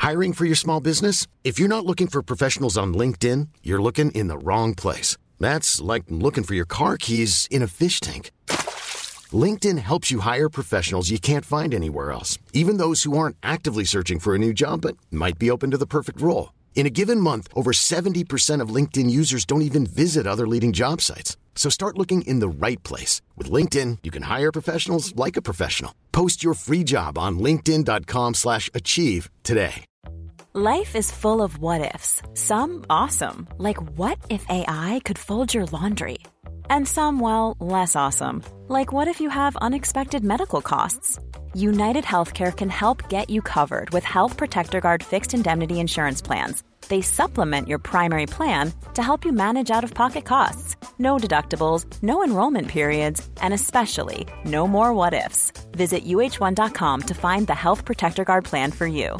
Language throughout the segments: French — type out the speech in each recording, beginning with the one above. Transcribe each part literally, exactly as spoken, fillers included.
Hiring for your small business? If you're not looking for professionals on LinkedIn, you're looking in the wrong place. That's like looking for your car keys in a fish tank. LinkedIn helps you hire professionals you can't find anywhere else, even those who aren't actively searching for a new job but might be open to the perfect role. In a given month, over seventy percent of LinkedIn users don't even visit other leading job sites. So start looking in the right place. With LinkedIn, you can hire professionals like a professional. Post your free job on linkedin.com slash achieve today. Life is full of what-ifs. Some awesome, like what if A I could fold your laundry? And some, well, less awesome, like what if you have unexpected medical costs? United Healthcare can help get you covered with Health Protector Guard fixed indemnity insurance plans. They supplement your primary plan to help you manage out-of-pocket costs. No deductibles, no enrollment periods, and especially no more what-ifs. Visit U H one dot com to find the Health Protector Guard plan for you.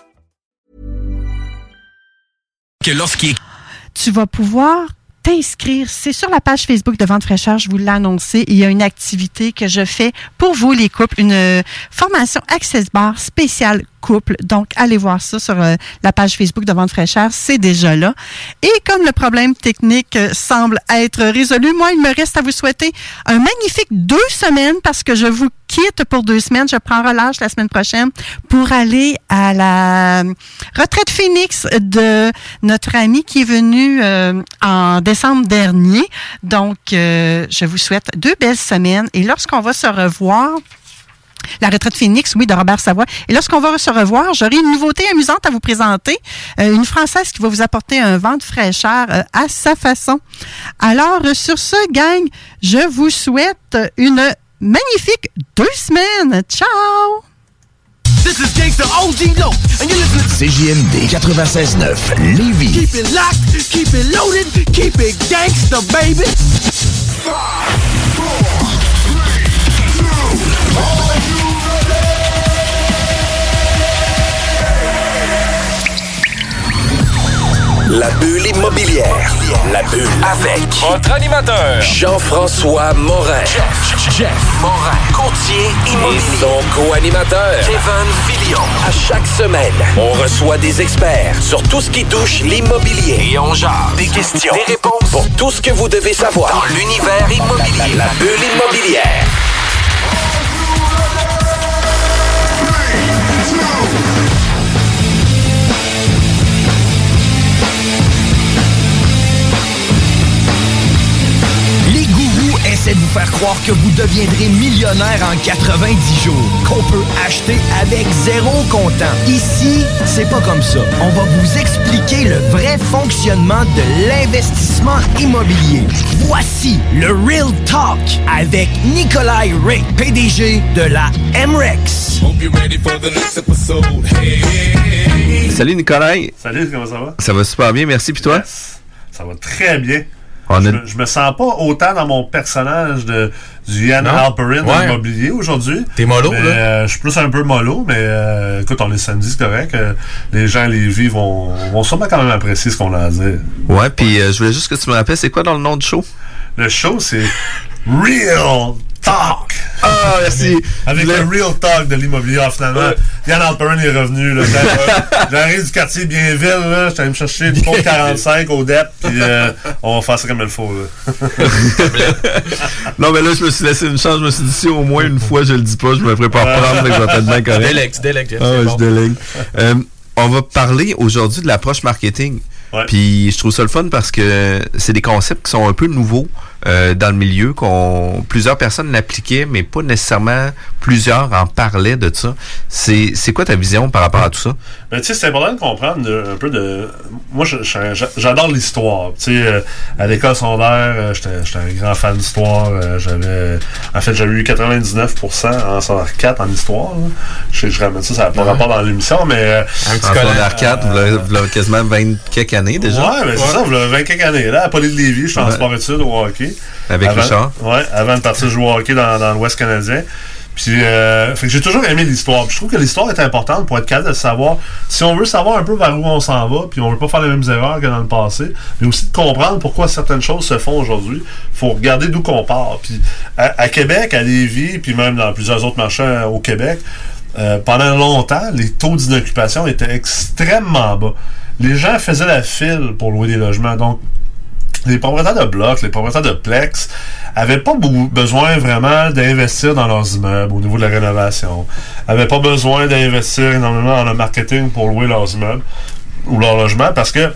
Que lorsqu'il... Tu vas pouvoir t'inscrire. C'est sur la page Facebook de Vente Fraîcheur, je vous l'ai annoncé. Il y a une activité que je fais pour vous, les couples, une formation Access Bar spéciale couple. Donc, allez voir ça sur euh, la page Facebook de Vente Fraîcheur. C'est déjà là. Et comme le problème technique euh, semble être résolu, moi, il me reste à vous souhaiter un magnifique deux semaines parce que je vous quitte pour deux semaines. Je prends relâche la semaine prochaine pour aller à la retraite Phoenix de notre ami qui est venu euh, en décembre dernier. Donc, euh, je vous souhaite deux belles semaines. Et lorsqu'on va se revoir... La retraite Phoenix, oui, de Robert Savoie. Et lorsqu'on va se revoir, j'aurai une nouveauté amusante à vous présenter. Euh, une Française qui va vous apporter un vent de fraîcheur euh, à sa façon. Alors, euh, sur ce, gang, je vous souhaite une magnifique deux semaines. Ciao! This is Gangsta O G Low, and you're listening to C J M D ninety-six point neuf, Lévis. Keep it locked, keep it loaded, keep it gangsta, baby. Five, four, three, two, are you La bulle immobilière. La bulle avec votre animateur Jean-François Morin. Jeff, Jeff Morin. Courtier immobilier. Et son co-animateur Kevin Filion. À chaque semaine, on reçoit des experts sur tout ce qui touche l'immobilier. Et on jase. Des questions, des réponses pour tout ce que vous devez savoir dans l'univers immobilier. La, la bulle immobilière. Essaie de vous faire croire que vous deviendrez millionnaire en quatre-vingt-dix jours, qu'on peut acheter avec zéro comptant. Ici, c'est pas comme ça. On va vous expliquer le vrai fonctionnement de l'investissement immobilier. Voici le Real Talk avec Nikolai Ray, P D G de la M R E X. Salut Nikolai. Salut, comment ça va? Ça va super bien, merci. Puis toi? Yes. Ça va très bien. On je, a... me, je me sens pas autant dans mon personnage de du Yann Halperin de ouais. l'immobilier aujourd'hui. T'es mollo, mais, là? Euh, je suis plus un peu mollo, mais euh, écoute, on est samedi, c'est correct. Euh, les gens à Lévis vont, vont sûrement quand même apprécier ce qu'on a à dire. Ouais, puis euh, je voulais juste que tu me rappelles, c'est quoi dans le nom du show? Le show, c'est Real Talk. Ah, merci. Avec, avec le Real Talk de l'immobilier. Ah, finalement, ouais. Yann Halperin est revenu. Là, j'arrive du quartier Bienville. Là, j'étais allé me chercher du pont quarante-cinq au D E P. Puis euh, on va faire ça comme il faut. Là. Non, mais là, je me suis laissé une chance. Je me suis dit, si au moins une fois je le dis pas, je me ferai pas reprendre. Que je vais être bien correct. Délègue, tu délègues, Jeff. Ah, ouais, bon. je délègue. euh, on va parler aujourd'hui de l'approche marketing. Ouais. Puis je trouve ça le fun parce que c'est des concepts qui sont un peu nouveaux euh, dans le milieu, qu'on plusieurs personnes l'appliquaient, mais pas nécessairement plusieurs en parlaient de ça. C'est, c'est quoi ta vision par rapport à tout ça? Ben, tu sais, c'est important de comprendre de, un peu de... Moi, je, je, j'adore l'histoire. Tu sais, euh, à l'école secondaire, euh, j'étais, j'étais un grand fan d'histoire. Euh, j'avais... En fait, j'avais eu quatre-vingt-dix-neuf pour cent en secondaire quatre en histoire. Là. Je, je ramène ça, ça n'a pas rapport dans l'émission, mais... Euh, en secondaire quatre, euh, vous l'avez quasiment vingt quelques années déjà. Ouais, mais c'est ouais. ça, vous l'avez vingt quelques années. Là, à Poly de Lévis, je suis en ouais. sport-études au hockey. Avec avant, Richard. Ouais, avant de partir jouer au hockey dans, dans l'Ouest canadien. Puis, euh, fait que j'ai toujours aimé l'histoire. Puis je trouve que l'histoire est importante pour être capable de savoir, si on veut savoir un peu vers où on s'en va, puis on veut pas faire les mêmes erreurs que dans le passé, mais aussi de comprendre pourquoi certaines choses se font aujourd'hui. Faut regarder d'où qu'on part. Puis à, à Québec, à Lévis, puis même dans plusieurs autres marchés au Québec, euh, pendant longtemps, les taux d'inoccupation étaient extrêmement bas. Les gens faisaient la file pour louer des logements. Donc, les propriétaires de blocs, les propriétaires de plex avaient pas beaucoup besoin vraiment d'investir dans leurs immeubles au niveau de la rénovation. Avaient pas besoin d'investir énormément dans le marketing pour louer leurs immeubles ou leurs logements parce que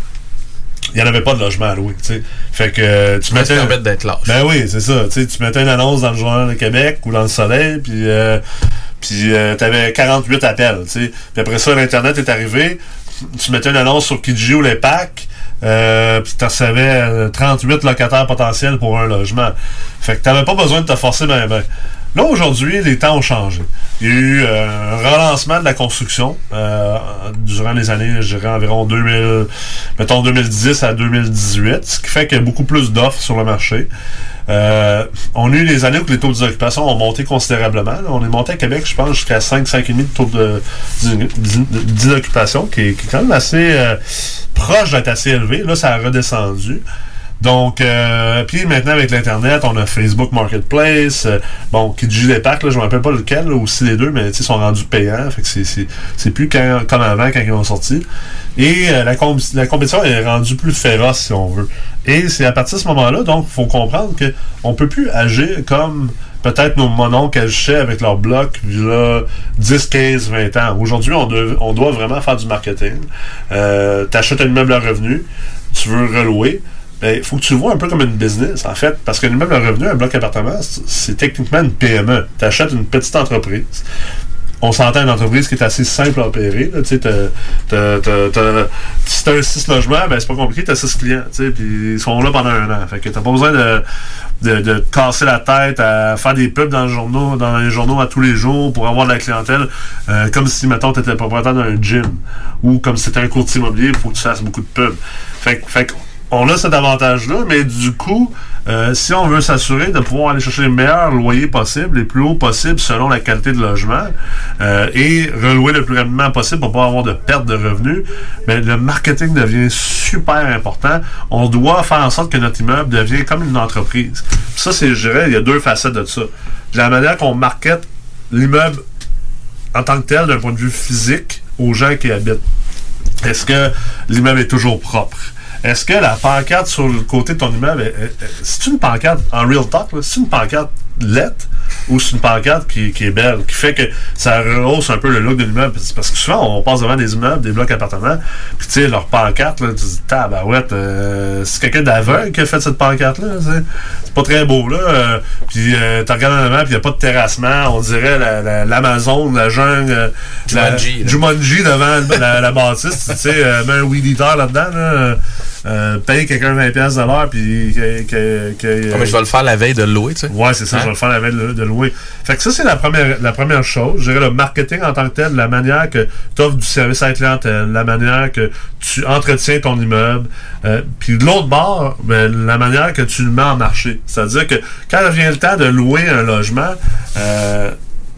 il n'y en avait pas de logement à louer, tu sais. Fait que euh, tu mettais... Ça permet d'être lâche. Ben oui, c'est ça. Tu sais, tu mettais une annonce dans le Journal de Québec ou dans le Soleil, puis euh, puis euh, t'avais quarante-huit appels, tu sais. Puis après ça, l'Internet est arrivé, tu mettais une annonce sur Kijiji ou les packs, euh, puis tu recevais trente-huit locataires potentiels pour un logement. Fait que t'avais pas besoin de te forcer ben ben. Là, aujourd'hui, les temps ont changé. Il y a eu euh, un relancement de la construction euh, durant les années, je dirais, environ deux mille, mettons deux mille dix à deux mille dix-huit, ce qui fait qu'il y a beaucoup plus d'offres sur le marché. Euh, on a eu les années où les taux d'occupation ont monté considérablement. Là, on est monté à Québec, je pense, jusqu'à cinq, cinq virgule cinq de taux de, d'inoccupation, qui est, qui est quand même assez euh, proche d'être assez élevé. Là, ça a redescendu. Donc, euh, puis maintenant, avec l'Internet, on a Facebook Marketplace, euh, bon, Kijiji les packs, là, je ne me rappelle pas lequel, là, aussi les deux, mais ils sont rendus payants, fait que c'est, c'est, c'est plus quand, comme avant quand ils ont sorti. Et euh, la, com- la compétition est rendue plus féroce, si on veut. Et c'est à partir de ce moment-là, donc, il faut comprendre qu'on ne peut plus agir comme peut-être nos mononcles agissaient avec leurs blocs, là, dix, quinze, vingt ans. Aujourd'hui, on, de, on doit vraiment faire du marketing. Euh, tu achètes un immeuble à revenu, tu veux relouer. Il ben, faut que tu le vois un peu comme une business, en fait, parce qu'un immeuble à revenu, un bloc appartement, c'est, c'est techniquement une P M E. Tu achètes une petite entreprise. On s'entend une entreprise qui est assez simple à opérer. Là, t'as, t'as, t'as, t'as, si tu as six logements, ben, c'est pas compliqué, tu as six clients. Puis ils sont là pendant un an. Fait que tu n'as pas besoin de, de, de te casser la tête à faire des pubs dans, le journaux, dans les journaux à tous les jours pour avoir de la clientèle. Euh, comme si, mettons, tu étais propriétaire d'un gym ou comme si tu étais un courtier immobilier, il faut que tu fasses beaucoup de pubs. Fait, fait que on a cet avantage-là, mais du coup, euh, si on veut s'assurer de pouvoir aller chercher les meilleurs loyers possibles, les plus hauts possibles selon la qualité de logement, euh, et relouer le plus rapidement possible pour pas avoir de perte de revenus, ben, le marketing devient super important. On doit faire en sorte que notre immeuble devienne comme une entreprise. Puis ça, c'est, je dirais, il y a deux facettes de ça. La manière qu'on markete l'immeuble en tant que tel, d'un point de vue physique, aux gens qui y habitent. Est-ce que l'immeuble est toujours propre? Est-ce que la pancarte sur le côté de ton immeuble, est, est, est, c'est une pancarte, en real talk, là, c'est une pancarte laite ou c'est une pancarte qui, qui est belle, qui fait que ça rehausse un peu le look de l'immeuble? Parce que souvent, on passe devant des immeubles, des blocs appartements, puis tu sais, leur pancarte, là, tu dis, tabarouette, euh, c'est quelqu'un d'aveugle qui a fait cette pancarte-là, c'est, c'est pas très beau, là. Euh, puis euh, tu regardes en avant, puis il n'y a pas de terrassement, on dirait la, la, l'Amazon, la jungle, euh, Jumanji, la, Jumanji devant la, la bâtisse, tu sais, euh, mets un weed eater là-dedans, là. Euh, paye quelqu'un vingt piastres de l'heure puis que, que, que, oh, mais je vais le faire la veille de le louer, tu sais. Ouais, c'est ça, hein? Je vais le faire la veille de, de louer. Fait que ça, c'est la première, la première chose. Je dirais le marketing en tant que tel, la manière que tu offres du service à la clientèle, la manière que tu entretiens ton immeuble. Euh, puis de l'autre bord, ben, la manière que tu le mets en marché. C'est-à-dire que quand vient le temps de louer un logement, euh,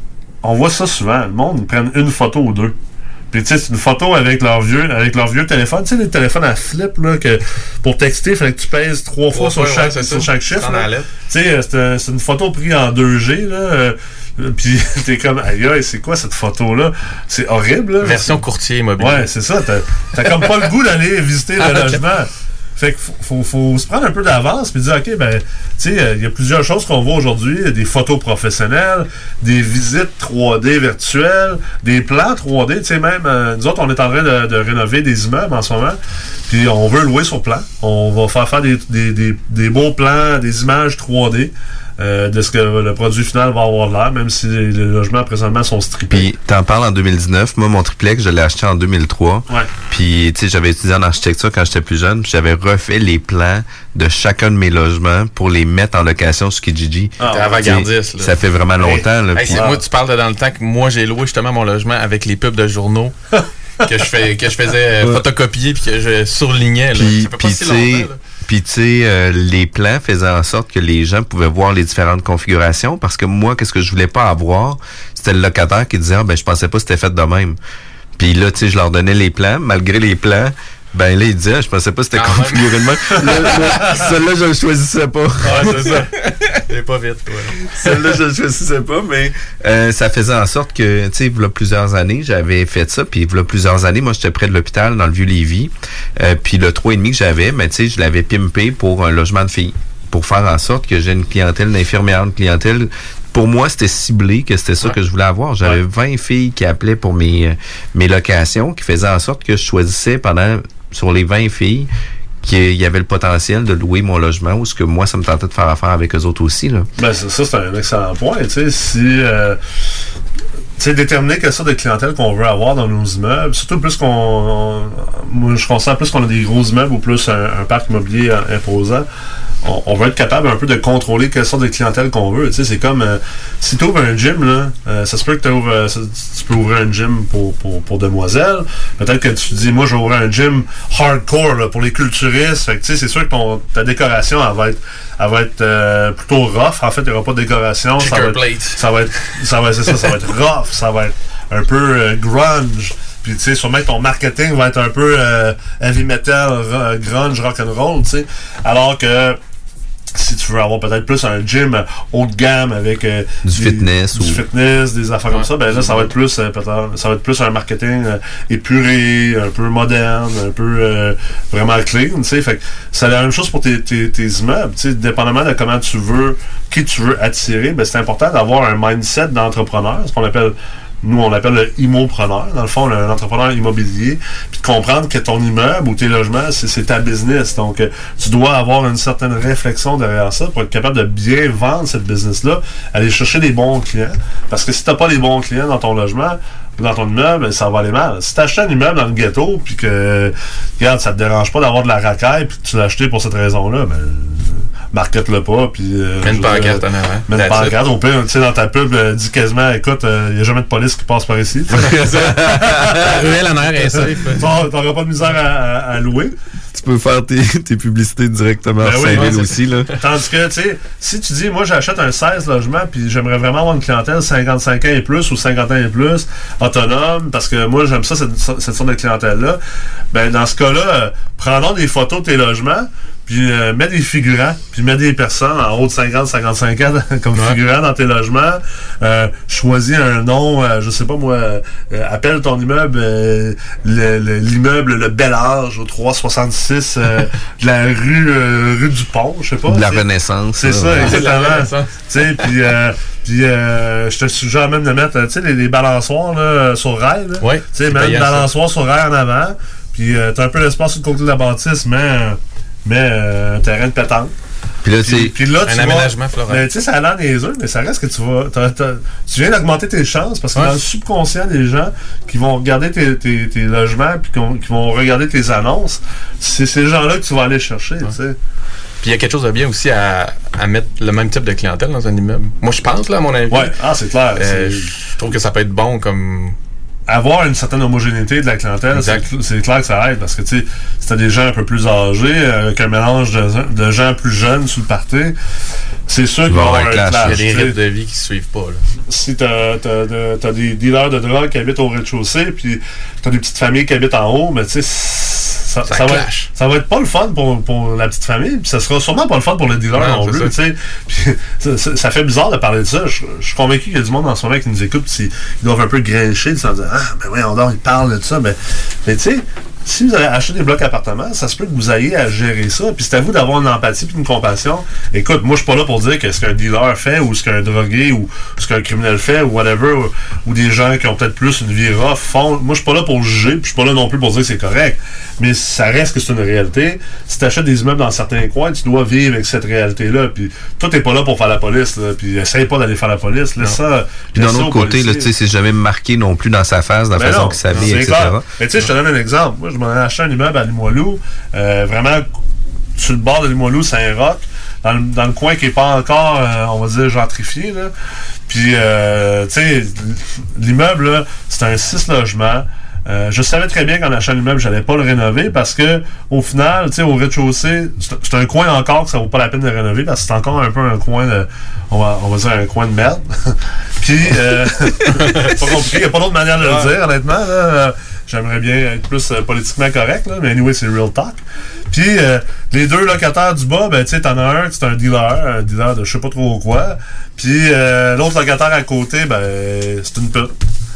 on voit ça souvent. Le monde, ils prennent une photo ou deux. Puis tu sais, c'est une photo avec leur vieux, avec leur vieux téléphone. Tu sais, les téléphones à flip, là, que pour texter, il fallait que tu pèses trois fois sur, ouais, chaque, ouais, sur chaque chiffre. Tu sais, c'est, c'est une photo prise en deux G, là. Euh, puis t'es comme, aïe, aïe, c'est quoi cette photo-là? C'est horrible, là. Version courtier immobilier. Ouais, c'est ça. T'as, t'as comme pas le goût d'aller visiter le logement. Fait qu'il faut, faut, faut se prendre un peu d'avance puis dire, OK, ben, tu sais, il euh, y a plusieurs choses qu'on voit aujourd'hui. Des photos professionnelles, des visites trois D virtuelles, des plans trois D. Tu sais, même, euh, nous autres, on est en train de, de rénover des immeubles en ce moment. Puis on veut louer sur plan. On va faire faire des, des, des, des beaux plans, des images trois D. Euh, de ce que le produit final va avoir l'air, même si les, les logements présentement sont strippés. Puis t'en parles en deux mille dix-neuf. Moi, mon triplex, je l'ai acheté en deux mille trois. Ouais. Puis, tu sais, j'avais étudié en architecture quand j'étais plus jeune. Puis j'avais refait les plans de chacun de mes logements pour les mettre en location sur Kijiji. Ah, t'es avant-gardiste, là. Ça fait vraiment longtemps. Là, hey, puis, c'est, moi, tu parles de dans le temps que moi, j'ai loué justement mon logement avec les pubs de journaux. que je fais que je faisais ouais. photocopier puis que je surlignais. Puis, puis tu sais, puis tu sais, euh, les plans faisaient en sorte que les gens pouvaient voir les différentes configurations parce que moi, qu'est-ce que je voulais pas avoir, c'était le locataire qui disait ah, ben je pensais pas que c'était fait de même. Puis là, tu sais, je leur donnais les plans, malgré les plans. Ben là, il disait, je pensais pas que c'était Quand configuré de même. Le- le- Celle-là, je le choisissais pas. Ouais, c'est ça. T'es pas vite, toi. Celle-là, je le choisissais pas, mais euh, ça faisait en sorte que, tu sais, il y a plusieurs années, j'avais fait ça, puis il y a plusieurs années, moi, j'étais près de l'hôpital dans le Vieux-Lévis, euh, puis le trois virgule cinq que j'avais, ben, tu sais, je l'avais pimpé pour un logement de filles, pour faire en sorte que j'ai une clientèle d'infirmières, une clientèle. Pour moi, c'était ciblé, que c'était ça Ouais. que je voulais avoir. J'avais Ouais. vingt filles qui appelaient pour mes, euh, mes locations, qui faisaient en sorte que je choisissais pendant, sur les vingt filles, qu'il y avait le potentiel de louer mon logement, ou ce que moi, ça me tentait de faire affaire avec eux autres aussi, là. Ben, ça, ça, c'est un excellent point. Tu sais, si. Euh, tu sais, déterminer quelle sorte de clientèle qu'on veut avoir dans nos immeubles, surtout plus qu'on. On, moi, je constate plus qu'on a des gros immeubles ou plus un, un parc immobilier euh, imposant. On, on va être capable un peu de contrôler quelle sorte de clientèle qu'on veut. Tu sais, c'est comme euh, si tu ouvres un gym, là, euh, ça se peut que t'ouvres, euh, ça, tu peux ouvrir un gym pour, pour, pour demoiselles. Peut-être que tu dis, moi, je vais ouvrir un gym hardcore là, pour les culturistes. Fait que, tu sais, c'est sûr que ton, ta décoration, elle va être, elle va être euh, plutôt rough. En fait, il n'y aura pas de décoration. Ça va, être, plate. ça va être, ça va, c'est ça, ça va être rough. Ça va être un peu euh, grunge. Puis, tu sais, sûrement que ton marketing va être un peu euh, heavy metal, ro- grunge, rock'n'roll, tu sais. Alors que si tu veux avoir peut-être plus un gym haut de gamme avec euh, Du des, fitness du ou- fitness, des affaires Ouais, comme ça, ben là, ça va être plus euh, peut-être, ça va être plus un marketing euh, épuré, un peu moderne, un peu euh, vraiment clean, tu sais. Fait que c'est la même chose pour tes, tes, tes immeubles, tu sais, dépendamment de comment tu veux, qui tu veux attirer, ben c'est important d'avoir un mindset d'entrepreneur, ce qu'on appelle nous, on l'appelle le immopreneur, dans le fond, un entrepreneur immobilier, puis de comprendre que ton immeuble ou tes logements, c'est, c'est ta business. Donc, euh, tu dois avoir une certaine réflexion derrière ça pour être capable de bien vendre cette business-là, aller chercher des bons clients. Parce que si t'as pas les bons clients dans ton logement ou dans ton immeuble, ça va aller mal. Si t'achètes un immeuble dans le ghetto, puis que, regarde, ça te dérange pas d'avoir de la racaille, puis que tu l'as acheté pour cette raison-là, ben, market-le pas, puis... Euh, Mets une pancarte en avant. Mets une That's pancarte. Au pire, tu sais, dans ta pub, euh, dis quasiment, écoute, il euh, n'y a jamais de police qui passe par ici. La ruelle en air est safe. T'auras t'auras pas de misère à, à, à louer. Tu peux faire tes, tes publicités directement Ben à oui, Saint-Ville ouais, aussi, là. Tandis que, tu sais, si tu dis, moi, j'achète un seize logements, puis j'aimerais vraiment avoir une clientèle cinquante-cinq ans et plus ou cinquante ans et plus, autonome, parce que moi, j'aime ça, cette, cette sorte de clientèle-là, ben, dans ce cas-là, euh, prenons des photos de tes logements, puis euh, mets des figurants, puis mets des personnes en haut de cinquante à cinquante-cinq ans comme Ouais. figurants dans tes logements. Euh, choisis un nom, euh, je sais pas moi, euh, appelle ton immeuble euh, le- le- l'immeuble Le Bel Âge au trois cent soixante-six euh, de la rue, euh, rue du Pont, je sais pas. De la t'sais. Renaissance. C'est là. ça, C'est la exactement. Renaissance. Tu sais, puis euh, puis euh, je te suggère même de mettre, tu sais, les, les balançoires là, sur rail. là. Ouais, Tu sais, c'est mettre une payant, ça. balançoire sur rail en avant, puis euh, t'as un peu d'espace sur le côté de la bâtisse, mais, euh, mais euh, un terrain de pétanque. Puis là, Puis, tu sais, puis là, tu Un vas- aménagement floral. mais tu sais, ça a l'air niaiseux, mais ça reste que tu vas. t'as- t'as- tu viens d'augmenter tes chances parce que Ouais. dans le subconscient des gens qui vont regarder tes, tes, tes logements puis qui vont, qui vont regarder tes annonces, c'est ces gens-là que tu vas aller chercher, tu sais. Puis il y a quelque chose de bien aussi à, à mettre le même type de clientèle dans un immeuble. Moi, je pense, là, à mon avis. Ouais, ah, c'est clair. Euh, c'est- je trouve que ça peut être bon comme. Avoir une certaine homogénéité de la clientèle, c'est, Exact. cl- c'est clair que ça aide parce que tu sais, si t'as des gens un peu plus âgés, euh, avec un mélange de, de gens plus jeunes sous le party, c'est sûr qu'il va y avoir un clash. clash. Il y a des tu sais. rythmes de vie qui se suivent pas. Là. Si t'as, t'as, t'as, t'as des dealers de drogue qui habitent au rez-de-chaussée, puis t'as des petites familles qui habitent en haut, mais tu sais, ça, Ça ça, va être, clash. ça va être pas le fun pour, pour la petite famille, puis ça sera sûrement pas le fun pour le dealer Non, non, c'est plus, tu sais. Puis ça, ça- ça fait bizarre de parler de ça. Je, je suis convaincu qu'il y a du monde en ce moment qui nous écoute, puis ils doivent un peu grincher, en disant, ah, ben ouais, on dort, ils parlent de ça, mais, mais tu sais, si vous allez acheter des blocs appartements, ça se peut que vous ayez à gérer ça. Puis c'est à vous d'avoir une empathie puis une compassion. Écoute, moi, je suis pas là pour dire que ce qu'un dealer fait ou ce qu'un drogué ou ce qu'un criminel fait ou whatever, ou, ou des gens qui ont peut-être plus une vie rough font. Moi, je suis pas là pour juger puis je suis pas là non plus pour dire que c'est correct. Mais ça reste que c'est une réalité. Si tu achètes des immeubles dans certains coins, tu dois vivre avec cette réalité-là. Puis toi, t'es pas là pour faire la police. Là, puis essaye pas d'aller faire la police. Laisse ça. puis d'un laisse ça autre aux côté, là, policiers. tu sais, c'est jamais marqué non plus dans sa face, dans la Ben façon non, qu'il s'habille, c'est et cetera. clair. Mais tu sais, je te donne un exemple. Moi, je m'en ai acheté un immeuble à Limoilou, euh, vraiment sur le bord de Limoilou, Saint-Roch, dans le, dans le coin qui n'est pas encore, euh, on va dire, gentrifié. Là. Puis, euh, tu sais, l'immeuble, là, c'est un six logements. Euh, je savais très bien qu'en achetant l'immeuble, j'allais pas le rénover parce que au final, tu sais, au rez-de-chaussée, c'est, c'est un coin encore que ça vaut pas la peine de rénover parce que c'est encore un peu un coin de, on va, on va dire un coin de merde. Puis, euh, c'est pas compliqué, il n'y a pas d'autre manière de le dire, honnêtement. Là. j'aimerais bien être plus euh, politiquement correct, là, mais anyway, c'est real talk. Puis euh, les deux locataires du bas, ben tu sais, t'en as un, c'est un dealer, un dealer de je sais pas trop quoi. Puis euh, l'autre locataire à côté, ben c'est une pute.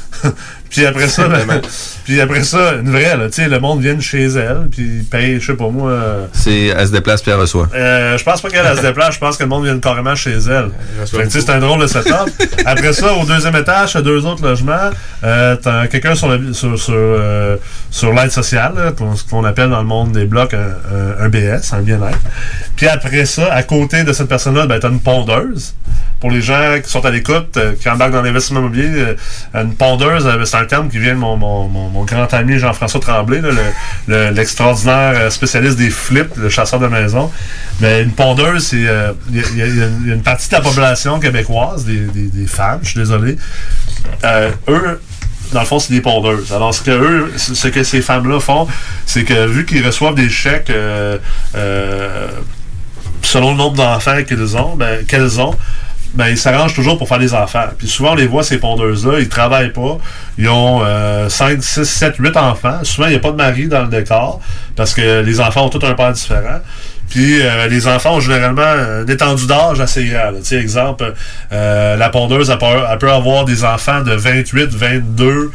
Puis après ça, ben, puis après ça, une vraie, là, tu sais, le monde vient chez elle, puis paye, je sais pas moi. Euh, c'est, elle se déplace puis elle reçoit. Euh, je pense pas qu'elle se déplace, je pense que le monde vient carrément chez elle. Fait que, c'est un drôle de setup. Après ça, au deuxième étage, il y a deux autres logements. Euh, t'as quelqu'un sur, le, sur, sur, euh, sur l'aide sociale, là, ce qu'on appelle dans le monde des blocs un, un, un B S, un bien-être. Puis après ça, à côté de cette personne-là, ben, t'as une pondeuse. Pour les gens qui sont à l'écoute, euh, qui embarquent dans l'investissement immobilier, euh, une pondeuse, euh, c'est un terme qui vient de mon, mon, mon, mon grand ami Jean-François Tremblay, là, le, le, l'extraordinaire spécialiste des flips, le chasseur de maison. Mais une pondeuse, c'est il euh, y, y, y a une partie de la population québécoise, des, des, des femmes, je suis désolé, euh, eux, dans le fond, c'est des pondeuses. Alors, ce que eux, ce que ces femmes-là font, c'est que vu qu'ils reçoivent des chèques euh, euh, selon le nombre d'enfants qu'ils ont, ben, qu'elles ont, ben, ils s'arrangent toujours pour faire des enfants. Puis souvent, on les voit, ces pondeuses-là, ils travaillent pas. Ils ont euh, cinq, six, sept, huit enfants. Souvent, il n'y a pas de mari dans le décor parce que les enfants ont tous un père différent. Puis euh, les enfants ont généralement euh, d'étendue d'âge assez grand. Tu sais, exemple, euh, la pondeuse, elle peut, elle peut avoir des enfants de vingt-huit, vingt-deux,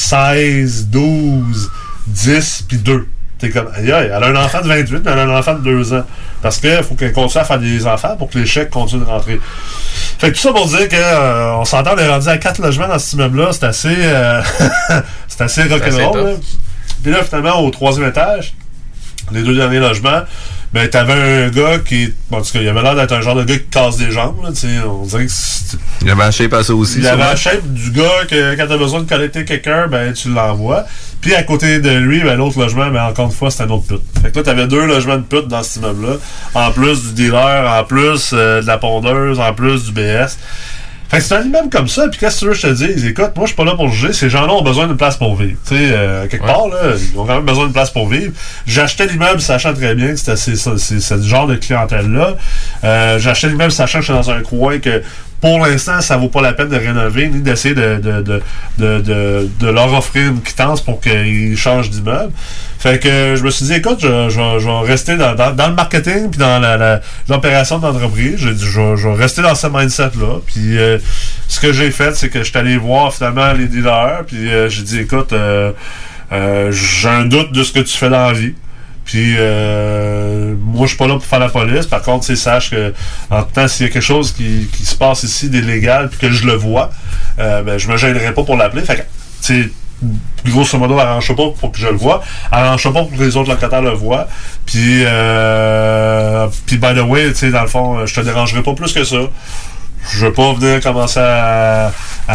seize, douze, dix, puis deux. T'es comme, aïe, aïe, elle a un enfant de vingt-huit, mais elle a un enfant de deux ans. Parce qu'il faut qu'elle continue à faire des enfants pour que les chèques continuent de rentrer. Fait que tout ça pour dire que euh, on s'entend, on est rendu à quatre logements dans cet immeuble-là. C'est assez, euh, c'est assez rock'n'roll. Puis là, finalement, au troisième étage, les deux derniers logements, ben, t'avais un gars qui, bon, en tout cas, il avait l'air d'être un genre de gars qui casse des jambes, là, tu sais, on dirait que c'est... Il avait la shape à ça aussi. Il avait la shape du gars que, quand t'as besoin de collecter quelqu'un, ben, tu l'envoies. Puis à côté de lui, ben, l'autre logement, ben, encore une fois, c'est un autre pute. Fait que là, t'avais deux logements de pute dans cet immeuble-là, en plus du dealer, en plus euh, de la pondeuse, en plus du B S. Fait que c'est un immeuble comme ça, puis qu'est-ce que tu veux que je te dise? Écoute, moi, je suis pas là pour juger, ces gens-là ont besoin d'une place pour vivre. Tu sais, euh, quelque ouais. part, là, ils ont quand même besoin d'une place pour vivre. J'achetais l'immeuble sachant très bien que c'était c'est, c'est, c'est, c'est ce genre de clientèle-là. Euh, j'achetais l'immeuble sachant que j'étais dans un coin que, pour l'instant, ça vaut pas la peine de rénover, ni d'essayer de, de, de, de, de, de leur offrir une quittance pour qu'ils changent d'immeuble. Fait que je me suis dit, écoute, je, je, je vais rester dans, dans, dans le marketing puis dans la, la, l'opération d'entreprise. J'ai dit, je, je vais rester dans ce mindset-là. Puis euh, ce que j'ai fait, c'est que je suis allé voir finalement les dealers. Puis euh, j'ai dit, écoute, euh, euh, j'ai un doute de ce que tu fais dans la vie. Puis euh, moi je suis pas là pour faire la police. Par contre, tu sais, sache que en tout temps, s'il y a quelque chose qui, qui se passe ici d'illégal puis que je le vois, euh, ben je me gênerai pas pour l'appeler. Fait que tu sais, grosso modo, arrange-toi pas pour que je le vois. Arrange-toi pas pour que les autres locataires le voient. Puis euh, puis by the way, tu sais, dans le fond, je te dérangerai pas plus que ça. Je veux pas venir commencer à,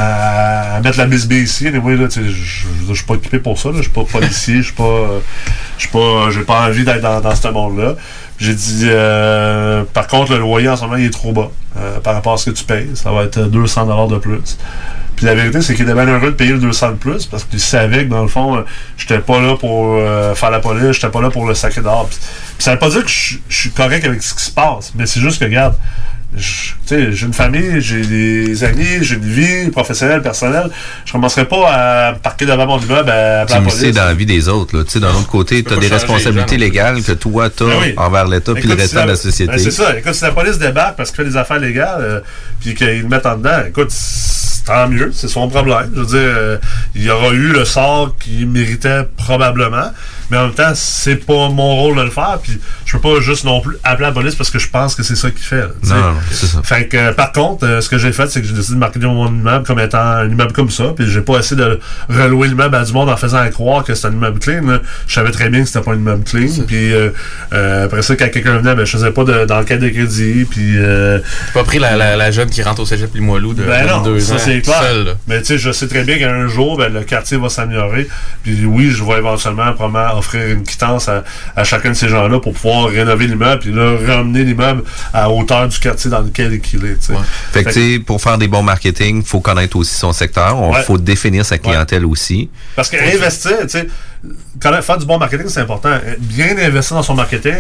à, à mettre la bisbille ici. Anyway, là, je je suis pas équipé pour ça. Je suis pas policier. Je suis pas. Je suis pas. J'ai pas envie d'être dans, dans ce monde-là. J'ai dit euh, par contre, le loyer en ce moment il est trop bas euh, par rapport à ce que tu payes. Ça va être deux cents dollars de plus. Puis la vérité, c'est qu'il était bien heureux de payer le deux cents de plus parce qu'il savait que dans le fond, euh, j'étais pas là pour euh, faire la police, j'étais pas là pour le sacré d'or. Puis, puis ça veut pas dire que je suis correct avec ce qui se passe, mais c'est juste que regarde. Tu sais, j'ai une famille, j'ai des amis, j'ai une vie professionnelle, personnelle. Je commencerai pas à me parquer devant mon immeuble à appeler la police. C'est dans la vie des autres. Là. Tu sais, d'un autre côté, tu as des responsabilités légales que toi, tu as ben oui. envers l'État puis le restant si de la société. Ben c'est ça. Écoute, si la police débarque parce qu'il fait des affaires légales euh, puis qu'ils le mettent en dedans, écoute, tant mieux, c'est son problème. Je veux dire, euh, il y aura eu le sort qu'il méritait probablement, mais en même temps, c'est pas mon rôle de le faire. Puis je peux pas juste non plus appeler la police parce que je pense que c'est ça qu'il fait. Là, non, non, c'est ça. Fait que euh, par contre, euh, ce que j'ai fait, c'est que j'ai décidé de marquer mon immeuble comme étant un immeuble comme ça. Puis j'ai pas essayé de relouer l'immeuble à du monde en faisant croire que c'était un immeuble clean. Là. Je savais très bien que c'était pas un immeuble clean. Puis euh, euh, après ça, quand quelqu'un venait, ben, je faisais pas de, d'enquête de crédit. Puis euh, t'as pas pris la, la, la jeune qui rentre au cégep Limoilou de ben non, deux ça, ans c'est clair. Seule. Mais tu sais, je sais très bien qu'un jour, ben, le quartier va s'améliorer. Puis oui, je vais éventuellement probablement offrir une quittance à, à chacun de ces gens-là pour pouvoir rénover l'immeuble puis là, ramener l'immeuble à hauteur du quartier dans lequel il est. Ouais. Fait que tu sais, pour faire des bons marketing, il faut connaître aussi son secteur. Il ouais. faut définir sa clientèle ouais. aussi. Parce qu'investir, tu sais, faire du bon marketing, c'est important. Bien investir dans son marketing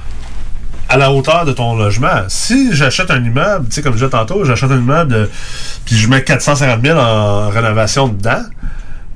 à la hauteur de ton logement. Si j'achète un immeuble, tu sais, comme je disais tantôt, j'achète un immeuble de, puis je mets quatre cent cinquante mille en rénovation dedans,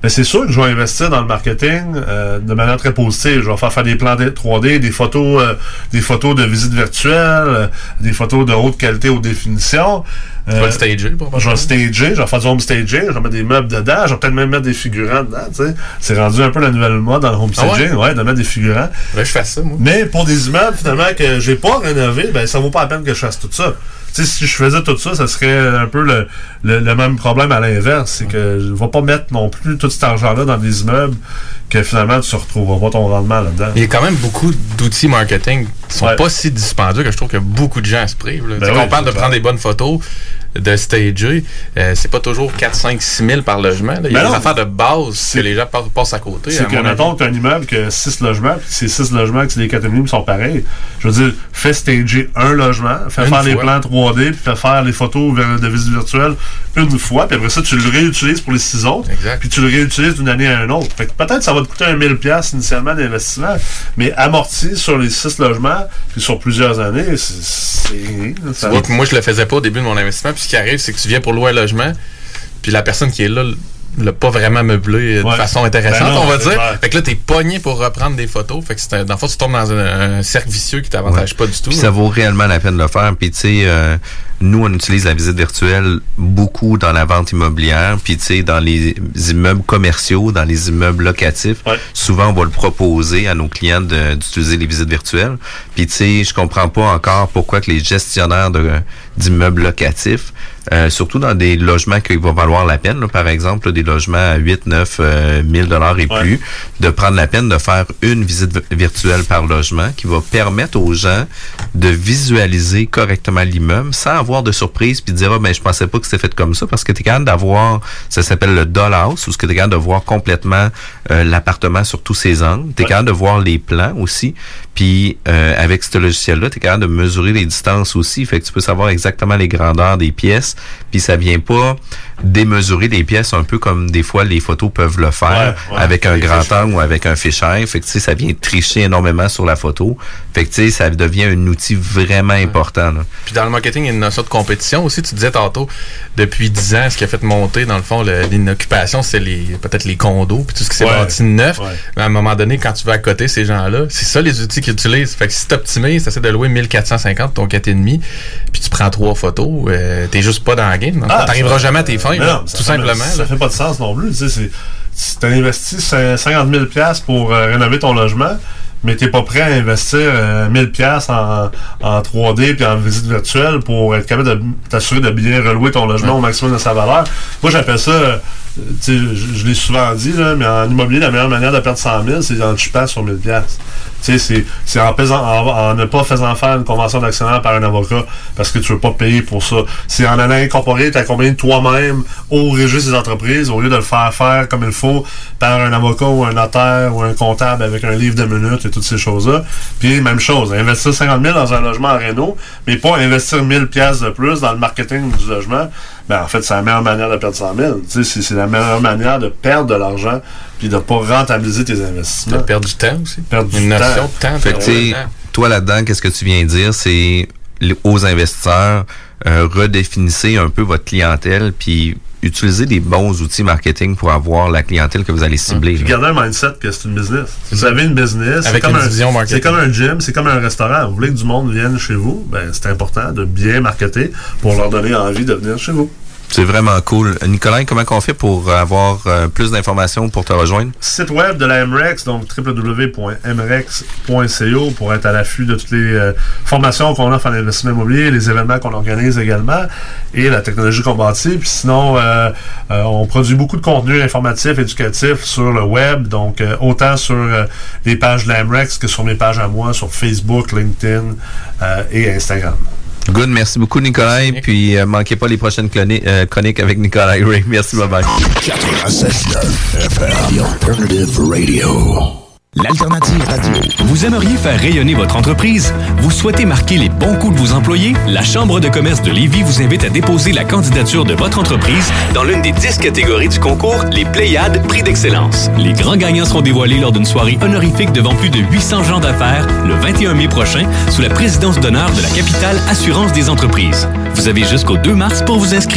ben c'est sûr que je vais investir dans le marketing euh, de manière très positive. Je vais faire faire des plans trois D, des photos, euh, des photos de visites virtuelles, euh, des photos de haute qualité, haute définition. Tu vas le stager, pour Je vais le stager, je vais faire du home staging, je vais mettre des meubles dedans, je vais peut-être même mettre des figurants dedans, tu sais. C'est rendu un peu la nouvelle mode dans le home staging, ah ouais? ouais, de mettre des figurants. Ben, je fais ça, moi. Mais pour des immeubles, finalement, que j'ai pas rénové, ben, ça vaut pas la peine que je fasse tout ça. Tu sais, si je faisais tout ça, ça serait un peu le, le, le même problème à l'inverse. C'est que je ne vais pas mettre non plus tout cet argent-là dans des immeubles que finalement tu ne retrouveras pas ton rendement là-dedans. Il y a quand même beaucoup d'outils marketing qui sont ouais. pas si dispendieux que je trouve que beaucoup de gens se privent. Ben oui, on parle de ça. prendre des bonnes photos, de stager, euh, c'est pas toujours quatre, cinq, six mille par logement. Là. Il y a ben des non, affaires de base que les gens passent à côté. C'est que, mettons, tu as un immeuble qui a six logements, puis ces six logements, que c'est des quatre virgule cinq sont pareils. Je veux dire, fais stager un logement, fais une faire fois. les plans trois D, puis fais faire les photos de visite virtuelle une fois, puis après ça, tu le réutilises pour les six autres, exact. Puis tu le réutilises d'une année à une autre. Fait que peut-être ça va te coûter un mille dollars initialement d'investissement, mais amorti sur les six logements, puis sur plusieurs années, c'est rien. Ça... Moi, je le faisais pas au début de mon investissement, puis ce qui arrive, c'est que tu viens pour louer un logement, puis la personne qui est là l'a pas vraiment meublé ouais. de façon intéressante, ben non, on va dire. Clair. Fait que là, t'es pogné pour reprendre des photos. Fait que c'est un, dans le fond, tu tombes dans un, un cercle vicieux qui t'avantage ouais. pas du tout. Puis ça vaut réellement la peine de le faire. Puis tu sais, euh, nous, on utilise la visite virtuelle beaucoup dans la vente immobilière. Puis tu sais, dans les immeubles commerciaux, dans les immeubles locatifs, ouais. souvent, on va le proposer à nos clients de, d'utiliser les visites virtuelles. Puis tu sais, je comprends pas encore pourquoi que les gestionnaires de, d'immeubles locatifs, euh, surtout dans des logements qui vont valoir la peine, là, par exemple, là, des logements à huit, neuf mille dollars et ouais. plus, de prendre la peine de faire une visite virtuelle par logement qui va permettre aux gens de visualiser correctement l'immeuble sans avoir de surprise puis de dire, ah, ben, je pensais pas que c'était fait comme ça, parce que tu es capable d'avoir, ça s'appelle le dollhouse, où tu es capable de voir complètement euh, l'appartement sur tous ses angles. Tu es ouais. capable de voir les plans aussi. Puis euh, avec ce logiciel-là, tu es capable de mesurer les distances aussi. Fait que tu peux savoir exactement les grandeurs des pièces. Puis ça vient pas démesurer les pièces un peu comme des fois les photos peuvent le faire ouais, ouais, avec un grand angle ou avec un fisheye. Fait que tu sais, ça vient tricher énormément sur la photo. Fait que tu sais, ça devient un outil vraiment ouais. important. Là. Puis dans le marketing, il y a une notion de compétition aussi. Tu disais tantôt, depuis dix ans, ce qui a fait monter, dans le fond, le, l'inoccupation, c'est les peut-être les condos, puis tout ce qui s'est ouais. bâti neuf. Ouais. Mais à un moment donné, quand tu vas à côté ces gens-là, c'est ça les outils qu'ils utilisent. Fait que si tu optimises, tu essaies de louer mille quatre cent cinquante ton quatre virgule cinq, puis tu prends trois photos, euh, t'es juste pas dans la game. Ah, t'arriveras jamais à tes fins, là, non, tout simplement. Ça là. fait pas de sens non plus. Tu sais, c'est, si tu as investi cinquante mille dollars pour euh, rénover ton logement, mais t'es pas prêt à investir euh, mille dollars en, en trois D puis en visite virtuelle pour être capable de t'assurer de bien relouer ton logement ouais. au maximum de sa valeur. Moi, j'appelle ça, euh, tu sais, je, je l'ai souvent dit, là, mais en immobilier, la meilleure manière de perdre cent mille, c'est en chupant sur mille dollars. Tu sais, c'est, c'est en, pesant, en, en ne pas faisant faire une convention d'actionnaire par un avocat parce que tu veux pas payer pour ça. C'est en allant incorporer ta compagnie de toi-même au registre des entreprises au lieu de le faire faire comme il faut par un avocat ou un notaire ou un comptable avec un livre de minutes et toutes ces choses-là. Puis, même chose, investir cinquante mille dans un logement en réno, mais pas investir mille dollars de plus dans le marketing du logement. Ben, en fait, c'est la meilleure manière de perdre cent mille. Tu sais, c'est, c'est la meilleure manière de perdre de l'argent puis de pas rentabiliser tes investissements. De perdre du temps aussi. Perdre du Une temps. notion de temps. Fait que, tu sais, toi, là-dedans, qu'est-ce que tu viens de dire? C'est aux investisseurs, euh, redéfinissez un peu votre clientèle puis utilisez des bons outils marketing pour avoir la clientèle que vous allez cibler. Puis gardez un mindset que c'est une business. C'est vous avez une business, avec c'est comme, une un, vision marketing. C'est comme un gym, c'est comme un restaurant. Vous voulez que du monde vienne chez vous, ben c'est important de bien marketer pour leur donner envie de venir chez vous. C'est vraiment cool. Nicolas, comment on fait pour avoir euh, plus d'informations pour te rejoindre? Site web de la M R E X, donc w w w point m r e x point c o pour être à l'affût de toutes les euh, formations qu'on offre en investissement immobilier, les événements qu'on organise également et la technologie qu'on bâtit. Puis sinon, euh, euh, on produit beaucoup de contenu informatif, éducatif sur le web, donc euh, autant sur euh, les pages de la M R E X que sur mes pages à moi, sur Facebook, LinkedIn euh, et Instagram. Good, merci beaucoup Nicolas. Puis euh, manquez pas les prochaines chroniques, euh, chroniques avec Nicolas Ray. Merci, bye bye. quatre-vingt-seize neuf F M, The Alternative Radio. L'Alternative Radio. Vous aimeriez faire rayonner votre entreprise? Vous souhaitez marquer les bons coups de vos employés? La Chambre de commerce de Lévis vous invite à déposer la candidature de votre entreprise dans l'une des dix catégories du concours Les Pléiades Prix d'Excellence. Les grands gagnants seront dévoilés lors d'une soirée honorifique devant plus de huit cents gens d'affaires le vingt et un mai prochain sous la présidence d'honneur de la capitale Assurance des entreprises. Vous avez jusqu'au deux mars pour vous inscrire.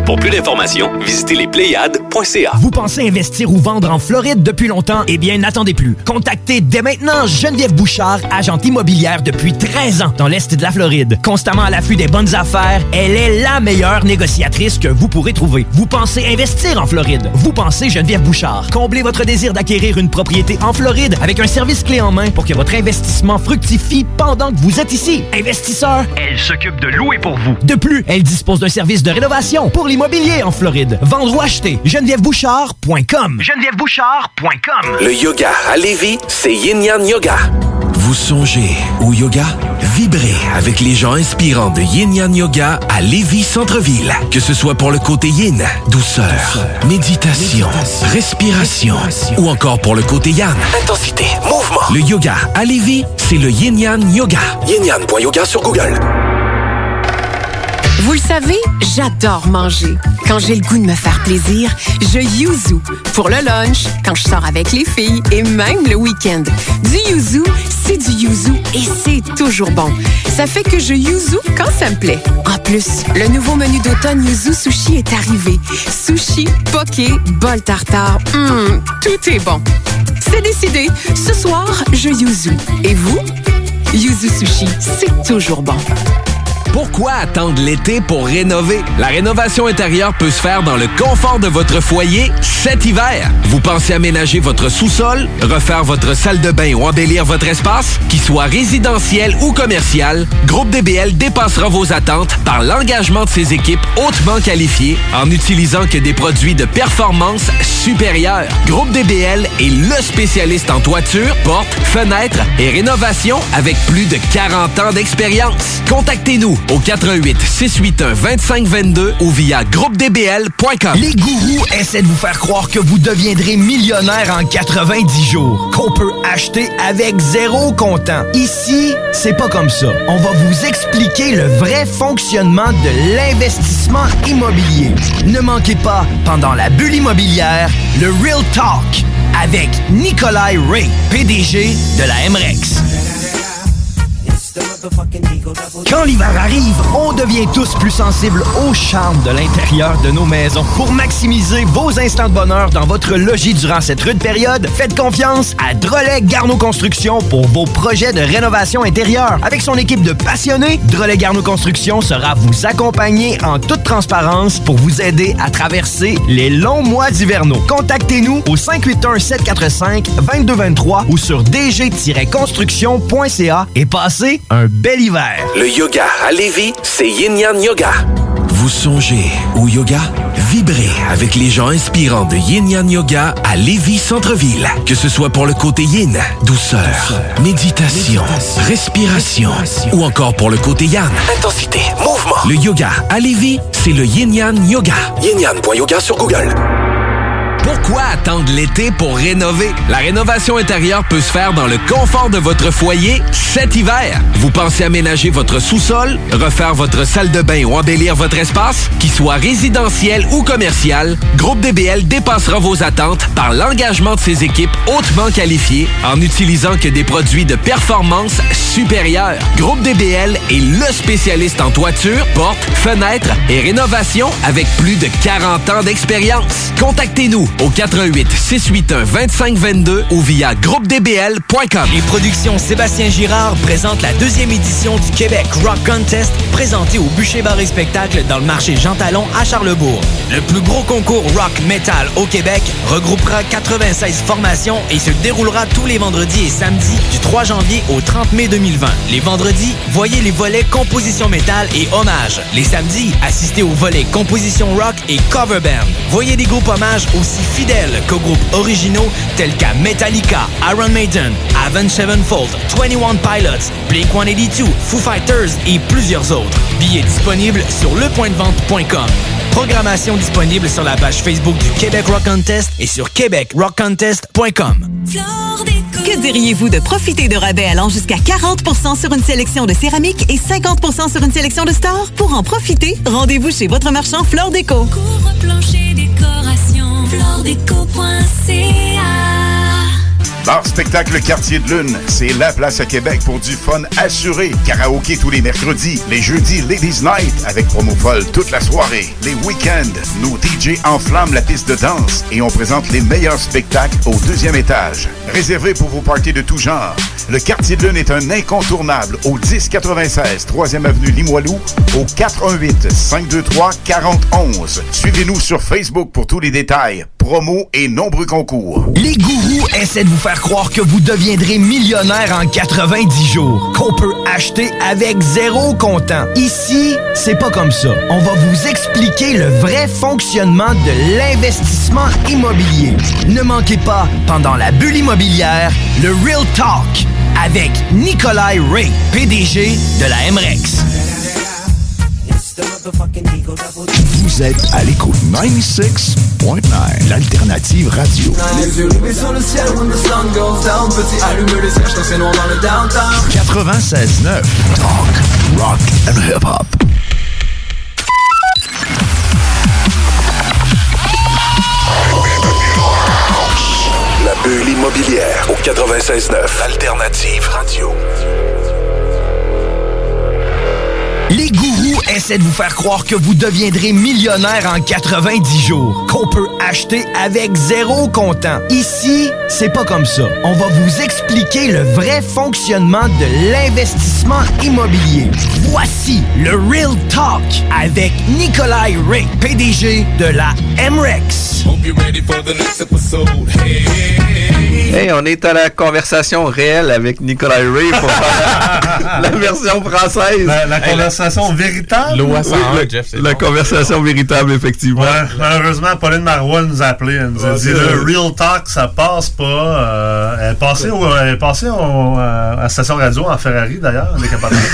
Pour plus d'informations, visitez les pléiades point c a. Vous pensez investir ou vendre en Floride depuis longtemps? Eh bien, n'attendez plus. Contactez dès maintenant Geneviève Bouchard, agente immobilière depuis treize ans dans l'Est de la Floride. Constamment à l'affût des bonnes affaires, elle est la meilleure négociatrice que vous pourrez trouver. Vous pensez investir en Floride? Vous pensez Geneviève Bouchard. Comblez votre désir d'acquérir une propriété en Floride avec un service clé en main pour que votre investissement fructifie pendant que vous êtes ici. Investisseur, elle s'occupe de louer pour vous. De plus, elle dispose d'un service de rénovation pour l'immobilier en Floride. Vendre ou acheter, geneviève bouchard point com. geneviève bouchard point com. Le yoga à Lévis, c'est Yin Yang Yoga. Vous songez au yoga? Vibrez avec les gens inspirants de Yin Yang Yoga à Lévis Centre-Ville. Que ce soit pour le côté yin, douceur, douceur méditation, méditation, respiration, respiration, ou encore pour le côté yang, intensité, mouvement. Le yoga à Lévis, c'est le Yin Yang Yoga. yin yang point yoga sur Google. Vous le savez, j'adore manger. Quand j'ai le goût de me faire plaisir, je yuzu. Pour le lunch, quand je sors avec les filles et même le week-end. Du yuzu, c'est du yuzu et c'est toujours bon. Ça fait que je yuzu quand ça me plaît. En plus, le nouveau menu d'automne Yuzu Sushi est arrivé. Sushi, poké, bol tartare, hum, tout est bon. C'est décidé, ce soir, je yuzu. Et vous? Yuzu Sushi, c'est toujours bon. Pourquoi attendre l'été pour rénover? La rénovation intérieure peut se faire dans le confort de votre foyer cet hiver. Vous pensez aménager votre sous-sol, refaire votre salle de bain ou embellir votre espace? Qu'il soit résidentiel ou commercial, Groupe D B L dépassera vos attentes par l'engagement de ses équipes hautement qualifiées en n'utilisant que des produits de performance supérieure. Groupe D B L est le spécialiste en toiture, portes, fenêtres et rénovation avec plus de quarante ans d'expérience. Contactez-nous au quatre un huit, six huit un, deux cinq deux deux ou via groupe d b l point com. Les gourous essaient de vous faire croire que vous deviendrez millionnaire en quatre-vingt-dix jours, qu'on peut acheter avec zéro comptant. Ici, c'est pas comme ça. On va vous expliquer le vrai fonctionnement de l'investissement immobilier. Ne manquez pas, pendant la bulle immobilière, le Real Talk avec Nikolai Ray, P D G de la M R E X. Quand l'hiver arrive, on devient tous plus sensibles au charme de l'intérieur de nos maisons. Pour maximiser vos instants de bonheur dans votre logis durant cette rude période, faites confiance à Drolet Garneau Construction pour vos projets de rénovation intérieure. Avec son équipe de passionnés, Drolet Garneau Construction sera vous accompagner en toute transparence pour vous aider à traverser les longs mois d'hivernaux. Contactez-nous au cinq huit un, sept quatre cinq, deux deux deux trois ou sur d g tiret construction point c a et passez un bel hiver. Le yoga à Lévis, c'est Yin Yang Yoga. Vous songez au yoga? Vibrez avec les gens inspirants de Yin Yang Yoga à Lévis Centre-Ville. Que ce soit pour le côté yin, douceur, douceur méditation, méditation, respiration, respiration, ou encore pour le côté yang, intensité, mouvement. Le yoga à Lévis, c'est le Yin Yang Yoga. yin yang point yoga sur Google. Pourquoi attendre l'été pour rénover? La rénovation intérieure peut se faire dans le confort de votre foyer cet hiver. Vous pensez aménager votre sous-sol, refaire votre salle de bain ou embellir votre espace? Qu'il soit résidentiel ou commercial, Groupe D B L dépassera vos attentes par l'engagement de ses équipes hautement qualifiées en n'utilisant que des produits de performance supérieure. Groupe D B L est le spécialiste en toiture, portes, fenêtres et rénovation avec plus de quarante ans d'expérience. Contactez-nous au quatre un huit, six huit un, deux cinq deux deux ou via groupe d b l point com. Les productions Sébastien Girard présentent la deuxième édition du Québec Rock Contest présenté au Bûcher Bar et Spectacle dans le marché Jean Talon à Charlebourg. Le plus gros concours rock metal au Québec regroupera quatre-vingt-seize formations et se déroulera tous les vendredis et samedis du trois janvier au trente mai deux mille vingt. Les vendredis, voyez les volets composition métal et hommage. Les samedis, assistez aux volets composition rock et cover band. Voyez des groupes hommages aussi fidèles qu'aux groupes originaux tels qu'à Metallica, Iron Maiden, Avenged Sevenfold, twenty one Pilots, Blink one eighty-two, Foo Fighters et plusieurs autres. Billets disponibles sur le point de vente point com. Programmation disponible sur la page Facebook du Québec Rock Contest et sur québec rock contest point com. Que diriez-vous de profiter de rabais allant jusqu'à quarante pour cent sur une sélection de céramique et cinquante pour cent sur une sélection de stores? Pour en profiter, rendez-vous chez votre marchand Flore Déco. Couvre-plancher décoration, flore déco point c a. Bar Spectacle Quartier de Lune, c'est la place à Québec pour du fun assuré. Karaoké tous les mercredis, les jeudis Ladies Night avec promo folle toute la soirée. Les week-ends, nos D J enflamment la piste de danse et on présente les meilleurs spectacles au deuxième étage. Réservé pour vos parties de tout genre. Le Quartier de Lune est un incontournable au dix quatre-vingt-seize troisième avenue Limoilou au quatre un huit, cinq deux trois, quatre zéro un un. Suivez-nous sur Facebook pour tous les détails, promos et nombreux concours. Les gourous essaient de vous faire croire que vous deviendrez millionnaire en quatre-vingt-dix jours, qu'on peut acheter avec zéro comptant. Ici, c'est pas comme ça. On va vous expliquer le vrai fonctionnement de l'investissement immobilier. Ne manquez pas, pendant la bulle immobilière, le Real Talk avec Nicolas Ray, P D G de la M R E X. Vous êtes à l'écoute quatre-vingt-six point neuf, l'alternative radio. Les yeux rivés sur le ciel when the sun goes down. Petit allume les cierges quand c'est noir dans le downtown. quatre-vingt-seize neuf, talk, rock and hip-hop. La bulle immobilière au quatre-vingt-seize neuf, l'alternative radio. Les gourous essaient de vous faire croire que vous deviendrez millionnaire en quatre-vingt-dix jours, qu'on peut acheter avec zéro comptant. Ici, c'est pas comme ça. On va vous expliquer le vrai fonctionnement de l'investissement immobilier. Voici le Real Talk avec Nicolas Ray, P D G de la M R E X. Hey, on est à la conversation réelle avec Nicolas Ray pour faire la, la version française. La, la conversation hey, véritable? L'O A cent un, oui, Jeff, c'est La bon. conversation véritable, effectivement. Ouais, malheureusement, Pauline Marois nous a appelé. Elle nous a ouais, dit le Real Talk, ça passe pas. Euh, elle est passée, au, elle est passée au, à la station radio en Ferrari, d'ailleurs, avec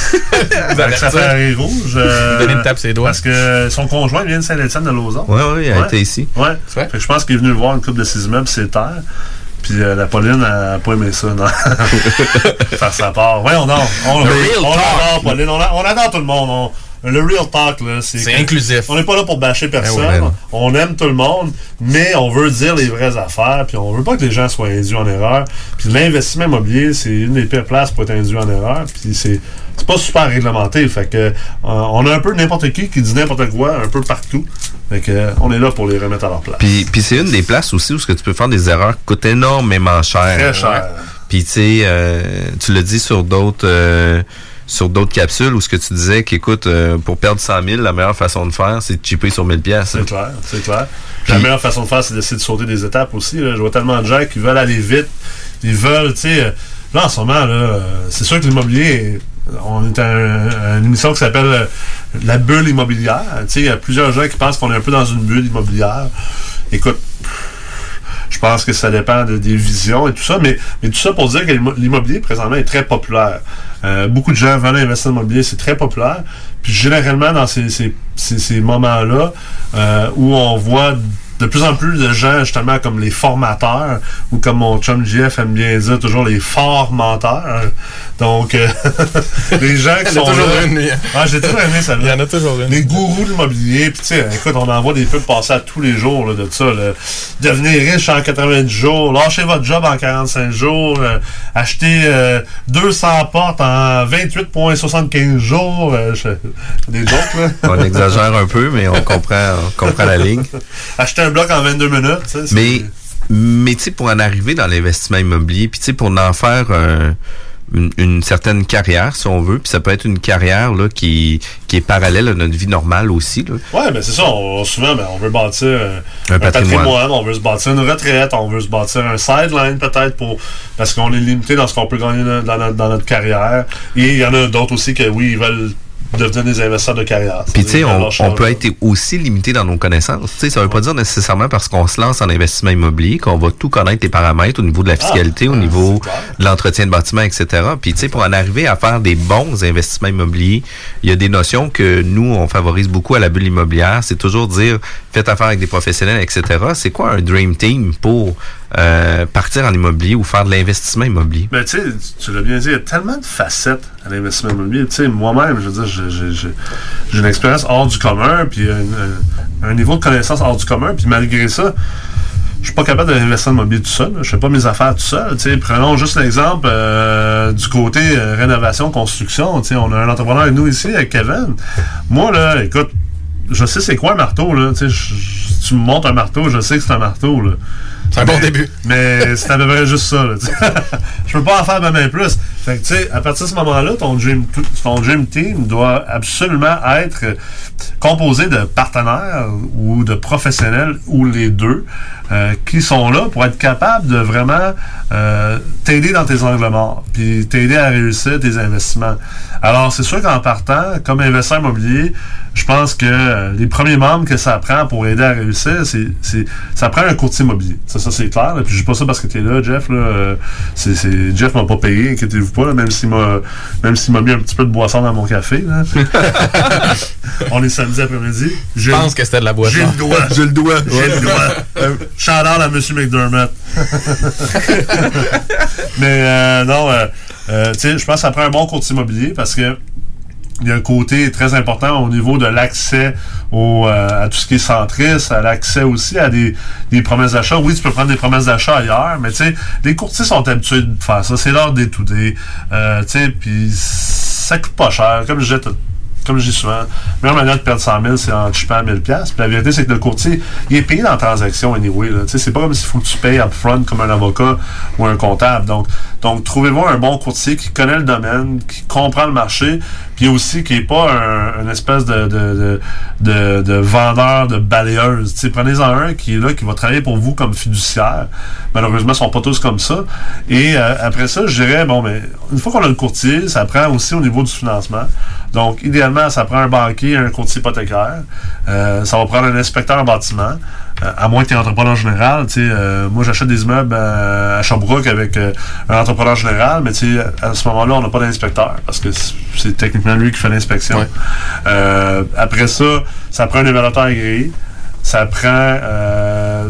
avec sa Ferrari rouge. Euh, Donner une tape ses doigts. Parce que son conjoint vient de Saint-Étienne de Lauson. Oui, oui, il a ouais. été ici. Ouais. Fait que je pense qu'il est venu le voir une couple de ses immeubles, ses terres. Puis euh, la Pauline n'a pas aimé ça, non? Faire sa part. Ouais, on adore. On, on, on adore Pauline. On, on adore tout le monde. On, le Real Talk, là, c'est... C'est inclusif. On n'est pas là pour bâcher personne. Ben oui, ben on aime tout le monde, mais on veut dire les vraies affaires, puis on veut pas que les gens soient induits en erreur. Puis l'investissement immobilier, c'est une des pires places pour être induit en erreur. Puis c'est, c'est pas super réglementé. Fait que euh, on a un peu n'importe qui qui dit n'importe quoi, un peu partout. Fait que euh, on est là pour les remettre à leur place. Puis, puis c'est une des places aussi où ce que tu peux faire des erreurs qui coûtent énormément cher. Très cher. Ouais. Puis tu sais, euh, tu l'as dit sur d'autres... Euh, sur d'autres capsules où ce que tu disais qu'écoute, euh, pour perdre cent mille, la meilleure façon de faire, c'est de chipper sur mille piastres. C'est clair, c'est clair. Puis, la meilleure façon de faire, c'est d'essayer de sauter des étapes aussi. Là. Je vois tellement de gens qui veulent aller vite. Ils veulent, tu sais... Là, en ce moment, là, c'est sûr que l'immobilier... On est à, un, à une émission qui s'appelle euh, La bulle immobilière. Tu sais, il y a plusieurs gens qui pensent qu'on est un peu dans une bulle immobilière. Écoute... Je pense que ça dépend de, des visions et tout ça, mais, mais tout ça pour dire que l'immobilier, présentement, est très populaire. Euh, beaucoup de gens veulent investir dans l'immobilier, c'est très populaire. Puis généralement, dans ces, ces, ces, ces moments-là, euh, où on voit de plus en plus de gens, justement, comme les formateurs, ou comme mon chum Jeff aime bien dire, toujours les formateurs. Donc, euh, les gens qui sont toujours là... Une, ah, j'ai toujours aimé ça. Il y en a toujours une. Les gourous de l'immobilier. Puis, tu sais, écoute, on en voit des pubs passer à tous les jours là, de ça. Là. Devenez riche en quatre-vingt-dix jours, lâchez votre job en quarante-cinq jours, euh, achetez euh, deux cents portes en vingt-huit virgule soixante-quinze jours. Euh, je... Des jokes, là. On exagère un peu, mais on comprend, on comprend la ligne. Acheter un bloc en vingt-deux minutes. Tu sais, mais, mais tu sais, pour en arriver dans l'investissement immobilier, puis tu sais, pour en faire un... Une, une certaine carrière, si on veut, puis ça peut être une carrière là qui, qui est parallèle à notre vie normale aussi. Là. Ouais, ben c'est ça. On, souvent, ben, on veut bâtir un, un, un patrimoine. patrimoine, on veut se bâtir une retraite, on veut se bâtir un sideline peut-être pour parce qu'on est limité dans ce qu'on peut gagner dans, dans, notre, dans notre carrière. Et il y en a d'autres aussi que oui, ils veulent devenir des investisseurs de carrière. Puis tu sais, on, on peut être aussi limité dans nos connaissances. Tu sais, ça veut ouais. pas dire nécessairement parce qu'on se lance en investissement immobilier qu'on va tout connaître les paramètres au niveau de la fiscalité, ah, au niveau de l'entretien de bâtiment, et cetera. Puis tu sais, pour en arriver à faire des bons investissements immobiliers, il y a des notions que nous, on favorise beaucoup à la bulle immobilière. C'est toujours dire, faites affaire avec des professionnels, et cetera. C'est quoi un dream team pour euh, partir en immobilier ou faire de l'investissement immobilier? Ben tu sais, tu l'as bien dit, il y a tellement de facettes à l'investissement immobilier. Tu sais, moi-même, je veux dire, je J'ai, j'ai, j'ai une expérience hors du commun, puis un, un, un niveau de connaissance hors du commun, puis malgré ça, je suis pas capable d'investir dans l'immobilier tout seul. Je fais pas mes affaires tout seul. T'sais, prenons juste l'exemple euh, du côté euh, rénovation, construction. T'sais, on a un entrepreneur avec nous ici, avec Kevin. Moi, là, écoute, je sais c'est quoi un marteau. Là. T'sais, je, si tu me montres un marteau, je sais que c'est un marteau. Là. C'est un bon début. Mais c'est à peu près juste ça. Là, je peux pas en faire même plus. Fait que, tu sais, à partir de ce moment-là, ton dream, ton dream team doit absolument être composé de partenaires ou de professionnels ou les deux euh, qui sont là pour être capables de vraiment euh, t'aider dans tes angles morts puis t'aider à réussir tes investissements. Alors, c'est sûr qu'en partant, comme investisseur immobilier, je pense que euh, les premiers membres que ça prend pour aider à réussir, c'est, c'est ça prend un courtier immobilier. Ça, ça c'est clair. Là. Puis je dis pas ça parce que t'es là, Jeff. Là, euh, c'est, c'est, Jeff m'a pas payé, inquiétez-vous pas, là, même s'il m'a même s'il m'a mis un petit peu de boisson dans mon café. Là. On est samedi après-midi. Je pense que c'était de la boisson. J'ai le doigt. J'ai le doigt. J'ai le doigt. Euh, Shout-out à M. McDermott. Mais euh, non, euh, euh, tu sais, je pense que ça prend un bon courtier immobilier parce que il y a un côté très important au niveau de l'accès au, euh, à tout ce qui est centriste, à l'accès aussi à des, des promesses d'achat. Oui, tu peux prendre des promesses d'achat ailleurs, mais tu sais, les courtiers sont habitués de faire ça. C'est leur day-to-day. Euh, tu sais, puis ça coûte pas cher. Comme je disais, comme je dis souvent, la meilleure manière de perdre cent mille, c'est en chipant mille dollars. Puis la vérité, c'est que le courtier, il est payé dans la transaction anyway. Là. C'est pas comme s'il faut que tu payes upfront comme un avocat ou un comptable. Donc, donc trouvez-vous un bon courtier qui connaît le domaine, qui comprend le marché, puis aussi qui n'est pas un, une espèce de, de, de, de, de vendeur de balayeuse. T'sais, prenez-en un qui est là, qui va travailler pour vous comme fiduciaire. Malheureusement, ils sont pas tous comme ça. Et euh, après ça, je dirais, bon, mais une fois qu'on a le courtier, ça prend aussi au niveau du financement. Donc, idéalement, ça prend un banquier, un courtier hypothécaire. Euh, ça va prendre un inspecteur en bâtiment. Euh, à moins que tu es entrepreneur général. Euh, moi, j'achète des immeubles à, à Sherbrooke avec euh, un entrepreneur général, mais à ce moment-là, on n'a pas d'inspecteur parce que c'est, c'est techniquement lui qui fait l'inspection. Ouais. Euh, après ça, ça prend un évaluateur agréé. Ça prend... Euh,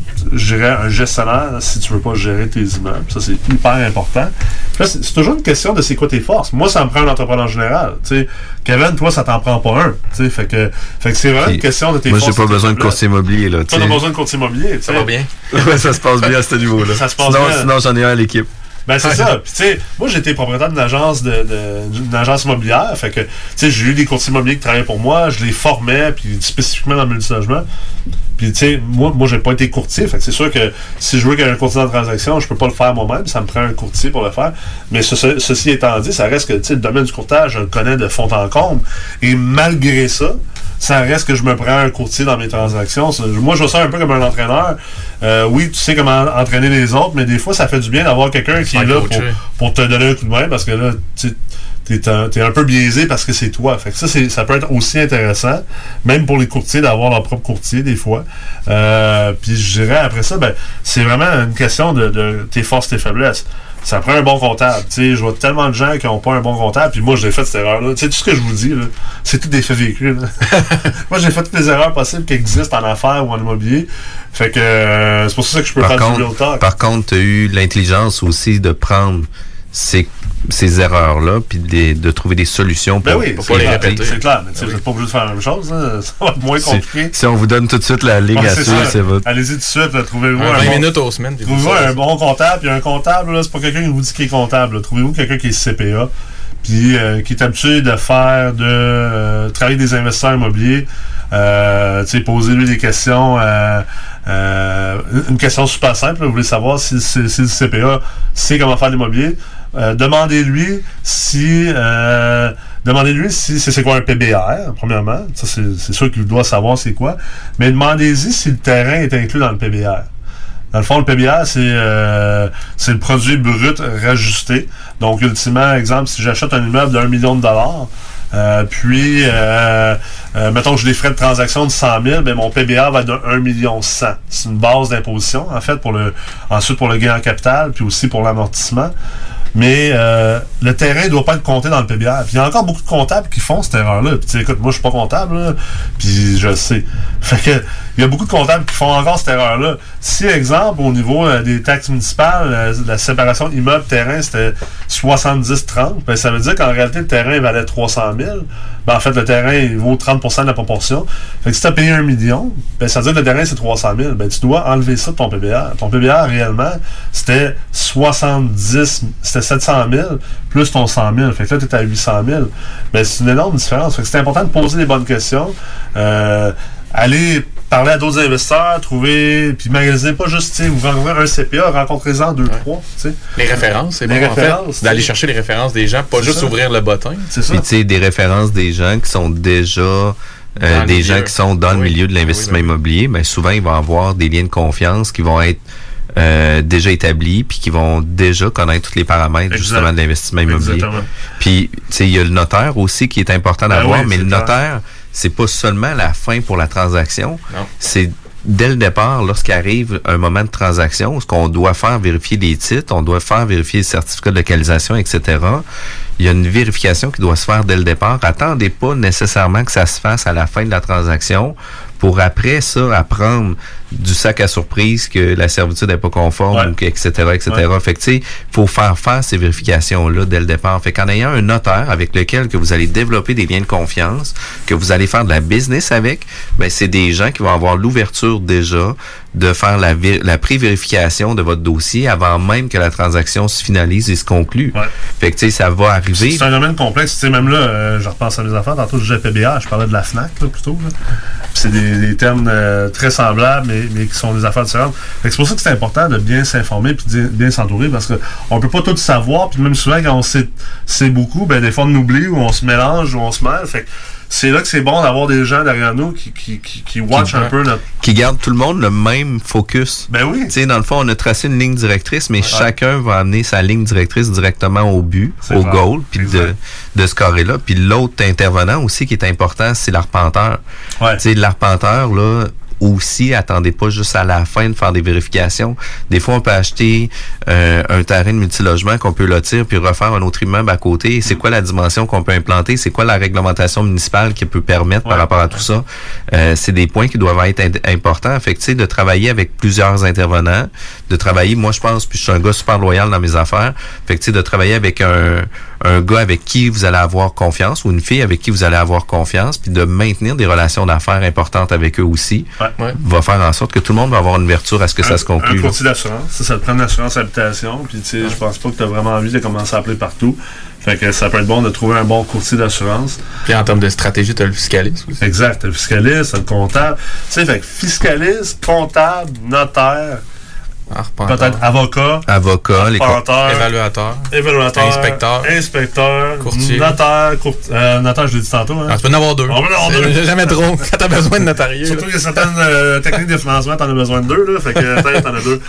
je dirais un gestionnaire si tu veux pas gérer tes immeubles. Ça, c'est hyper important. Là, c'est, c'est toujours une question de c'est quoi tes forces. Moi, ça me prend un entrepreneur général. T'sais. Kevin, toi, ça t'en prend pas un. T'sais. Fait que, fait que c'est vraiment Puis, une question de tes moi, forces. Moi, j'ai pas besoin de courtier immobilier. Là, toi, t'as besoin de courtier immobilier. Ça va bien. Ouais, ça se passe bien à ce niveau-là. Ça se passe sinon, bien. Sinon, j'en ai un à l'équipe. Ben c'est ça. Puis tu sais, moi j'étais propriétaire d'une agence de, de d'une agence immobilière, fait que tu sais, j'ai eu des courtiers immobiliers qui travaillaient pour moi, je les formais, puis spécifiquement dans le multilogement. Puis tu sais, moi moi j'ai pas été courtier, fait que c'est sûr que si je veux qu'il y ait un courtier dans la transaction, je peux pas le faire moi-même, ça me prend un courtier pour le faire. Mais ce, ce, ceci étant dit, ça reste que tu sais, le domaine du courtage, je le connais de fond en comble, et malgré ça, ça reste que je me prends un courtier dans mes transactions. Moi, je vois ça un peu comme un entraîneur. Euh, oui, tu sais comment entraîner les autres, mais des fois, ça fait du bien d'avoir quelqu'un qui est là pour, pour te donner un coup de main, parce que là, tu t'es un, t'es un peu biaisé parce que c'est toi. Fait que ça, c'est, ça peut être aussi intéressant, même pour les courtiers, d'avoir leur propre courtier, des fois. Euh, puis je dirais, après ça, ben, c'est vraiment une question de, de tes forces, tes faiblesses. Ça prend un bon comptable. Tu sais, je vois tellement de gens qui n'ont pas un bon comptable, puis moi, j'ai fait cette erreur-là. Tu sais, tout ce que je vous dis, là, c'est tout des faits vécus. Moi, j'ai fait toutes les erreurs possibles qui existent en affaires ou en immobilier. Fait que euh, c'est pour ça que je peux par faire contre, du real talk. Par contre, tu as eu l'intelligence aussi de prendre ces, ces erreurs-là, puis de, de trouver des solutions pour, ben oui, pour c'est les clair, répéter. C'est clair, mais tu sais, vous n'êtes pas obligé de faire la même chose. Hein. Ça va être moins compliqué. Si, si on vous donne tout de suite la ligne ouais, à suivre, c'est votre... Allez-y tout de suite, là, trouvez-vous un un vingt bon... minutes aux semaines. Trouvez-vous un bon comptable, puis un comptable, là, c'est pas quelqu'un qui vous dit qu'il est comptable. Là. Trouvez-vous quelqu'un qui est C P A, puis euh, qui est habitué de faire, de euh, travailler des investisseurs immobiliers, euh, tu sais, posez-lui des questions... Euh, Euh, une question super simple, là, vous voulez savoir si, si, si le C P A sait comment faire l'immobilier. Euh, demandez-lui si euh, demandez-lui si c'est, c'est quoi un P B R, premièrement. Ça, c'est, c'est sûr qu'il doit savoir c'est quoi. Mais demandez-y si le terrain est inclus dans le P B R. Dans le fond, le P B R, c'est, euh, c'est le produit brut rajusté. Donc, ultimement, exemple, si j'achète un immeuble d'un million de dollars, Euh, puis, euh, euh, mettons que j'ai des frais de transaction de cent mille, ben mon P B R va être de un million cent. C'est une base d'imposition, en fait, pour le ensuite pour le gain en capital, puis aussi pour l'amortissement. Mais euh, le terrain ne doit pas être compté dans le P B R. Puis il y a encore beaucoup de comptables qui font cette erreur-là. Puis écoute, moi je suis pas comptable, là, puis je le sais. Fait que il y a beaucoup de comptables qui font encore cette erreur-là. Si, exemple, au niveau euh, des taxes municipales, euh, la séparation immeuble-terrain, c'était soixante-dix trente, ben, ça veut dire qu'en réalité, le terrain il valait trois cent mille. Ben, en fait, le terrain, il vaut trente pour cent de la proportion. Fait que si tu as payé un million, ben, ça veut dire que le terrain, c'est trois cent mille. Ben, tu dois enlever ça de ton P B R. Ton P B R, réellement, c'était soixante-dix, c'était sept cent mille, plus ton cent mille. Fait que là, tu es à huit cent mille. Ben, c'est une énorme différence. Fait que c'est important de poser les bonnes questions. Euh, aller parler à d'autres investisseurs, trouver, puis magasiner, pas juste, tu sais, vous rencontrez un C P A, rencontrez-en deux, trois, tu sais. Les références, c'est les bon, références, en fait, d'aller chercher les références des gens, pas c'est juste ça. ouvrir le bottin. C'est ça. Puis, tu sais, des références des gens qui sont déjà... Euh, des gens qui sont dans oui. le milieu de l'investissement oui, oui. immobilier, ben souvent, ils vont avoir des liens de confiance qui vont être euh, déjà établis puis qui vont déjà connaître tous les paramètres, exact. Justement, de l'investissement immobilier. Exactement. Puis, tu sais, il y a le notaire aussi qui est important d'avoir, ben oui, mais le notaire... Clair. C'est pas seulement la fin pour la transaction, non. C'est dès le départ, lorsqu'arrive un moment de transaction, ce qu'on doit faire vérifier les titres, on doit faire vérifier le certificat de localisation, et cetera. Il y a une vérification qui doit se faire dès le départ. Attendez pas nécessairement que ça se fasse à la fin de la transaction pour après ça apprendre du sac à surprise que la servitude n'est pas conforme, ouais. ou que, et cetera, et cetera. Ouais. Fait que, tu sais, il faut faire faire ces vérifications-là dès le départ. Fait qu'en ayant un notaire avec lequel que vous allez développer des liens de confiance, que vous allez faire de la business avec, ben, c'est des gens qui vont avoir l'ouverture déjà de faire la, la pré-vérification de votre dossier avant même que la transaction se finalise et se conclue. Ouais. Fait que, tu sais, ça va arriver. C'est un domaine complexe. Tu sais, même là, euh, je repense à mes affaires. Tantôt, je disais P B A, je parlais de la FNAC, là, plutôt. Là. C'est des, des termes euh, très semblables, mais, mais qui sont des affaires différentes. Fait que c'est pour ça que c'est important de bien s'informer puis de bien s'entourer, parce que on peut pas tout savoir, puis même souvent, quand on sait, sait beaucoup, ben, des fois, on oublie, ou on se mélange, ou on se mêle. Fait que c'est là que c'est bon d'avoir des gens derrière nous qui, qui, qui, qui watch qui, un peu notre... Qui gardent tout le monde le même focus. Ben oui. Tu sais, dans le fond, on a tracé une ligne directrice, mais ouais. chacun va amener sa ligne directrice directement au but, c'est au vrai. Goal, puis de, de ce carré-là. Puis l'autre intervenant aussi qui est important, c'est l'arpenteur. Ouais. Tu sais, l'arpenteur, là... aussi, attendez pas juste à la fin de faire des vérifications. Des fois, on peut acheter euh, un terrain de multilogement qu'on peut lotir puis refaire un autre immeuble à côté. C'est quoi la dimension qu'on peut implanter? C'est quoi la réglementation municipale qui peut permettre ouais. par rapport à tout ça? Euh, c'est des points qui doivent être ind- importants. Fait que, tu sais, de travailler avec plusieurs intervenants, de travailler, moi, je pense, puis je suis un gars super loyal dans mes affaires. Fait que, tu sais, de travailler avec un un gars avec qui vous allez avoir confiance ou une fille avec qui vous allez avoir confiance, puis de maintenir des relations d'affaires importantes avec eux aussi, ouais. Ouais. va faire en sorte que tout le monde va avoir une ouverture à ce que un, ça se conclue. Un courtier d'assurance, ça, ça te prend une assurance habitation, puis tu sais, ouais. je pense pas que tu as vraiment envie de commencer à appeler partout. Fait que ça peut être bon de trouver un bon courtier d'assurance. Puis en termes de stratégie, tu as le fiscaliste aussi. Exact, tu as le fiscaliste, tu as le comptable. Tu sais, fait que fiscaliste, comptable, notaire, Arpenteur. Peut-être avocat. Avocat, les évaluateur. Évaluateur. Inspecteur. Inspecteur. Courtier. Notaire. Court, euh, notaire, je l'ai dit tantôt. Hein. Ah, tu peux en avoir deux. On peut en avoir deux. Jamais trop. Quand t'as besoin de notarié. Surtout qu'il y a certaines euh, techniques de financement, t'en as besoin de deux, là. Fait que peut-être t'en as deux.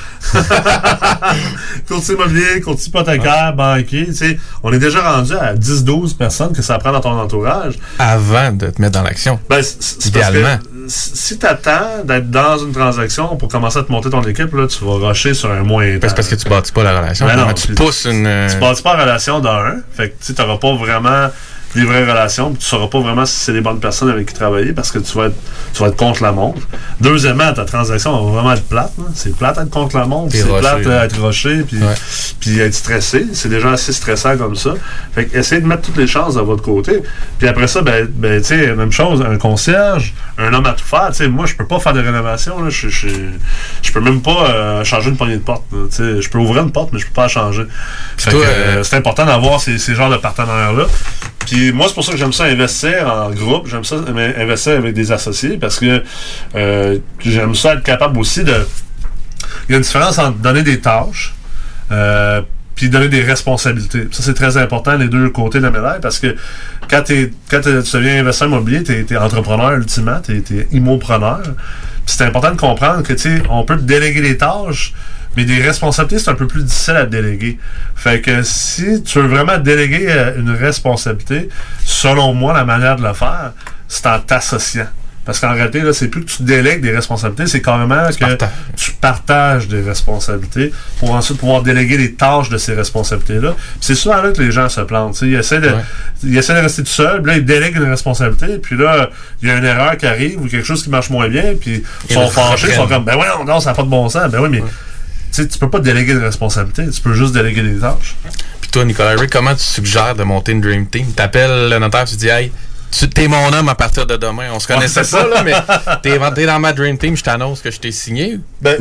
Courtier immobilier, courtier hypothécaire, ah. banquier. Tu sais, on est déjà rendu à dix douze personnes que ça prend dans ton entourage. Avant de te mettre dans l'action. Ben, c'est idéalement. Si t'attends d'être dans une transaction pour commencer à te monter ton équipe, là, tu vas rusher sur un moyen temps. C'est parce que tu bâtis pas la relation. Ben non, tu, tu pousses une... Tu bâtis pas la relation d'un. Fait que tu n'auras pas vraiment des vraies relations, puis tu sauras pas vraiment si c'est les bonnes personnes avec qui travailler, parce que tu vas être, tu vas être contre la montre. Deuxièmement, ta transaction va vraiment être plate. Hein. C'est plate être contre la montre, c'est plate euh, être rushé, puis ouais. puis être stressé. C'est déjà assez stressant comme ça. Fait que essayez de mettre toutes les chances de votre côté. Puis après ça, ben, ben tu sais, même chose, un concierge, un homme à tout faire. Tu sais, moi, je peux pas faire de rénovation. Là. Je, je, je peux même pas euh, changer une poignée de porte. Tu sais, je peux ouvrir une porte, mais je peux pas la changer. Fait toi, que, euh, c'est important d'avoir ces, ces genres de partenaires-là. Puis moi, c'est pour ça que j'aime ça investir en groupe. J'aime ça investir avec des associés parce que euh, j'aime ça être capable aussi de... Il y a une différence entre donner des tâches euh, puis donner des responsabilités. Ça, c'est très important, les deux côtés de la médaille, parce que quand, t'es, quand t'es, tu deviens investisseur immobilier, tu es entrepreneur ultimement, tu es immopreneur. Puis c'est important de comprendre que, tu sais, on peut te déléguer des tâches, mais des responsabilités, c'est un peu plus difficile à déléguer. Fait que si tu veux vraiment déléguer une responsabilité, selon moi, la manière de le faire, c'est en t'associant. Parce qu'en réalité, là, c'est plus que tu délègues des responsabilités, c'est carrément tu que partages. tu partages des responsabilités pour ensuite pouvoir déléguer les tâches de ces responsabilités-là. Puis c'est souvent là que les gens se plantent. T'sais. Ils essaient de, ouais. ils essaient de rester tout seuls, puis là, ils délèguent une responsabilité, puis là, il y a une erreur qui arrive ou quelque chose qui marche moins bien, puis ils sont fâchés, ils sont comme, ben ouais, non, ça n'a pas de bon sens. Ben oui, mais ouais. tu peux pas déléguer de responsabilités, tu peux juste déléguer des tâches. Puis toi, Nicolas Rick, comment tu suggères de monter une Dream Team? T'appelles le notaire, tu dis, hey, tu t'es mon homme à partir de demain. On se connaissait ouais, pas, là, mais t'es, t'es dans ma Dream Team, je t'annonce que je t'ai signé. Ben,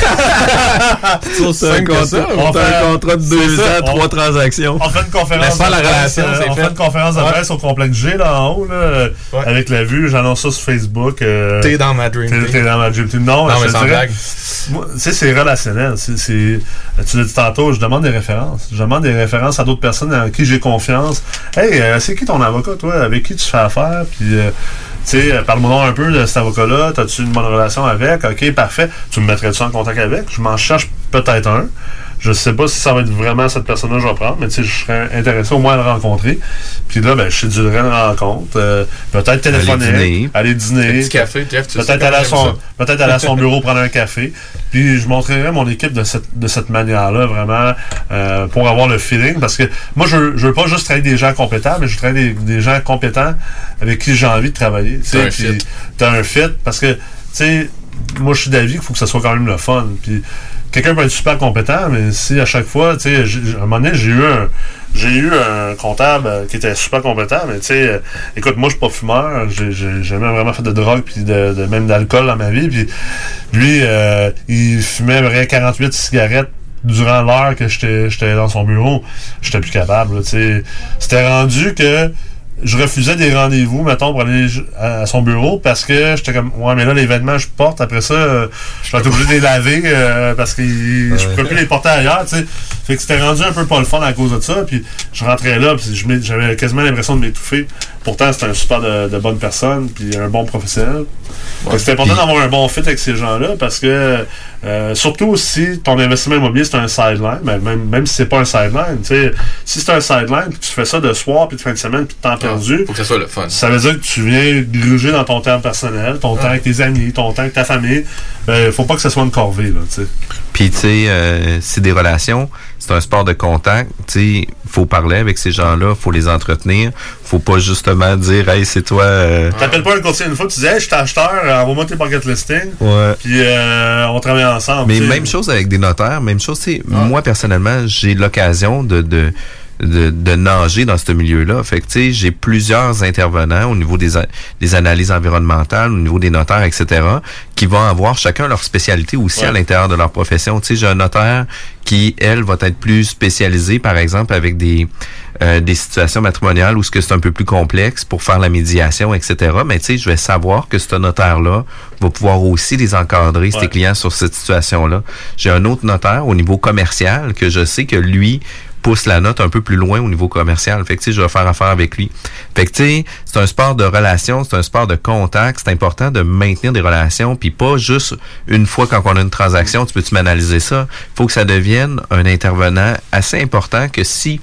c'est ça, un contrat, ça, on, on fait un contrat de deux ans, on, trois transactions. On fait une conférence de la presse. Euh, on fait. fait une conférence de presse ouais. au complexe G, là, en haut, là, ouais. avec la vue. J'annonce ça sur Facebook. Euh, t'es dans ma Dream t'es, Team. T'es dans ma Dream Team. Non, non mais sans dirais, blague. Moi, tu sais, c'est relationnel. C'est, c'est, tu l'as dit tantôt, je demande des références. Je demande des références à d'autres personnes en qui j'ai confiance. Hey, euh, c'est qui ton avocat, toi? Avec qui tu fais affaire? Puis, euh, tu sais, parle-moi un peu de cet avocat-là. T'as-tu une bonne relation avec? OK, parfait. Tu me mettrais-tu en contact avec? Je m'en cherche peut-être un. Je sais pas si ça va être vraiment cette personne-là que je vais prendre, mais tu sais, je serais intéressé au moins à le rencontrer. Puis là, ben, je séduirais une rencontre. Euh, peut-être téléphoner, aller dîner. Aller dîner un petit café, Jeff, tu peut-être, aller à son, peut-être aller à son bureau prendre un café. Puis je montrerais mon équipe de cette, de cette manière-là, vraiment, euh, pour avoir le feeling. Parce que moi, je, je veux pas juste travailler avec des gens compétents, mais je veux travailler avec des, des gens compétents avec qui j'ai envie de travailler. T'as un fit. T'as un fit. Parce que, tu sais, moi, je suis d'avis qu'il faut que ça soit quand même le fun. Puis quelqu'un peut être super compétent, mais si à chaque fois, tu sais, à un moment donné, j'ai eu un, j'ai eu un comptable qui était super compétent, mais tu sais, euh, écoute, moi, je suis pas fumeur, j'ai, j'ai jamais vraiment fait de drogue puis de, de même d'alcool dans ma vie, puis lui, euh, il fumait vrai quarante-huit cigarettes durant l'heure que j'étais, j'étais dans son bureau. J'étais plus capable, tu sais. C'était rendu que je refusais des rendez-vous, mettons, pour aller à son bureau parce que j'étais comme, ouais, mais là, les vêtements que je porte, après ça, euh, je vais être obligé de les laver euh, parce que ouais. je ne peux plus les porter ailleurs, tu sais. Fait que c'était rendu un peu pas le fun à cause de ça, puis je rentrais là, puis je j'avais quasiment l'impression de m'étouffer. Pourtant, c'était un super de, de bonne personne, puis un bon professionnel. Ouais, c'était important d'avoir un bon fit avec ces gens-là parce que, euh, surtout si ton investissement immobilier, c'est un sideline, ben, même, même si c'est pas un sideline, tu sais, si c'est un sideline, puis tu fais ça de soir, puis de fin de semaine, puis de temps perdu, faut que ça soit le fun. Ça veut dire que tu viens gruger dans ton temps personnel, ton ah. temps avec tes amis, ton temps avec ta famille. Ben, faut pas que ça soit une corvée, là, tu sais. Puis, tu sais, euh, c'est des relations, c'est un sport de contact, tu sais, faut parler avec ces gens-là, faut les entretenir, faut pas justement dire, hey, c'est toi. Euh... T'appelles pas un courtier une fois, tu dis, hey, je suis acheteur, envoie-moi tes pocket listings, ouais. puis euh, on travaille ensemble. Mais t'sais. Même chose avec des notaires, même chose, tu sais, ah. moi, personnellement, j'ai l'occasion de. de De, de nager dans ce milieu-là. Fait que, tu sais, j'ai plusieurs intervenants au niveau des, des analyses environnementales, au niveau des notaires, et cetera, qui vont avoir chacun leur spécialité aussi ouais. à l'intérieur de leur profession. Tu sais, j'ai un notaire qui, elle, va être plus spécialisée, par exemple, avec des euh, des situations matrimoniales où ce que c'est un peu plus complexe pour faire la médiation, et cetera. Mais, tu sais, je vais savoir que ce notaire-là va pouvoir aussi les encadrer, ouais. ses clients, sur cette situation-là. J'ai un autre notaire au niveau commercial que je sais que lui pousse la note un peu plus loin au niveau commercial. Fait que, tu sais, je vais faire affaire avec lui. Fait que, tu sais, c'est un sport de relations, c'est un sport de contact. C'est important de maintenir des relations, puis pas juste une fois quand on a une transaction, tu peux-tu m'analyser ça? Faut que ça devienne un intervenant assez important que si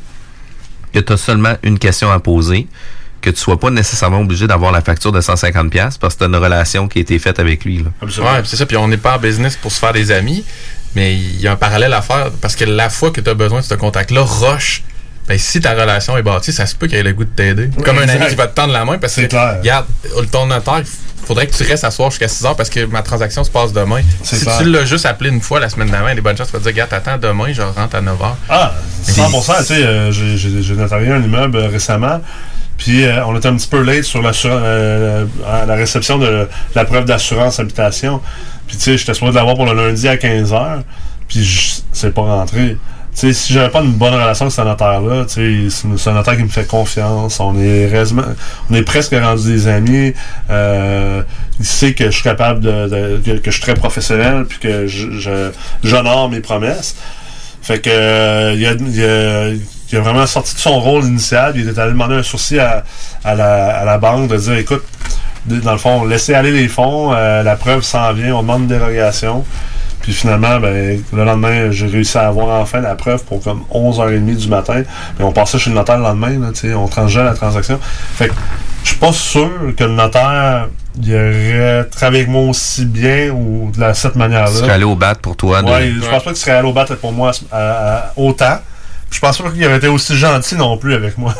que tu as seulement une question à poser, que tu sois pas nécessairement obligé d'avoir la facture de cent cinquante dollars parce que tu as une relation qui a été faite avec lui. Là. Ouais, c'est ça. Puis on n'est pas en business pour se faire des amis, mais il y a un parallèle à faire parce que la fois que tu as besoin de ce contact-là, roche, ben si ta relation est bâtie, ça se peut qu'il ait le goût de t'aider. Oui, comme un exact. Ami qui va te tendre la main parce c'est que, clair. Regarde, ton notaire, il faudrait que tu restes à soir jusqu'à six heures parce que ma transaction se passe demain. C'est si clair. Tu l'as juste appelé une fois la semaine d'avant, les bonnes chances, tu vas te dire, regarde, t'attends demain, je rentre à neuf heures. Ah, cent pour cent, tu sais, euh, j'ai, j'ai, j'ai notarié un immeuble euh, récemment. Puis euh, on était un petit peu late sur euh, à la réception de la preuve d'assurance habitation. Puis tu sais, j'étais supposé l'avoir pour le lundi à quinze heures. Puis c'est pas rentré. Tu sais, si j'avais pas une bonne relation avec ce notaire-là, tu sais, c'est un notaire qui me fait confiance. On est réellement, on est presque rendus des amis. Euh, il sait que je suis capable de, de que, que je suis très professionnel puis que je, je j'honore mes promesses. Fait que euh, il y a, y a il a vraiment sorti de son rôle initial, il était allé demander un sursis à, à, la, à la banque de dire, écoute, dans le fond, laissez aller les fonds, euh, la preuve s'en vient, on demande une dérogation. Puis finalement, ben, le lendemain, j'ai réussi à avoir enfin la preuve pour comme onze heures trente du matin. Mais on passait chez le notaire le lendemain, là, on trangeait la transaction. Fait que je suis pas sûr que le notaire il aurait travaillé avec moi aussi bien ou de la, cette manière-là. Tu serais allé au bat pour toi. Ouais, de... je pense pas qu'il serait allé au bat pour moi à, à, autant. Je pense pas qu'il aurait été aussi gentil non plus avec moi.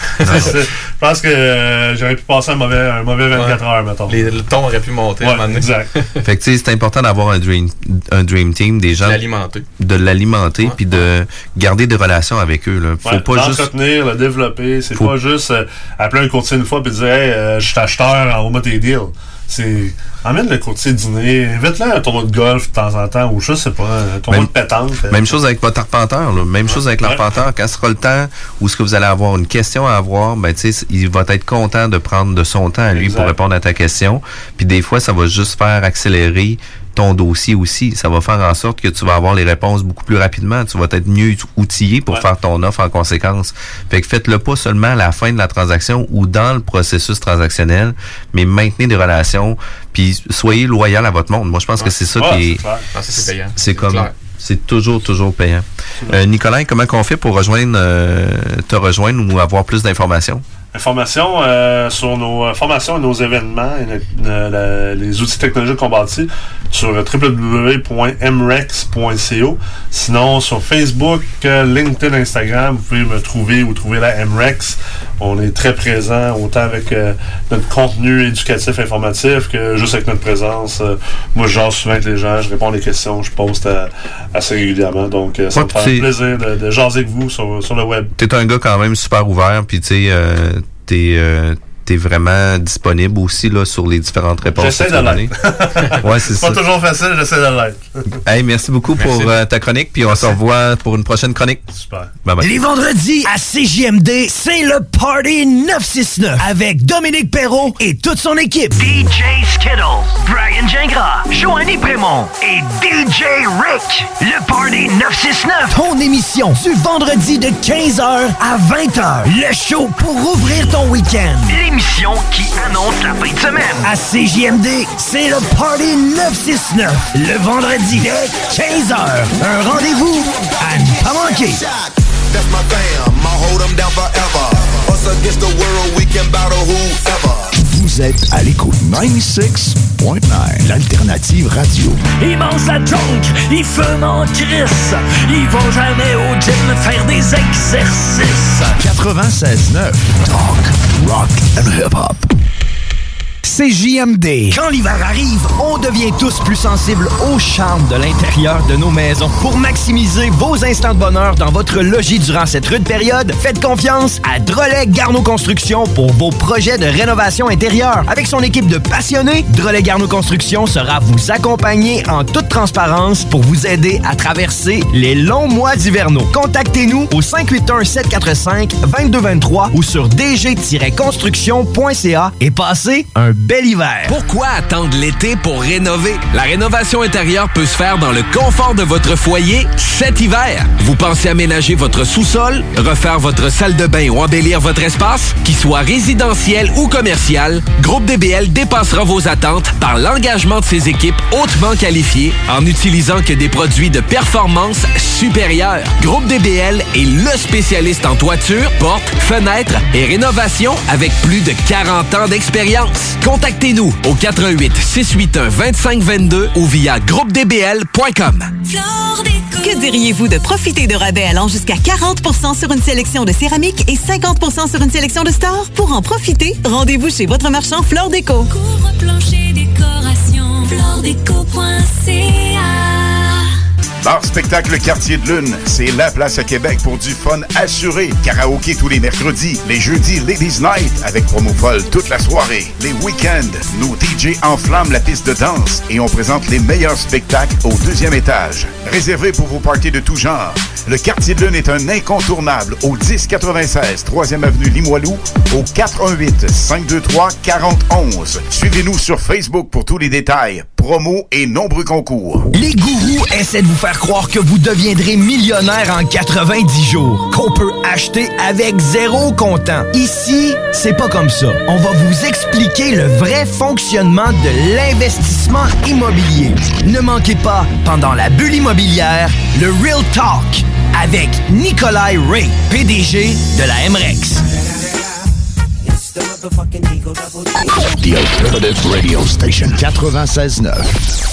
Je pense que euh, j'aurais pu passer un mauvais, un mauvais vingt-quatre ouais. heures, mettons. Les, le ton aurait pu monter ouais, à un moment donné. Exact. Fait que tu sais, c'est important d'avoir un dream, un dream team, des gens. De l'alimenter. De l'alimenter, ouais, puis ouais. de garder des relations avec eux. Là. Faut ouais, pas juste. L'entretenir, le développer. C'est Faut... pas juste euh, appeler un courtier une fois et dire hey, euh, je suis acheteur, envoie-moi tes deals. C'est. Emmène le courtier dîner, invite-le à un tournoi de golf de temps en temps, ou je sais pas, un tournoi même, de pétanque. Même chose avec votre arpenteur, là. Même ouais, chose avec l'arpenteur. Ouais. Quand ce sera le temps où ce que vous allez avoir une question à avoir, ben tu sais, il va être content de prendre de son temps à lui exact. Pour répondre à ta question. Puis des fois, ça va juste faire accélérer ton dossier aussi. Ça va faire en sorte que tu vas avoir les réponses beaucoup plus rapidement. Tu vas être mieux outillé pour ouais. faire ton offre en conséquence. Fait que faites-le pas seulement à la fin de la transaction ou dans le processus transactionnel, mais maintenez des relations, puis soyez loyal à votre monde. Moi, je pense ouais. que c'est ça ouais, qui est... C'est, c'est payant. C'est, c'est comme... Clair. C'est toujours, toujours payant. Euh, Nicolas, comment on fait pour rejoindre, euh, te rejoindre ou avoir plus d'informations? Informations euh, sur nos euh, formations et nos événements et le, le, le, les outils technologiques qu'on bâtit sur w w w point m rex point co. Sinon, sur Facebook, LinkedIn, Instagram, vous pouvez me trouver ou trouver la M Rex. On est très présent, autant avec euh, notre contenu éducatif informatif que juste avec notre présence. Euh, moi, je jase souvent avec les gens, je réponds à des questions, je poste à, assez régulièrement. Donc, euh, ça ouais, me fait plaisir de, de jaser avec vous sur, sur le web. T'es un gars quand même super ouvert, puis tu sais... Euh T'es, euh, t'es vraiment disponible aussi là, sur les différentes réponses. J'essaie de l'être. Ouais, c'est, c'est pas toujours facile, j'essaie de l'être. Hey, merci beaucoup merci. pour euh, ta chronique, puis on se revoit pour une prochaine chronique. Super. Bye bye. Les vendredis à C J M D, c'est le Party neuf cent soixante-neuf avec Dominique Perrault et toute son équipe. D J Skittle, Brian Gingras, Joanie Prémont et D J Rick. Le Party neuf cent soixante-neuf. Ton émission du vendredi de quinze heures à vingt heures. Le show pour ouvrir ton week-end. L'émission qui annonce la fin de semaine. À C J M D, c'est le Party neuf cent soixante-neuf. Le vendredi de quinze heures. Un rendez-vous à ne pas manquer. That's my fam, I'll hold them down forever. Us against the world, we can battle whoever. Vous êtes à l'écoute quatre-vingt-seize point neuf, l'alternative radio. Ils mangent la junk, ils fument en crisse. Ils vont jamais au gym faire des exercices. quatre-vingt-seize neuf, talk, rock and hip-hop. C J M D. Quand l'hiver arrive, on devient tous plus sensibles au charme de l'intérieur de nos maisons. Pour maximiser vos instants de bonheur dans votre logis durant cette rude période, faites confiance à Drolet Garneau Construction pour vos projets de rénovation intérieure. Avec son équipe de passionnés, Drolet Garneau Construction sera vous accompagner en toute transparence pour vous aider à traverser les longs mois d'hivernaux. Contactez-nous au cinq huit un, sept quatre cinq, deux deux deux trois ou sur d g tiret construction point c a et passez un bel hiver. Pourquoi attendre l'été pour rénover? La rénovation intérieure peut se faire dans le confort de votre foyer cet hiver. Vous pensez aménager votre sous-sol, refaire votre salle de bain ou embellir votre espace? Qu'il soit résidentiel ou commercial, Groupe D B L dépassera vos attentes par l'engagement de ses équipes hautement qualifiées en n'utilisant que des produits de performance supérieure. Groupe D B L est le spécialiste en toiture, portes, fenêtres et rénovation avec plus de quarante ans d'expérience. Contactez-nous au quatre un huit, six huit un, deux cinq deux deux ou via groupe d b l point com. Que diriez-vous de profiter de rabais allant jusqu'à quarante pour cent sur une sélection de céramique et cinquante pour cent sur une sélection de stores? Pour en profiter, rendez-vous chez votre marchand Flore Déco. Couvre-plancher décoration, flore déco point c a. Bar Spectacle Quartier de Lune, c'est la place à Québec pour du fun assuré. Karaoké tous les mercredis, les jeudis Ladies Night avec promo folle toute la soirée. Les week-ends, nos D J enflamment la piste de danse et on présente les meilleurs spectacles au deuxième étage. Réservé pour vos parties de tout genre. Le Quartier de Lune est un incontournable au dix quatre-vingt-seize troisième avenue Limoilou au quatre un huit, cinq deux trois, quatre zéro un un. Suivez-nous sur Facebook pour tous les détails, promos et nombreux concours. Les gourous essaient de vous faire croire que vous deviendrez millionnaire en quatre-vingt-dix jours, qu'on peut acheter avec zéro comptant. Ici, c'est pas comme ça. On va vous expliquer le vrai fonctionnement de l'investissement immobilier. Ne manquez pas, pendant la bulle immobilière, le Real Talk avec Nicolas Ray, P D G de la M R E X. the motherfucking Eagle Double G. The Alternative Radio Station quatre-vingt-seize neuf.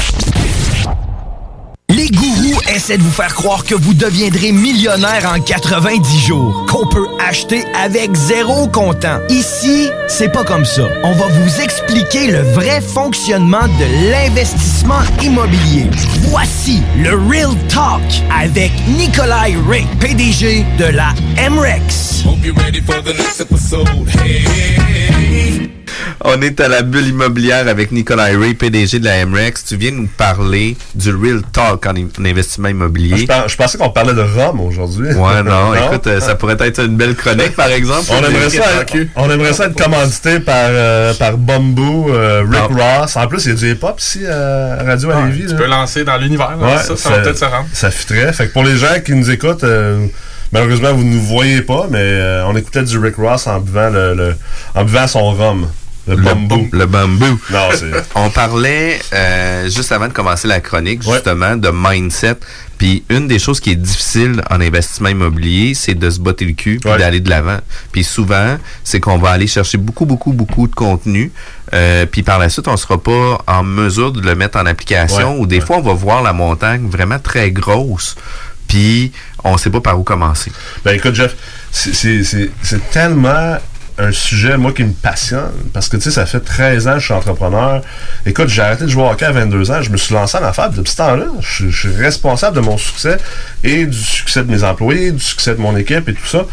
Les gourous essaient de vous faire croire que vous deviendrez millionnaire en quatre-vingt-dix jours, qu'on peut acheter avec zéro comptant. Ici, c'est pas comme ça. On va vous expliquer le vrai fonctionnement de l'investissement immobilier. Voici le Real Talk avec Nikolai Rick, P D G de la M R E X. Hope you're ready for the next episode. Hey, hey, hey. On est à la bulle immobilière avec Nicolas Ray, P D G de la M R E X. Tu viens de nous parler du Real Talk en, en investissement immobilier. Je, pense, je pensais qu'on parlait de rhum aujourd'hui. Ouais, non, non, écoute, euh, ça pourrait être une belle chronique, par exemple. On aimerait, ça être, on aimerait ça être commandité par, euh, par Bamboo, euh, Rick non. Ross. En plus, il y a du hip-hop ici à Radio à Lévis. Tu là. peux lancer dans l'univers. Là, ouais, ça, ça, ça va peut-être se rendre. Ça fitterait. Fait que pour les gens qui nous écoutent... Euh, malheureusement, vous ne nous voyez pas, mais euh, on écoutait du Rick Ross en buvant, le, le, en buvant son rhum. Le bambou. Le, le bambou. Non, c'est... On parlait, euh, juste avant de commencer la chronique, justement, ouais. de mindset. Puis une des choses qui est difficile en investissement immobilier, c'est de se botter le cul puis ouais. d'aller de l'avant. Puis souvent, c'est qu'on va aller chercher beaucoup, beaucoup, beaucoup de contenu. Euh, puis par la suite, on sera pas en mesure de le mettre en application. Ouais. Ou des ouais. fois, on va voir la montagne vraiment très grosse. Puis on sait pas par où commencer. Ben écoute, Jeff, c'est, c'est, c'est, c'est tellement... un sujet, moi, qui me passionne, parce que, tu sais, ça fait treize ans que je suis entrepreneur. Écoute, j'ai arrêté de jouer au hockey à vingt-deux ans, je me suis lancé en affaires, depuis ce temps-là, je, je suis responsable de mon succès et du succès de mes employés, du succès de mon équipe et tout ça.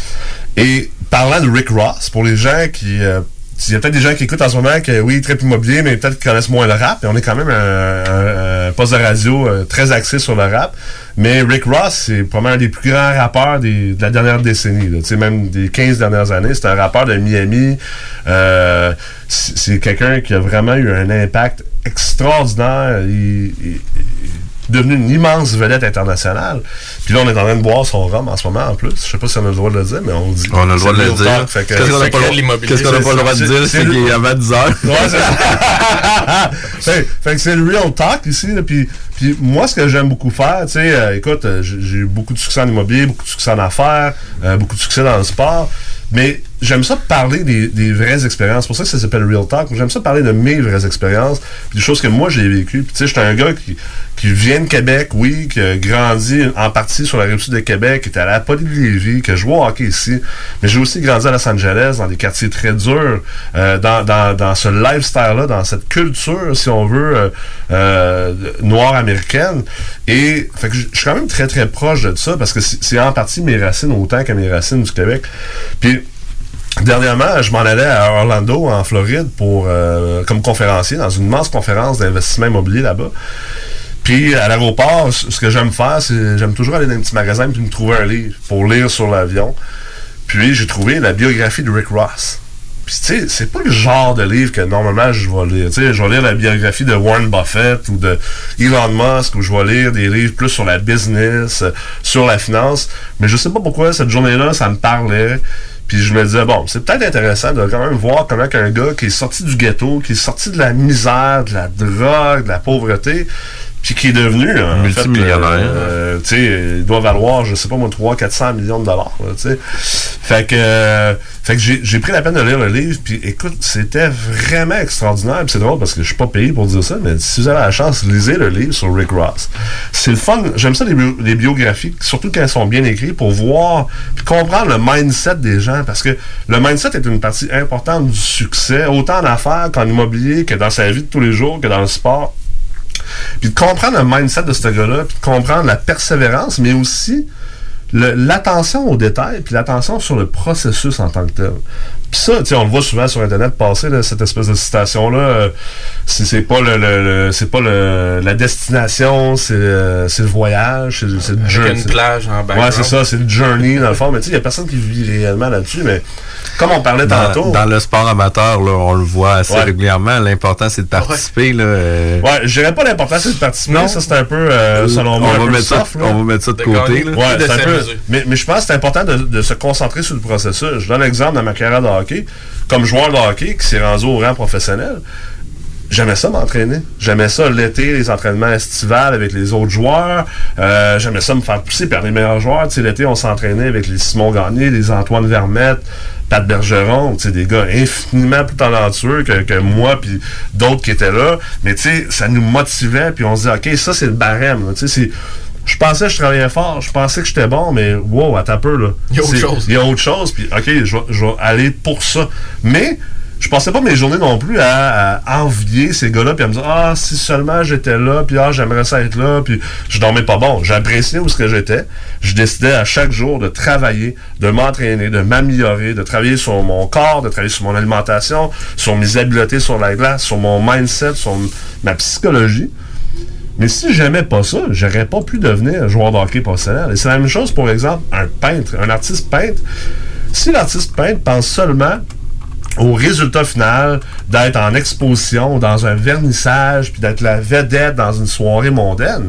Et parlant de Rick Ross, pour les gens qui... Euh, il y a peut-être des gens qui écoutent en ce moment que oui, très immobilier, mais peut-être qu'ils connaissent moins le rap. Et on est quand même un, un, un poste de radio euh, très axé sur le rap. Mais Rick Ross, c'est probablement un des plus grands rappeurs des, de la dernière décennie. Tu sais, même des quinze dernières années. C'est un rappeur de Miami. Euh, c'est, c'est quelqu'un qui a vraiment eu un impact extraordinaire. Il, il, il, devenu une immense vedette internationale. Puis là, on est en train de boire son rhum en ce moment, en plus. Je sais pas si on a le droit de le dire, mais on le dit. On a le droit de le dire. Talk, que, Qu'est-ce qu'on n'a pas, Qu'est-ce qu'on a pas le droit de dire? C'est, c'est qu'il est avant dix heures. Ouais, c'est... fait, fait que c'est le Real Talk ici. Là, puis, puis moi, ce que j'aime beaucoup faire, tu sais, euh, écoute, euh, j'ai, j'ai eu beaucoup de succès en immobilier, beaucoup de succès en affaires, euh, beaucoup de succès dans le sport. Mais j'aime ça parler des, des vraies expériences. C'est pour ça que ça s'appelle Real Talk. J'aime ça parler de mes vraies expériences, puis des choses que moi j'ai vécues. Puis tu sais, j'étais un gars qui, qui vient de Québec, oui, qui a grandi en partie sur la rive sud de Québec, qui était à la Poly de Lévis, que je joue au hockey ici. Mais j'ai aussi grandi à Los Angeles, dans des quartiers très durs, euh, dans, dans, dans ce lifestyle-là, dans cette culture, si on veut, euh, euh, noire américaine. Et fait que je suis quand même très très proche de ça, parce que c'est, c'est en partie mes racines autant que mes racines du Québec. Puis dernièrement, je m'en allais à Orlando, en Floride, pour euh, comme conférencier dans une immense conférence d'investissement immobilier là-bas. Puis à l'aéroport, ce que j'aime faire, c'est j'aime toujours aller dans un petit magasin puis me trouver un livre pour lire sur l'avion. Puis j'ai trouvé la biographie de Rick Ross. Puis tu sais, c'est pas le genre de livre que normalement je vais lire. Tu sais, je vais lire la biographie de Warren Buffett ou de Elon Musk, ou je vais lire des livres plus sur la business, sur la finance. Mais je sais pas pourquoi cette journée-là, ça me parlait. Puis je me disais, bon, c'est peut-être intéressant de quand même voir comment un gars qui est sorti du ghetto, qui est sorti de la misère, de la drogue, de la pauvreté, puis qui est devenu un multimillionnaire. Euh, tu sais, il doit valoir, je sais pas moi, trois cents à quatre cents millions de dollars. Tu sais. Fait que, euh, fait que j'ai, j'ai pris la peine de lire le livre, puis écoute, c'était vraiment extraordinaire. Puis c'est drôle parce que je suis pas payé pour dire ça, mais si vous avez la chance, lisez le livre sur Rick Ross. C'est le fun. J'aime ça les, bio, les biographies, surtout quand elles sont bien écrites, pour voir puis comprendre le mindset des gens, parce que le mindset est une partie importante du succès, autant en affaires qu'en immobilier, que dans sa vie de tous les jours, que dans le sport. Puis de comprendre le mindset de ce gars-là, puis de comprendre la persévérance, mais aussi le, l'attention aux détails, puis l'attention sur le processus en tant que tel. Puis ça, tu sais, on le voit souvent sur Internet passer, là, cette espèce de citation-là, euh, c'est, c'est pas le, le, le c'est pas le, la destination, c'est, euh, c'est le voyage, c'est, c'est le journey. Avec une plage en background. Ouais, c'est ça, c'est le journey, dans le fond. Mais tu sais, il y a personne qui vit réellement là-dessus, mais comme on parlait dans, tantôt... Dans le sport amateur, là, on le voit assez ouais. régulièrement. L'important, c'est de participer. Ouais, là, euh... ouais je dirais pas l'important, c'est de participer. Non. Ça, c'est un peu, euh, selon moi, on un va peu mettre soft. Ça, là. on va mettre ça de, de côté. Là. Ouais, c'est un peu, mais, mais je pense que c'est important de, de se concentrer sur le processus. Je donne l'exemple dans ma carrière de hockey. Comme joueur de hockey qui s'est rendu au rang professionnel, j'aimais ça m'entraîner. J'aimais ça l'été, les entraînements estivales avec les autres joueurs. Euh, j'aimais ça me faire pousser par les meilleurs joueurs. Tu sais, l'été, on s'entraînait avec les Simon Gagné, les Antoine Vermette, Pat Bergeron, tu sais, des gars infiniment plus talentueux que, que moi puis d'autres qui étaient là. Mais tu sais, ça nous motivait puis on se disait, OK, ça, c'est le barème. Tu sais, c'est... Je pensais que je travaillais fort, je pensais que j'étais bon, mais wow, attends un peu, là. Il y a autre chose. Il y a autre chose, puis OK, je vais, je vais aller pour ça. Mais je passais pas mes journées non plus à, à envier ces gars-là, puis à me dire, ah, si seulement j'étais là, puis ah, j'aimerais ça être là, puis je dormais pas bon. J'appréciais où ce que j'étais. Je décidais à chaque jour de travailler, de m'entraîner, de m'améliorer, de travailler sur mon corps, de travailler sur mon alimentation, sur mes habiletés sur la glace, sur mon mindset, sur m- ma psychologie. Mais si j'aimais pas ça, j'aurais pas pu devenir joueur de hockey professionnel. Et c'est la même chose, pour exemple, un peintre, un artiste peintre. Si l'artiste peintre pense seulement au résultat final d'être en exposition, dans un vernissage, puis d'être la vedette dans une soirée mondaine,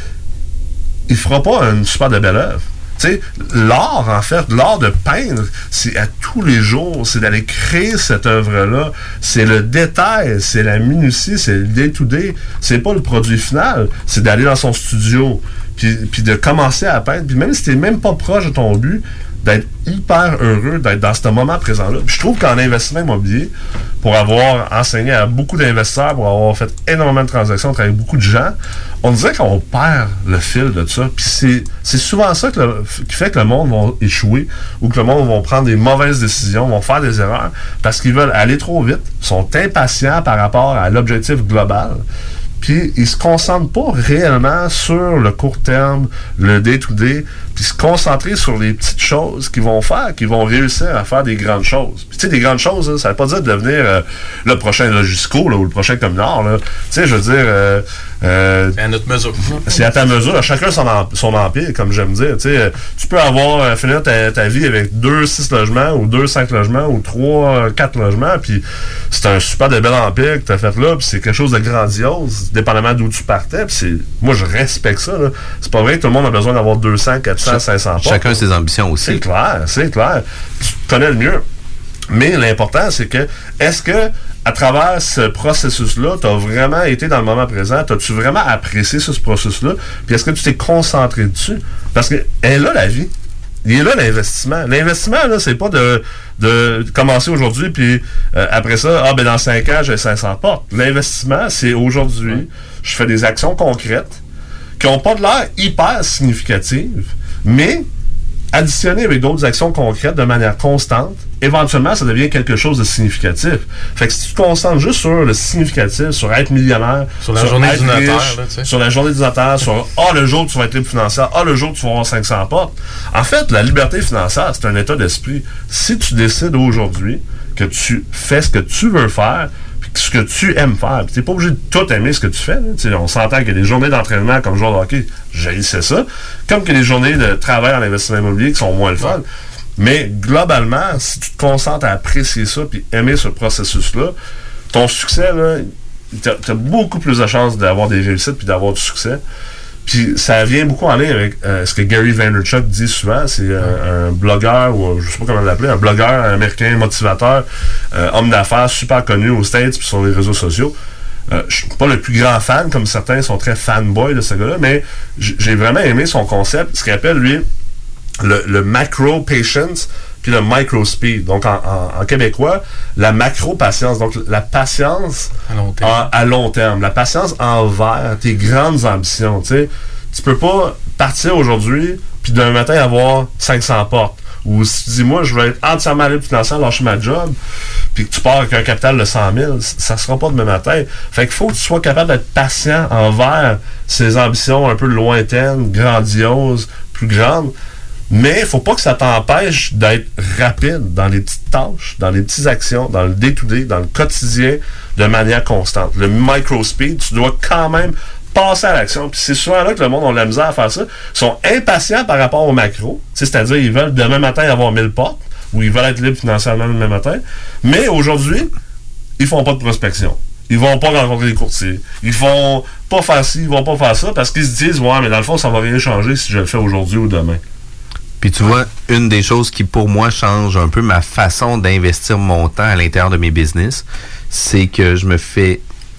il fera pas une super de belle œuvre. Tu sais, l'art, en fait, l'art de peindre, c'est à tous les jours, c'est d'aller créer cette œuvre-là. C'est le détail, c'est la minutie, c'est le day-to-day. C'est pas le produit final, c'est d'aller dans son studio, puis, puis de commencer à peindre. Puis même si t'es même pas proche de ton but, d'être hyper heureux d'être dans ce moment présent-là. Puis je trouve qu'en investissement immobilier, pour avoir enseigné à beaucoup d'investisseurs, pour avoir fait énormément de transactions, travaillé avec beaucoup de gens, on dirait qu'on perd le fil de ça. Puis c'est, c'est souvent ça que le, qui fait que le monde va échouer ou que le monde va prendre des mauvaises décisions, vont faire des erreurs parce qu'ils veulent aller trop vite, sont impatients par rapport à l'objectif global. Puis ils se concentrent pas réellement sur le court terme, le day-to-day, puis se concentrer sur les petites choses qu'ils vont faire, qu'ils vont réussir à faire des grandes choses. Puis tu sais, des grandes choses, là, ça veut pas dire de devenir euh, le prochain Logisco là, ou le prochain Communard. Tu sais, je veux dire... Euh, euh, c'est à notre mesure. C'est à ta mesure. Chacun son, em- son empire, comme j'aime dire. Tu sais, tu peux avoir euh, finir ta, ta vie avec deux six logements, ou deux cinq logements, ou trois quatre logements, puis c'est un super de bel empire que tu as fait là, puis c'est quelque chose de grandiose, dépendamment d'où tu partais. Puis c'est, moi, je respecte ça. Là. C'est pas vrai que tout le monde a besoin d'avoir deux cents, quatre cents, cinq cents portes. Chacun ses ambitions aussi. C'est clair, c'est clair. Tu connais le mieux. Mais l'important, c'est que, est-ce que, à travers ce processus-là, tu as vraiment été dans le moment présent? T'as-tu vraiment apprécié ce, ce processus-là? Puis est-ce que tu t'es concentré dessus? Parce que elle est là, la vie. Il est là, l'investissement. L'investissement, là, c'est pas de, de commencer aujourd'hui, puis euh, après ça, ah, ben dans cinq ans, j'ai cinq cents portes. L'investissement, c'est aujourd'hui, ouais. Je fais des actions concrètes qui n'ont pas de l'air hyper significatives, mais additionnées avec d'autres actions concrètes de manière constante, éventuellement, ça devient quelque chose de significatif. Fait que si tu te concentres juste sur le significatif, sur être millionnaire, sur la sur journée être du notaire, riche, là, tu sais. sur la journée du notaire, sur « Ah, le jour où tu vas être libre financière, ah, le jour où tu vas avoir cinq cents portes », en fait, la liberté financière, c'est un état d'esprit. Si tu décides aujourd'hui que tu fais ce que tu veux faire, ce que tu aimes faire. Tu n'es pas obligé de tout aimer ce que tu fais. Là. On s'entend qu'il y a des journées d'entraînement comme joueur de hockey, j'haïssais ça. Comme qu'il y a des journées de travail en investissement immobilier qui sont moins le fun. Ouais. Mais globalement, si tu te concentres à apprécier ça puis aimer ce processus-là, ton succès, là, tu as beaucoup plus de chances d'avoir des réussites puis d'avoir du succès. Puis ça vient beaucoup en lien avec euh, ce que Gary Vaynerchuk dit souvent. C'est euh, un blogueur, ou je sais pas comment l'appeler, un blogueur américain, motivateur, euh, homme d'affaires super connu aux States puis sur les réseaux sociaux. Euh, je suis pas le plus grand fan, comme certains sont très fanboys de ce gars-là, mais j'ai vraiment aimé son concept, ce qu'il appelle, lui, le, le macro-patience puis le micro-speed. Donc, en, en, en québécois, la macro-patience. Donc, la patience à long terme. En, à long terme. La patience envers tes grandes ambitions. Tu sais, tu peux pas partir aujourd'hui puis d'un matin avoir cinq cents portes. Ou si tu dis, moi, je veux être entièrement libre financier, lâcher ma job, puis que tu pars avec un capital de cent mille, ça sera pas demain matin. Fait qu'il faut que tu sois capable d'être patient envers ces ambitions un peu lointaines, grandioses, plus grandes. Mais il faut pas que ça t'empêche d'être rapide dans les petites tâches, dans les petites actions, dans le day-to-day, dans le quotidien, de manière constante. Le micro-speed, tu dois quand même passer à l'action. Puis c'est souvent là que le monde a de la misère à faire ça. Ils sont impatients par rapport au macro. C'est-à-dire, ils veulent demain matin avoir mille portes, ou ils veulent être libres financièrement demain matin. Mais aujourd'hui, ils font pas de prospection. Ils vont pas rencontrer les courtiers. Ils vont pas faire ci, ils vont pas faire ça, parce qu'ils se disent, ouais, mais dans le fond, ça va rien changer si je le fais aujourd'hui ou demain. Puis tu vois, une des choses qui, pour moi, change un peu ma façon d'investir mon temps à l'intérieur de mes business, c'est que je me fais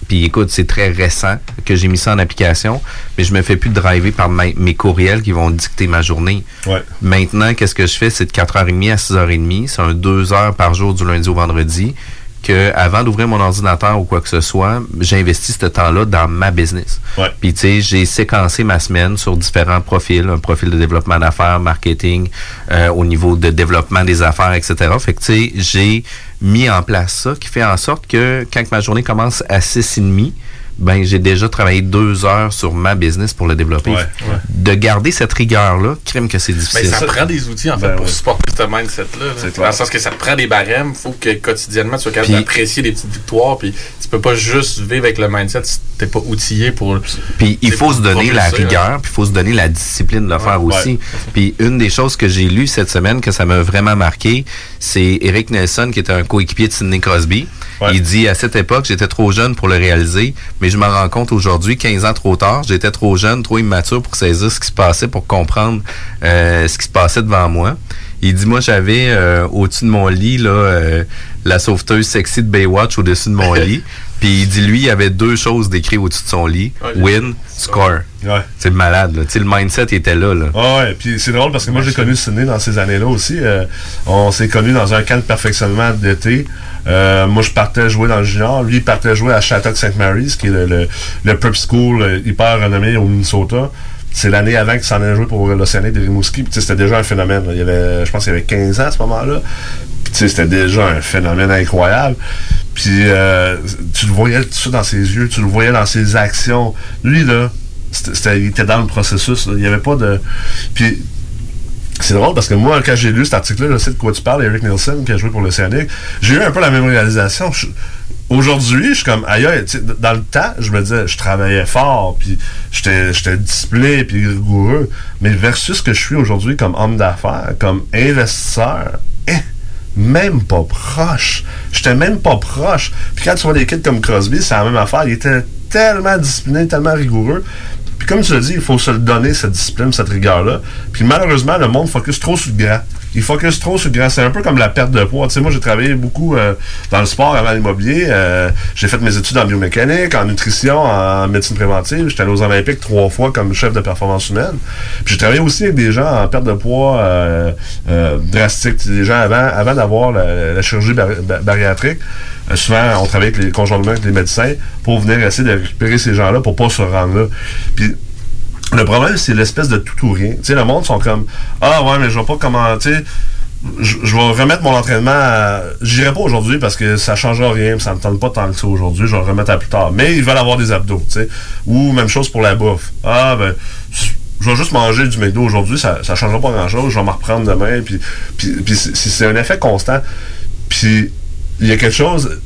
Puis écoute, c'est très récent que j'ai mis ça en application, mais je me fais plus driver par ma, mes courriels qui vont dicter ma journée. Ouais. Maintenant, qu'est-ce que je fais? C'est de quatre heures trente à six heures trente. C'est un deux heures par jour du lundi au vendredi. Que avant d'ouvrir mon ordinateur ou quoi que ce soit, j'investis ce temps-là dans ma business. Ouais. Puis tu sais, j'ai séquencé ma semaine sur différents profils, un profil de développement d'affaires, marketing, euh, au niveau de développement des affaires, et cetera. Fait que tu sais, j'ai mis en place ça qui fait en sorte que quand ma journée commence à six heures trente, ben j'ai déjà travaillé deux heures sur ma business pour le développer. Ouais, ouais. De garder cette rigueur-là, crime que c'est difficile. Ben, ça, ça prend des outils, en fait, ben, pour ouais. supporter ce mindset-là. Là. Dans le sens que ça te prend des barèmes, il faut que quotidiennement, tu sois capable d'apprécier les petites victoires, puis tu peux pas juste vivre avec le mindset si t'es pas outillé pour... Puis il faut se donner la rigueur, puis il faut se donner la discipline de le faire ouais, aussi. ouais. Puis une des choses que j'ai lues cette semaine, que ça m'a vraiment marqué, c'est Eric Nelson, qui était un coéquipier de Sidney Crosby. Ouais. Il dit, à cette époque, j'étais trop jeune pour le réaliser, mais je me rends compte aujourd'hui, quinze ans trop tard, j'étais trop jeune, trop immature pour saisir ce qui se passait, pour comprendre euh, ce qui se passait devant moi. Il dit, moi, j'avais euh, au-dessus de mon lit là, euh, la sauveteuse sexy de Baywatch au-dessus de mon lit. Puis il dit, lui, il y avait deux choses décrites au-dessus de son lit. Ouais, win, score. Ouais. C'est malade, là. Tu sais, le mindset il était là, là. Ah ouais, puis c'est drôle parce que moi, j'ai connu Sidney dans ces années-là aussi. Euh, on s'est connus dans un camp de perfectionnement d'été. Euh, moi, je partais jouer dans le junior. Lui, il partait jouer à Shattuck Saint Mary's, qui est le, le, le prep school hyper renommé au Minnesota. C'est l'année avant qu'il s'en allait jouer pour l'Océanique de Rimouski. Puis c'était déjà un phénomène. Là. Il y avait, je pense qu'il y avait quinze ans à ce moment-là. Puis c'était déjà un phénomène incroyable. Puis euh, tu le voyais tout ça dans ses yeux, tu le voyais dans ses actions. Lui, là, c'était, c'était, il était dans le processus. Là. Il n'y avait pas de... Puis c'est drôle parce que moi, quand j'ai lu cet article-là, je sais de quoi tu parles, Eric Nielsen, qui a joué pour l'Océanique, j'ai eu un peu la même réalisation. Je, aujourd'hui, je suis comme, aïe, aïe, dans le temps, je me disais, je travaillais fort, puis j'étais, j'étais discipliné, puis rigoureux. Mais versus ce que je suis aujourd'hui comme homme d'affaires, comme investisseur, eh, même pas proche. J'étais même pas proche. Puis quand tu vois des kids comme Crosby, c'est la même affaire. Il était tellement discipliné, tellement rigoureux. Puis comme tu l'as dit, il faut se le donner, cette discipline, cette rigueur-là. Puis malheureusement, le monde focus trop sur le grand. Il focus trop sur le grand. C'est un peu comme la perte de poids. Tu sais, moi, j'ai travaillé beaucoup euh, dans le sport avant l'immobilier. Euh, j'ai fait mes études en biomécanique, en nutrition, en médecine préventive. J'étais allé aux Olympiques trois fois comme chef de performance humaine. Puis j'ai travaillé aussi avec des gens en perte de poids euh, euh, drastique. Des gens avant, avant d'avoir la, la chirurgie bar- bar- bariatrique. Euh, souvent, on travaille avec les, conjointement avec les médecins pour venir essayer de récupérer ces gens-là pour pas se rendre là. Puis le problème, c'est l'espèce de tout ou rien. Tu sais, le monde sont comme « Ah ouais, mais je vais pas comment... » Tu sais, je, je vais remettre mon entraînement à... J'irai pas aujourd'hui parce que ça changera rien, ça me tente pas tant que ça aujourd'hui, je vais le remettre à plus tard. Mais ils veulent avoir des abdos, tu sais. Ou même chose pour la bouffe. Ah, ben... je vais juste manger du McDo aujourd'hui, ça ne changera pas grand-chose, je vais m'en reprendre demain. Puis, puis, puis c'est, c'est un effet constant. Puis il y a quelque chose...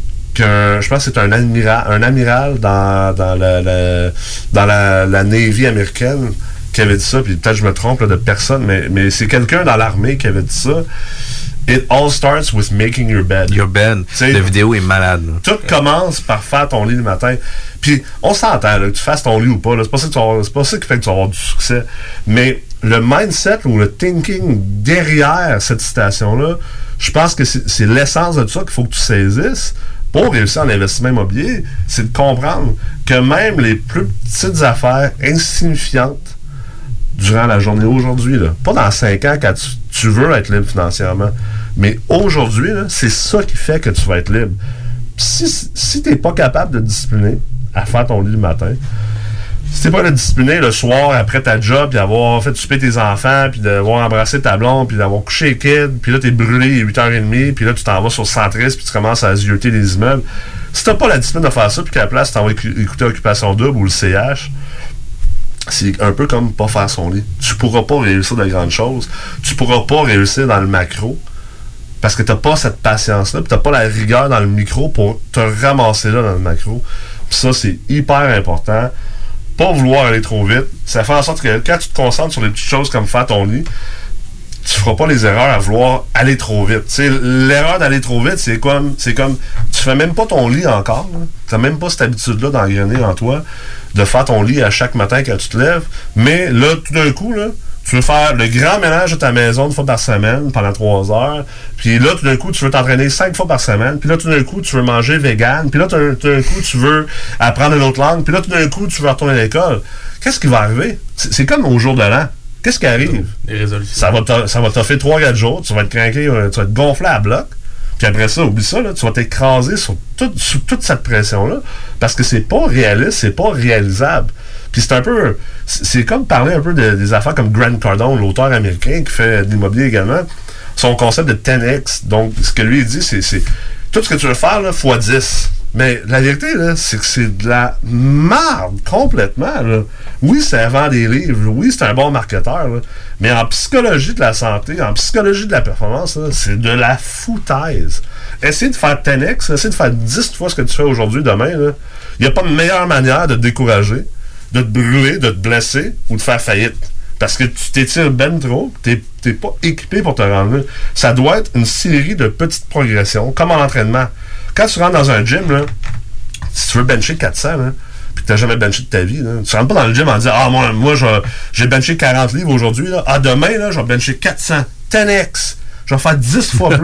que je pense que c'est un amiral, un amiral dans, dans, la, la, dans la, la Navy américaine qui avait dit ça, puis peut-être je me trompe là, de personne, mais, mais c'est quelqu'un dans l'armée qui avait dit ça. It all starts with making your bed. Your bed. La vidéo est malade. Là. Tout commence par faire ton lit le matin. Puis on s'entend, là, que tu fasses ton lit ou pas. Là, c'est, pas ça que tu vas, c'est pas ça qui fait que tu vas avoir du succès. Mais le mindset ou le thinking derrière cette citation-là, je pense que c'est, c'est l'essence de tout ça qu'il faut que tu saisisses. Pour réussir en investissement immobilier, c'est de comprendre que même les plus petites affaires insignifiantes durant la journée aujourd'hui, là, pas dans cinq ans quand tu, tu veux être libre financièrement, mais aujourd'hui, là, c'est ça qui fait que tu vas être libre. Puis si, si tu n'es pas capable de discipliner à faire ton lit le matin, si t'es pas de discipliner le soir après ta job, puis d'avoir fait souper tes enfants, puis d'avoir embrassé ta blonde, puis d'avoir couché les kids, puis là t'es brûlé il est huit heures trente, puis là tu t'en vas sur Centris, puis tu commences à zioter des immeubles. Si t'as pas la discipline de faire ça, puis qu'à la place tu t'en vas écouter Occupation Double ou le C H, c'est un peu comme pas faire son lit. Tu pourras pas réussir de grandes choses. Tu pourras pas réussir dans le macro, parce que t'as pas cette patience-là, puis t'as pas la rigueur dans le micro pour te ramasser là dans le macro. Puis ça, c'est hyper important. Pas vouloir aller trop vite. Ça fait en sorte que quand tu te concentres sur les petites choses comme faire ton lit, tu feras pas les erreurs à vouloir aller trop vite. T'sais, l'erreur d'aller trop vite, c'est comme c'est comme tu fais même pas ton lit encore. Tu n'as même pas cette habitude-là d'engrainer en toi de faire ton lit à chaque matin quand tu te lèves. Mais là, tout d'un coup, là, Tu veux faire le grand ménage de ta maison une fois par semaine pendant trois heures. Puis là, tout d'un coup, tu veux t'entraîner cinq fois par semaine. Puis là, tout d'un coup, tu veux manger vegan. Puis là, tout d'un coup, tu veux apprendre une autre langue. Puis là, tout d'un coup, tu veux retourner à l'école. Qu'est-ce qui va arriver? C'est, c'est comme au jour de l'an. Qu'est-ce qui arrive? Les résolutions. Ça va, t'a, ça va t'offrir trois quatre jours. Tu vas être craqué, tu vas être gonflé à bloc. Puis après ça, oublie ça, là, tu vas t'écraser sur tout, sous toute cette pression-là. Parce que c'est pas réaliste, c'est pas réalisable. Puis c'est un peu... C'est comme parler un peu de, des affaires comme Grant Cardone, l'auteur américain qui fait de l'immobilier également. Son concept de ten X. Donc, ce que lui, il dit, c'est, c'est tout ce que tu veux faire, là, fois dix. Mais la vérité, là, c'est que c'est de la merde, complètement, là. Oui, ça vend des livres. Oui, c'est un bon marketeur, là. Mais en psychologie de la santé, en psychologie de la performance, là, c'est de la foutaise. Essayer de faire ten X, essayer de faire dix fois ce que tu fais aujourd'hui, demain, là. Il n'y a pas de meilleure manière de te décourager, de te brûler, de te blesser ou de faire faillite. Parce que tu t'étires ben trop, t'es, t'es pas équipé pour te rendre là. Ça doit être une série de petites progressions, comme en entraînement. Quand tu rentres dans un gym, là, si tu veux bencher quatre cents, là, puis que t'as jamais benché de ta vie, là, tu rentres pas dans le gym en disant « Ah, moi, moi je, j'ai benché quarante livres aujourd'hui, là. Ah, demain, là, je vais bencher quatre cents. ten X. Je vais faire dix fois plus. »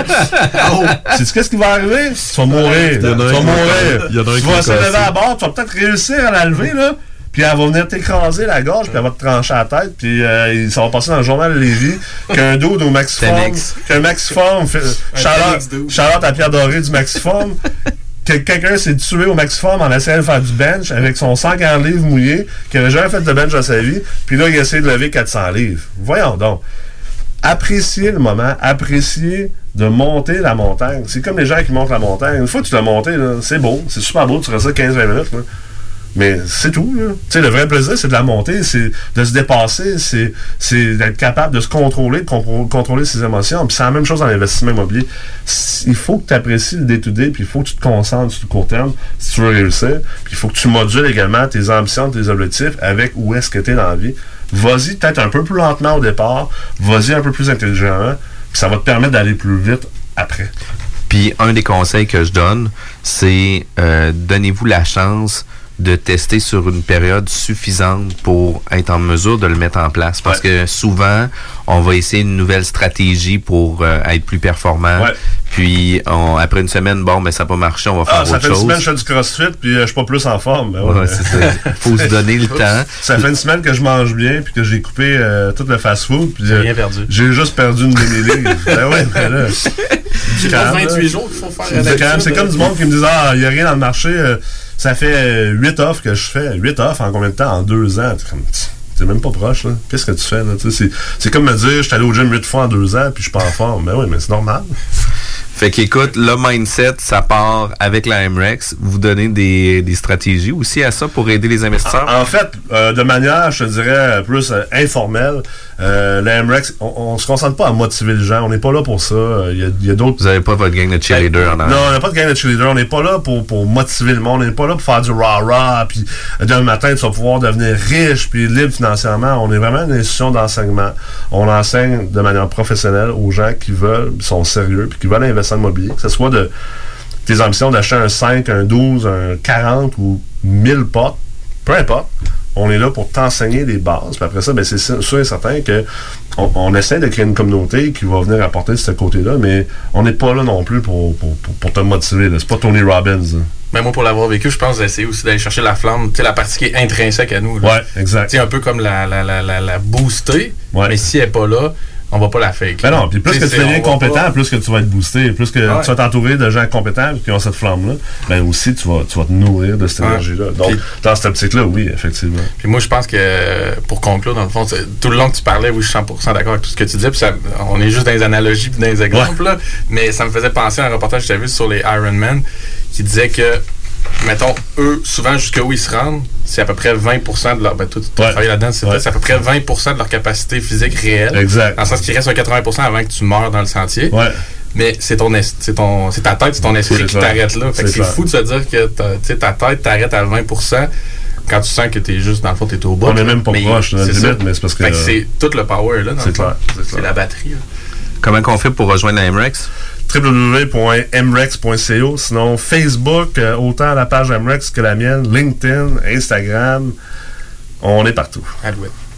Oh, sais-tu qu'est-ce qui va arriver? Tu vas mourir. Tu vas mourir. Tu vas se lever à bord, tu vas peut-être réussir à la lever, là. Puis elle va venir t'écraser la gorge, puis elle va te trancher la tête, puis euh, ça va passer dans le journal de Lévis qu'un dude au Maxiform, qu'un Maxiform, Charlotte à Pierre Doré du Maxiform, que quelqu'un s'est tué au Maxiform en essayant de faire du bench avec son cent quarante livres mouillés, qui n'avait jamais fait de bench dans sa vie, puis là, il a essayé de lever quatre cents livres. Voyons donc. Apprécier le moment, apprécier de monter la montagne. C'est comme les gens qui montent la montagne. Une fois que tu l'as monté, là, c'est beau, c'est super beau, tu restes là quinze vingt minutes, là. Mais c'est tout, là. Tu sais, le vrai plaisir, c'est de la monter, c'est de se dépasser, c'est, c'est d'être capable de se contrôler, de compro- contrôler ses émotions. Puis c'est la même chose dans l'investissement immobilier. Il faut que tu apprécies le day-to-day, puis il faut que tu te concentres sur le court terme si tu veux réussir. Puis il faut que tu modules également tes ambitions, tes objectifs avec où est-ce que tu es dans la vie. Vas-y peut-être un peu plus lentement au départ, vas-y un peu plus intelligemment, puis ça va te permettre d'aller plus vite après. Puis un des conseils que je donne, c'est euh, donnez-vous la chance de tester sur une période suffisante pour être en mesure de le mettre en place. Parce ouais. que souvent, on va essayer une nouvelle stratégie pour euh, être plus performant. Ouais. Puis, on, après une semaine, bon, mais ça n'a pas marché, on va faire ah, autre chose. Ça fait une semaine que je fais du crossfit, puis euh, je suis pas plus en forme. Ben ouais, ouais, c'est ça. Faut se donner le temps. Ça fait une semaine que je mange bien, puis que j'ai coupé euh, tout le fast-food. Puis, euh, rien perdu. J'ai juste perdu une demi-livre. Ben ouais, mais là... C'est vingt-huit jours qu'il faut faire. C'est, quand même, c'est comme du monde qui me dit « Ah, il n'y a rien dans le marché. Euh, ça fait huit offres que je fais. huit offres en combien de temps? En deux ans. » T'es même pas proche, là. Qu'est-ce que tu fais, là? C'est, c'est comme me dire, je suis allé au gym huit fois en deux ans, puis je suis pas en forme. Ben oui, mais c'est normal. Fait qu'écoute, le mindset, ça part avec la M R E X. Vous donnez des, des stratégies aussi à ça pour aider les investisseurs? En, en fait, euh, de manière, je te dirais, plus euh, informelle, euh, la M R E X, on, on se concentre pas à motiver les gens. On n'est pas là pour ça. Il euh, y, y a d'autres... Vous n'avez pas votre gang de cheerleaders en arrière? Non, on n'a pas de gang de cheerleaders. On n'est pas là pour, pour motiver le monde. On n'est pas là pour faire du rah-rah, puis d'un matin, tu vas pouvoir devenir riche, puis libre financièrement. On est vraiment une institution d'enseignement. On enseigne de manière professionnelle aux gens qui veulent, qui sont sérieux, puis qui veulent investir en immobilier, que ce soit de tes ambitions d'acheter un cinq, un douze, un quarante ou mille potes, peu importe, on est là pour t'enseigner des bases. Puis après ça, ben c'est sûr et certain que on, on essaie de créer une communauté qui va venir apporter ce côté-là, mais on n'est pas là non plus pour, pour, pour, pour te motiver. Là. C'est pas Tony Robbins. Là. Mais moi, pour l'avoir vécu, je pense d'essayer aussi d'aller chercher la flamme, tu sais, la partie qui est intrinsèque à nous. Là. Ouais, exact. Tu sais, un peu comme la, la, la, la, la booster, ouais. mais si elle n'est pas là, on va pas la fake. Ben non, puis plus t'sais, que tu deviens compétent, pas... plus que tu vas être boosté, plus que ouais. tu vas t'entourer de gens compétents qui ont cette flamme-là, ben aussi tu vas, tu vas te nourrir de cette ouais. énergie-là. Donc, puis, dans cette optique-là, oui, effectivement. Puis moi, je pense que, pour conclure, dans le fond, tout le long que tu parlais, oui, je suis cent pour cent d'accord avec tout ce que tu disais, puis ça, on est juste dans les analogies puis dans les exemples, ouais. là, mais ça me faisait penser à un reportage que j'avais vu sur les Ironman qui disait que mettons, eux, souvent, jusqu'où ils se rendent, c'est à peu près vingt pour cent de leur... Ben, toi, tu ouais. travailles là-dedans, c'est, ouais. c'est à peu près vingt pour cent de leur capacité physique réelle. Exact. Dans le sens qu'il reste un quatre-vingts pour cent avant que tu meurs dans le sentier. Ouais. Mais c'est ton, c'est ton, c'est ta tête, c'est ton esprit c'est qui clair. T'arrête là. Fait que c'est, c'est fou de se dire que ta tête t'arrête à vingt pour cent quand tu sens que t'es juste, dans le fond, t'es au bout. On est même pas mais proche, c'est limite, mais c'est parce que... Fait que c'est tout le power, là, dans c'est le clair. C'est, c'est la batterie, là. Comment qu'on fait pour rejoindre la M R E X? w w w point m r e x point c o. Sinon, Facebook, euh, autant la page M R E X que la mienne, LinkedIn, Instagram, on est partout. Alouette.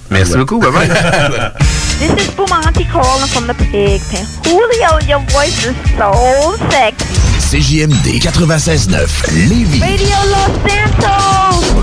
Merci Ouais. beaucoup, bye-bye. This is Bumanti calling from the pig pen. Julio, your voice is so sexy. C J M D quatre-vingt-seize neuf, Lévis. Radio Los Santos!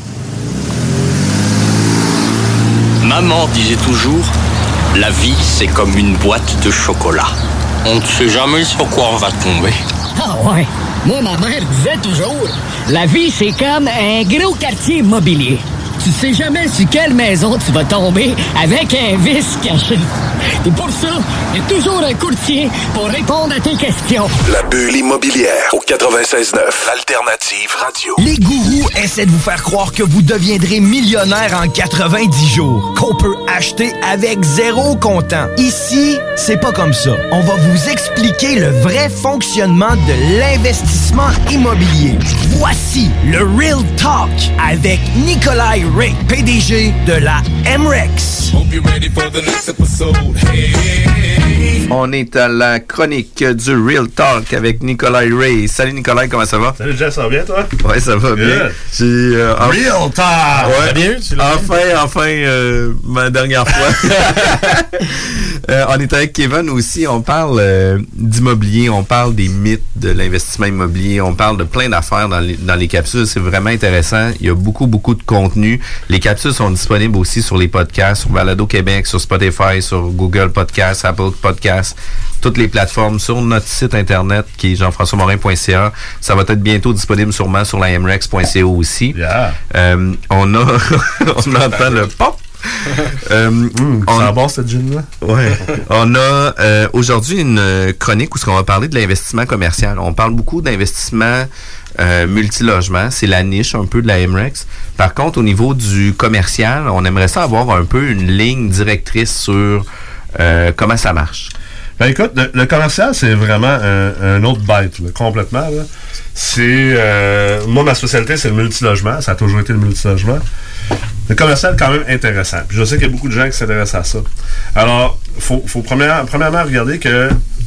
Maman disait toujours, la vie c'est comme une boîte de chocolat. On ne sait jamais sur quoi on va tomber. Ah ouais. Moi, ma mère disait toujours, la vie, c'est comme un gros quartier immobilier. Tu sais jamais sur quelle maison tu vas tomber avec un vice caché. Et pour ça, il y a toujours un courtier pour répondre à tes questions. La bulle immobilière au quatre-vingt-seize neuf, Alternative Radio. Les gourous essaient de vous faire croire que vous deviendrez millionnaire en quatre-vingt-dix jours, qu'on peut acheter avec zéro comptant. Ici, c'est pas comme ça. On va vous expliquer le vrai fonctionnement de l'investissement immobilier. Voici le Real Talk avec Nikolai Rick, P D G de la M R E X. Hope you're ready for the next episode. Hey, hey, hey. On est à la chronique du Real Talk avec Nicolas Ray. Salut Nicolas, comment ça va? Salut Jeff, ça va bien toi? Ouais, ça va bien. Good. J'ai, euh, en... Real Talk! Ouais, bien, enfin, enfin, euh, ma dernière fois. euh, on est avec Kevin aussi. On parle euh, d'immobilier, on parle des mythes de l'investissement immobilier, on parle de plein d'affaires dans les, dans les capsules. C'est vraiment intéressant. Il y a beaucoup, beaucoup de contenu. Les capsules sont disponibles aussi sur les podcasts, sur Balado Québec, sur Spotify, sur Google Podcasts, Apple Podcasts, toutes les plateformes, sur notre site internet qui est jean françois morin point c a. Ça va être bientôt disponible sûrement sur la m r e x point c a aussi. Yeah. Euh, on a, on entend le pop. euh, mmh, on sent bon cette gin-là? Ouais. On a euh, aujourd'hui une chronique où on va parler de l'investissement commercial. On parle beaucoup d'investissement euh, multilogement. C'est la niche un peu de la M R E X. Par contre, au niveau du commercial, on aimerait ça avoir un peu une ligne directrice sur euh, comment ça marche. Ben écoute, le, le commercial, c'est vraiment un, un autre bête, là, complètement. Là. C'est euh, moi, ma spécialité, c'est le multilogement. Ça a toujours été le multilogement. Le commercial est quand même intéressant. Puis je sais qu'il y a beaucoup de gens qui s'intéressent à ça. Alors, il faut, faut première, premièrement regarder que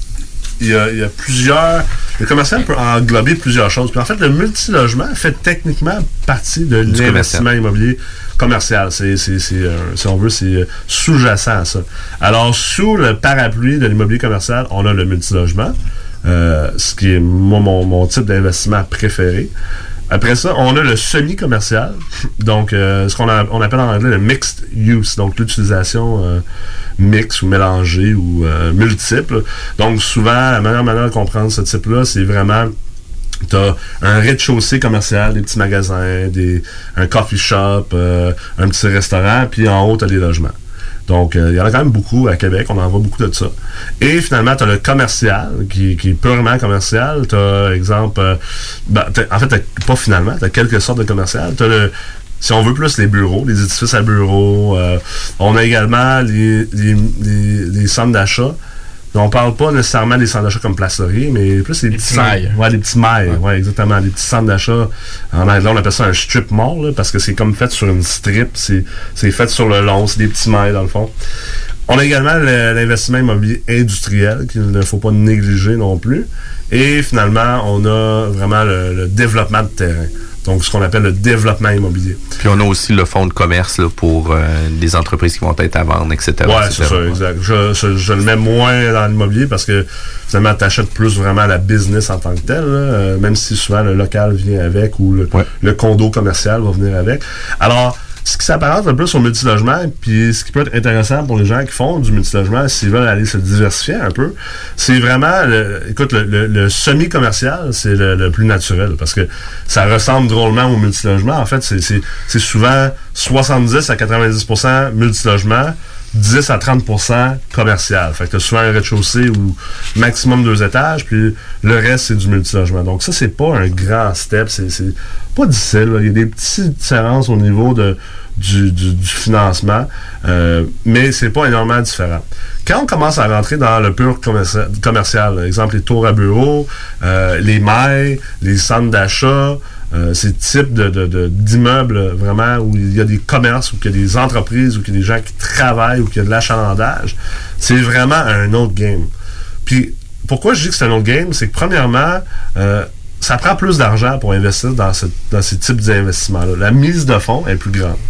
il y a, il y a plusieurs... Le commercial peut englober plusieurs choses. Puis en fait, le multilogement fait techniquement partie de Du l'investissement commercial. immobilier commercial. C'est, c'est, c'est, euh, si on veut, c'est sous-jacent à ça. Alors, sous le parapluie de l'immobilier commercial, on a le multilogement, euh, ce qui est moi, mon, mon type d'investissement préféré. Après ça, on a le semi-commercial, donc euh, ce qu'on a, on appelle en anglais le mixed use, donc l'utilisation euh, mixte ou mélangée ou euh, multiple. Donc souvent, la meilleure manière de comprendre ce type-là, c'est vraiment tu as un rez-de-chaussée commercial, des petits magasins, des, un coffee shop, euh, un petit restaurant, puis en haut, tu as des logements. Donc, il euh, y en a quand même beaucoup à Québec, on en voit beaucoup de ça. Et finalement, tu as le commercial, qui, qui est purement commercial. Tu as, exemple, euh, ben, en fait, t'as, pas finalement, tu as quelques sortes de commercial. Tu as le, si on veut plus, les bureaux, les édifices à bureaux. Euh, on a également les, les, les, les centres d'achat. On parle pas nécessairement des centres d'achat comme Place Laurier, mais plus les, les petits mailles. Ouais, les petits mailles, ouais. ouais, exactement. Les petits centres d'achat. En anglais, on appelle ça un strip mall, là, parce que c'est comme fait sur une strip. C'est, c'est fait sur le long. C'est des petits mailles, dans le fond. On a également le, l'investissement immobilier industriel, qu'il ne faut pas négliger non plus. Et finalement, on a vraiment le, le développement de terrain. Donc, ce qu'on appelle le développement immobilier. Puis on a aussi le fonds de commerce là, pour euh, des entreprises qui vont être à vendre, et cetera. Ouais, c'est ça, exact. Je, je, je le mets moins dans l'immobilier parce que finalement, tu achètes plus vraiment la business en tant que telle, là, euh, même si souvent le local vient avec ou le, ouais. le condo commercial va venir avec. Alors, ce qui s'apparente un peu sur le multilogement, puis ce qui peut être intéressant pour les gens qui font du multilogement, s'ils veulent aller se diversifier un peu, c'est vraiment, le, écoute, le, le, le semi-commercial, c'est le, le plus naturel, parce que ça ressemble drôlement au multilogement. En fait, c'est, c'est, c'est souvent soixante-dix à quatre-vingt-dix pour cent multilogement, dix à trente pour cent commercial. Fait que t'as souvent un rez-de-chaussée ou maximum deux étages, puis le reste, c'est du multilogement. Donc ça, c'est pas un grand step, c'est, c'est pas difficile, là. Il y a des petites différences au niveau de, du, du, du financement, euh, mais c'est pas énormément différent. Quand on commence à rentrer dans le pur commercial, commercial là, exemple les tours à bureaux, euh, les mailles, les centres d'achat, Euh, ces types de, de, de, d'immeubles vraiment où il y a des commerces, où il y a des entreprises, où il y a des gens qui travaillent, où il y a de l'achalandage, c'est vraiment un autre game. Puis, pourquoi je dis que c'est un autre game? C'est que premièrement, euh, ça prend plus d'argent pour investir dans, ce, dans ces types d'investissements-là. La mise de fonds est plus grande.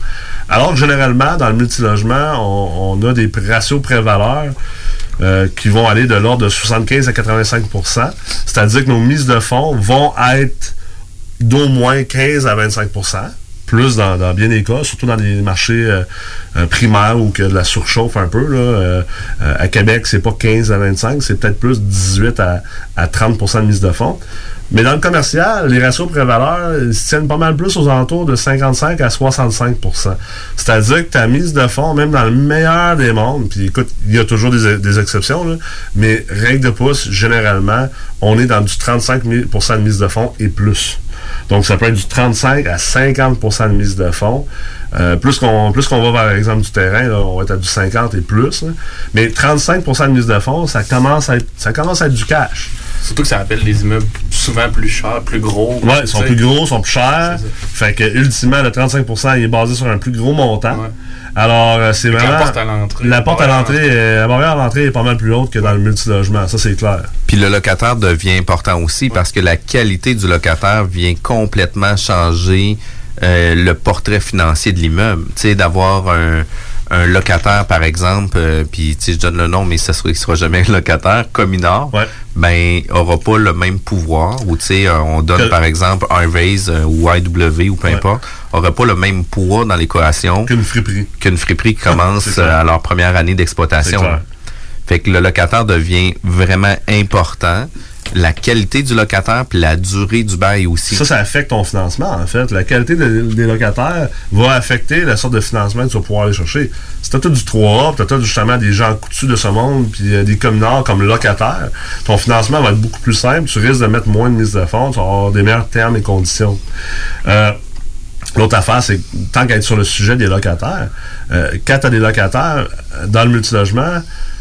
Alors que généralement, dans le multilogement, on, on a des ratios pré-valeurs euh, qui vont aller de l'ordre de soixante-quinze à quatre-vingt-cinq pour cent. C'est-à-dire que nos mises de fonds vont être d'au moins quinze à vingt-cinq pour cent. Plus dans, dans bien des cas, surtout dans les marchés euh, euh, primaires où il y a de la surchauffe un peu. Là, euh, euh, à Québec, c'est pas quinze à vingt-cinq, c'est peut-être plus dix-huit à trente pour cent de mise de fonds. Mais dans le commercial, les ratios pré-valeurs ils se tiennent pas mal plus aux alentours de cinquante-cinq à soixante-cinq pour cent. C'est-à-dire que ta mise de fonds, même dans le meilleur des mondes, puis écoute, il y a toujours des, des exceptions, là, mais règle de pouce, généralement, on est dans du trente-cinq pour cent de mise de fonds et plus. Donc, ça peut être du trente-cinq à cinquante pour cent de mise de fonds. Euh, plus qu'on plus qu'on va vers l'exemple du terrain, là, on va être à du cinquante et plus. Là. Mais trente-cinq pour cent de mise de fonds, ça commence à être, ça commence à être du cash. Surtout que ça appelle des immeubles souvent plus chers, plus gros. Oui, ils sont plus gros, sont plus chers. Fait que, ultimement, le trente-cinq pour cent il est basé sur un plus gros montant. Ouais. Alors, euh, c'est vraiment... La porte à l'entrée. La porte à l'entrée, euh, la barrière à l'entrée est pas mal plus haute que dans le multilogement. Ça, c'est clair. Puis le locataire devient important aussi parce que la qualité du locataire vient complètement changer euh, le portrait financier de l'immeuble. Tu sais, d'avoir un... un locataire, par exemple, euh, puis tu sais, je donne le nom, mais ça ne sera jamais un locataire, Cominor, ouais. ben, aura pas le même pouvoir, ou tu sais, on donne, que... par exemple, un Raise euh, ou I W ou peu ouais. importe, aura pas le même poids dans l'équation qu'une friperie. Qu'une friperie qui commence euh, à leur première année d'exploitation. Fait que le locataire devient vraiment important. La qualité du locataire puis la durée du bail aussi. Ça, ça affecte ton financement, en fait. La qualité de, des locataires va affecter la sorte de financement que tu vas pouvoir aller chercher. Si tu as tout du trois A, tu as justement des gens coutus de ce monde, puis euh, des communards comme locataires, ton financement va être beaucoup plus simple. Tu risques de mettre moins de mise de fonds, tu vas avoir des meilleurs termes et conditions. Euh, L'autre affaire, c'est que tant qu'à être sur le sujet des locataires, euh, quand tu as des locataires dans le multilogement,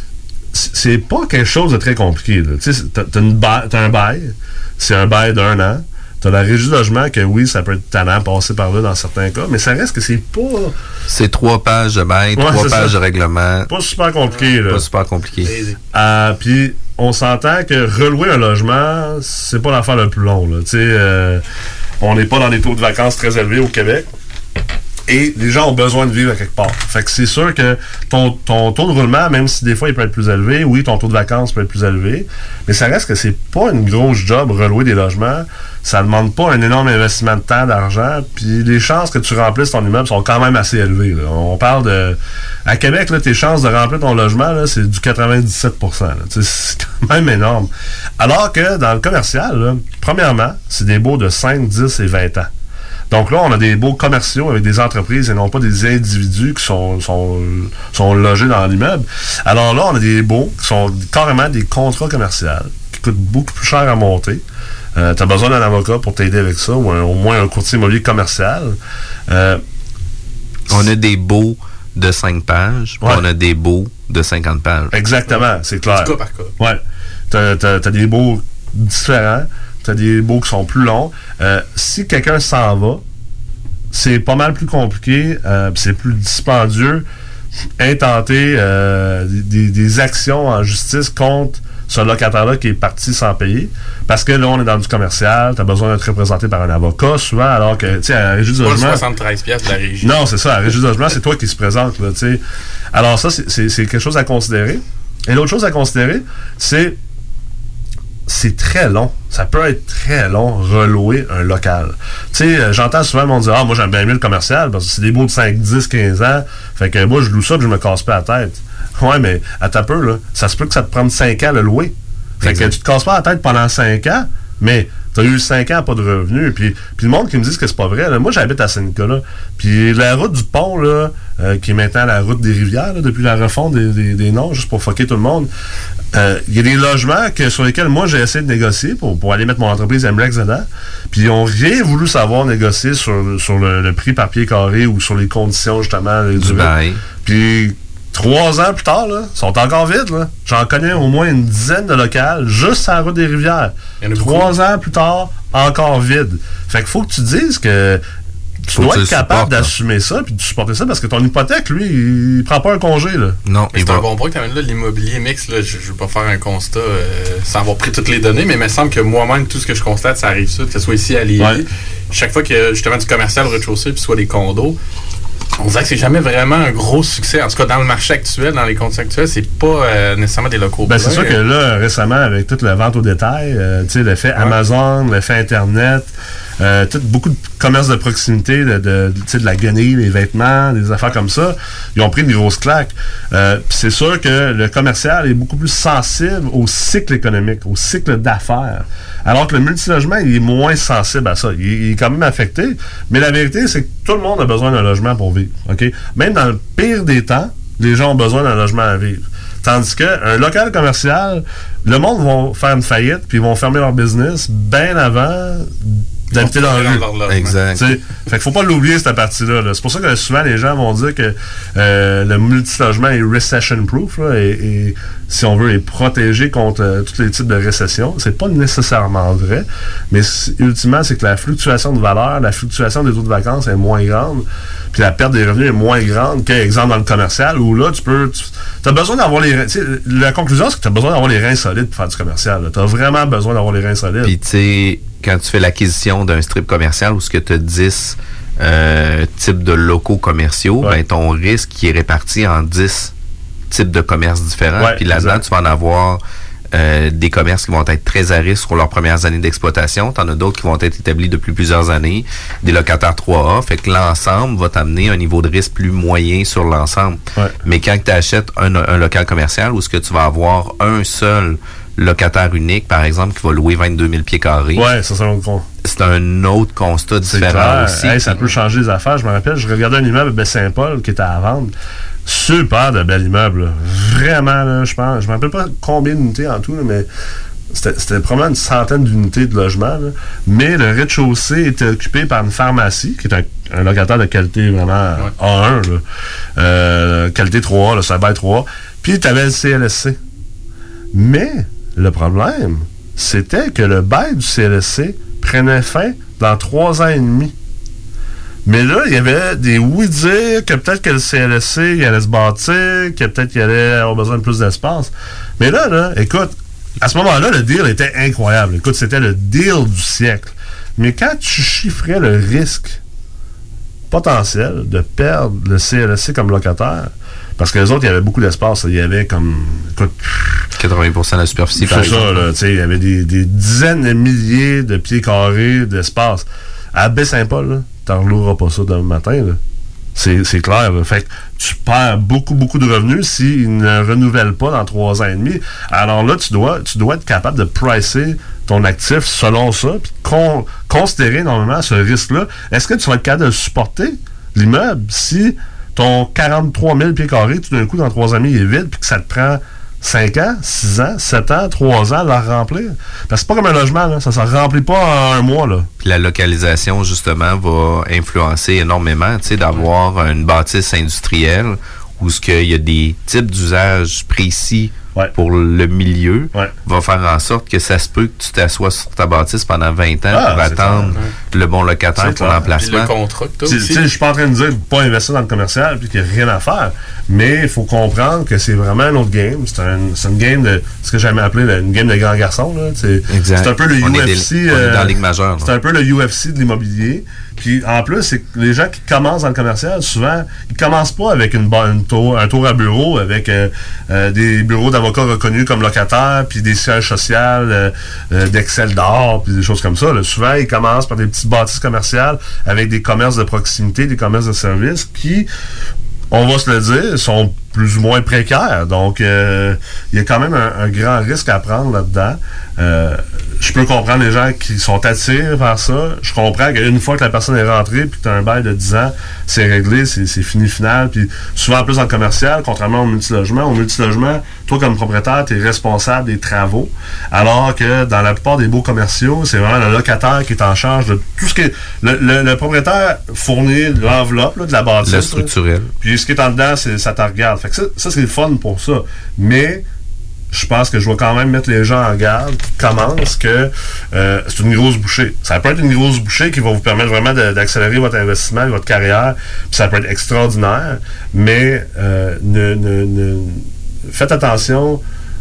c'est pas quelque chose de très compliqué. Tu sais, t'as, t'as, une ba- t'as un bail, c'est un bail d'un an. T'as la régie de logement que oui, ça peut être tannant, passer par là dans certains cas, mais ça reste que c'est pas... C'est trois pages de bail, ouais, trois pages ça. de règlement. Pas super compliqué, là. Pas super compliqué. Euh, Puis, on s'entend que relouer un logement, c'est pas l'affaire le plus long, là. Tu sais, euh, on n'est pas dans des taux de vacances très élevés au Québec. Et les gens ont besoin de vivre à quelque part. Fait que c'est sûr que ton, ton taux de roulement, même si des fois il peut être plus élevé, oui, ton taux de vacances peut être plus élevé, mais ça reste que c'est pas une grosse job relouer des logements. Ça demande pas un énorme investissement de temps, d'argent, puis les chances que tu remplisses ton immeuble sont quand même assez élevées. Là. On parle de... À Québec, là, tes chances de remplir ton logement, là, c'est du quatre-vingt-dix-sept pour cent. Là. C'est quand même énorme. Alors que dans le commercial, là, premièrement, c'est des baux de cinq, dix et vingt ans. Donc là, on a des baux commerciaux avec des entreprises et non pas des individus qui sont, sont, sont logés dans l'immeuble. Alors là, on a des baux qui sont carrément des contrats commerciaux qui coûtent beaucoup plus cher à monter. Euh, tu as besoin d'un avocat pour t'aider avec ça, ou un, au moins un courtier immobilier commercial. Euh, on a des baux de cinq pages, ouais. on a des baux de cinquante pages. Exactement, c'est clair. Du cas par cas. Ouais. Tu as des baux différents. T'as des baux qui sont plus longs. Euh, si quelqu'un s'en va, c'est pas mal plus compliqué, euh, c'est plus dispendieux intenter euh, des, des actions en justice contre ce locataire-là qui est parti sans payer. Parce que là, on est dans du commercial, t'as besoin d'être représenté par un avocat souvent, alors que, tu sais, à la régie de logement... Pas soixante-treize piastres de la régie. Non, c'est ça, à la régie de logement, c'est toi qui se présente, là, tu sais. Alors ça, c'est, c'est, c'est quelque chose à considérer. Et l'autre chose à considérer, c'est c'est très long. Ça peut être très long, relouer un local. Tu sais, j'entends souvent le monde dire « Ah, moi, j'aime bien mieux le commercial, parce que c'est des baux de cinq, dix, quinze ans. Fait que moi, je loue ça, puis je me casse pas la tête. » Ouais, mais à ta peu, là, ça se peut que ça te prenne cinq ans à le louer. Fait exact. Que tu te casses pas la tête pendant cinq ans, mais t'as eu cinq ans pas de revenus. Puis, puis le monde qui me dit que c'est pas vrai, là, moi, j'habite à Saint-Nicolas. Puis la route du pont, là, euh, qui est maintenant la route des rivières, là, depuis la refonte des, des, des noms, juste pour fucker tout le monde, il euh, y a des logements que, sur lesquels moi j'ai essayé de négocier pour, pour aller mettre mon entreprise M R E C dedans. Puis ils ont rien voulu savoir négocier sur, sur le, le prix par pied carré ou sur les conditions justement du bail. Puis trois ans plus tard, là, sont encore vides. Là. J'en connais au moins une dizaine de locales juste à la route des rivières. Trois ans plus tard, encore vide. Fait qu'il faut que tu dises que tu faut dois être capable d'assumer ça puis de supporter ça parce que ton hypothèque, lui, il, il prend pas un congé. Là. Non, c'est un bon point que tu amènes là, l'immobilier mix. Là, je ne veux pas faire un constat euh, sans avoir pris toutes les données, mais il me semble que moi-même, tout ce que je constate, ça arrive ça, que ce soit ici à Lévis. Ouais. Chaque fois qu'il y a justement du commercial au rez-de-chaussée puis soit des condos, on dirait que c'est jamais vraiment un gros succès. En tout cas, dans le marché actuel, dans les conditions actuelles, c'est pas euh, nécessairement des locaux. Ben, c'est sûr que là, récemment, avec toute la vente au détail, euh, tu sais, l'effet ouais. Amazon, l'effet Internet, euh, tout, beaucoup de commerces de proximité, de, de, de la guenille, les vêtements, des affaires comme ça, ils ont pris une grosse claque. Euh, Puis c'est sûr que le commercial est beaucoup plus sensible au cycle économique, au cycle d'affaires. Alors que le multilogement, il est moins sensible à ça. Il, il est quand même affecté. Mais la vérité, c'est que tout le monde a besoin d'un logement pour vivre. Okay? Même dans le pire des temps, les gens ont besoin d'un logement à vivre. Tandis qu'un local commercial, le monde va faire une faillite, puis ils vont fermer leur business bien avant d'habiter dans la rue. Exact. T'sais, fait qu'il faut pas l'oublier, cette partie-là. Là. C'est pour ça que souvent, les gens vont dire que euh, le multilogement est recession-proof, là, et, et, si on veut, est protégé contre euh, tous les types de récession. C'est pas nécessairement vrai, mais ultimement, c'est que la fluctuation de valeur, la fluctuation des taux de vacances est moins grande, puis la perte des revenus est moins grande qu'exemple dans le commercial, où là, tu peux... Tu as besoin d'avoir les reins... La conclusion, c'est que tu as besoin d'avoir les reins solides pour faire du commercial. Tu as vraiment besoin d'avoir les reins solides. Puis, tu sais, quand tu fais l'acquisition d'un strip commercial où ce que tu as dix euh, types de locaux commerciaux, ouais. ben ton risque qui est réparti en dix types de commerces différents. Ouais, puis là-dedans, tu vas en avoir euh, des commerces qui vont être très à risque sur leurs premières années d'exploitation. Tu en as d'autres qui vont être établis depuis plusieurs années, des locataires trois A. Fait que l'ensemble va t'amener un niveau de risque plus moyen sur l'ensemble. Ouais. Mais quand tu achètes un, un local commercial où ce que tu vas avoir un seul locataire unique, par exemple, qui va louer vingt-deux mille pieds carrés. Ouais, ça, c'est un autre con. C'est un autre constat différent clair. aussi. Hey, ça peut changer les affaires. Je me rappelle, je regardais un immeuble à Baie-Saint-Paul qui était à vendre. Super de bel immeuble. Là. Vraiment, là, je pense. Je me rappelle pas combien d'unités en tout, là, mais c'était, c'était probablement une centaine d'unités de logement. Là. Mais le rez-de-chaussée était occupé par une pharmacie, qui est un, un locataire de qualité vraiment ouais. A un, là. Euh, qualité trois A, là, ça bail trois A. Puis tu avais le C L S C. Mais le problème, c'était que le bail du C L S C prenait fin dans trois ans et demi. Mais là, il y avait des oui-dire que peut-être que le C L S C il allait se bâtir, que peut-être qu'il allait avoir besoin de plus d'espace. Mais là, là, écoute, à ce moment-là, le deal était incroyable. Écoute, c'était le deal du siècle. Mais quand tu chiffrais le risque potentiel de perdre le C L S C comme locataire, parce que les autres, il y avait beaucoup d'espace. Il y avait comme... Écoute, quatre-vingts pour cent de la superficie, par exemple. C'est ça, là. Tu sais, il y avait des, des dizaines de milliers de pieds carrés d'espace. À Baie-Saint-Paul, là, t'en rouleras pas ça demain matin, là. C'est, c'est clair, là. Fait que tu perds beaucoup, beaucoup de revenus s'ils ne renouvellent pas dans trois ans et demi. Alors là, tu dois, tu dois être capable de pricer ton actif selon ça, puis con, considérer normalement ce risque-là. Est-ce que tu vas être capable de supporter l'immeuble si ton quarante-trois mille pieds carrés, tout d'un coup, dans trois ans, il est vide, puis que ça te prend cinq ans, six ans, sept ans, trois ans à le remplir? Parce que c'est pas comme un logement, là. Ça ne se remplit pas en un mois, là. Puis la localisation, justement, va influencer énormément, tu sais, d'avoir une bâtisse industrielle où ce qu'il y a des types d'usages précis ouais. pour le milieu, ouais. va faire en sorte que ça se peut que tu t'assoies sur ta bâtisse pendant vingt ans ah, pour attendre clair, ouais. le bon locataire c'est pour clair. l'emplacement. Le contrat que tu sais, je suis pas en train de dire de pas investir dans le commercial puis qu'il n'y a rien à faire, mais il faut comprendre que c'est vraiment un autre game. C'est, un, c'est une game de ce que j'aimais appeler une game de grands garçons. Là. C'est, c'est un peu le on U F C. Est des, on euh, est dans la Ligue majeure. C'est un peu le U F C de l'immobilier. Puis en plus, c'est que les gens qui commencent dans le commercial, souvent, ils commencent pas avec une bonne tour, un tour à bureau, avec euh, euh, des bureaux d'avocats reconnus comme locataires, puis des sièges sociaux euh, euh, d'Excel d'or, puis des choses comme ça. Là. Souvent, ils commencent par des petites bâtisses commerciales avec des commerces de proximité, des commerces de services qui, on va se le dire, sont plus ou moins précaires. Donc, euh, il y a quand même un, un grand risque à prendre là-dedans. Euh, je peux comprendre les gens qui sont attirés par ça. Je comprends qu'une fois que la personne est rentrée puis que tu as un bail de dix ans, c'est réglé, c'est, c'est fini final. Puis souvent, en plus, dans le commercial, contrairement au multilogement, au multilogement, toi, comme propriétaire, tu es responsable des travaux. Alors que dans la plupart des beaux commerciaux, c'est vraiment le locataire qui est en charge de tout ce qui est... Le, le, le propriétaire fournit l'enveloppe là, de la bâtisse. Le structurel. Là, puis ce qui est en dedans, c'est, ça te regarde. Fait que ça, ça, c'est le fun pour ça. Mais... je pense que je vais quand même mettre les gens en garde qui commencent que euh, c'est une grosse bouchée. Ça peut être une grosse bouchée qui va vous permettre vraiment de, d'accélérer votre investissement, votre carrière, puis ça peut être extraordinaire, mais euh, ne, ne, ne, faites attention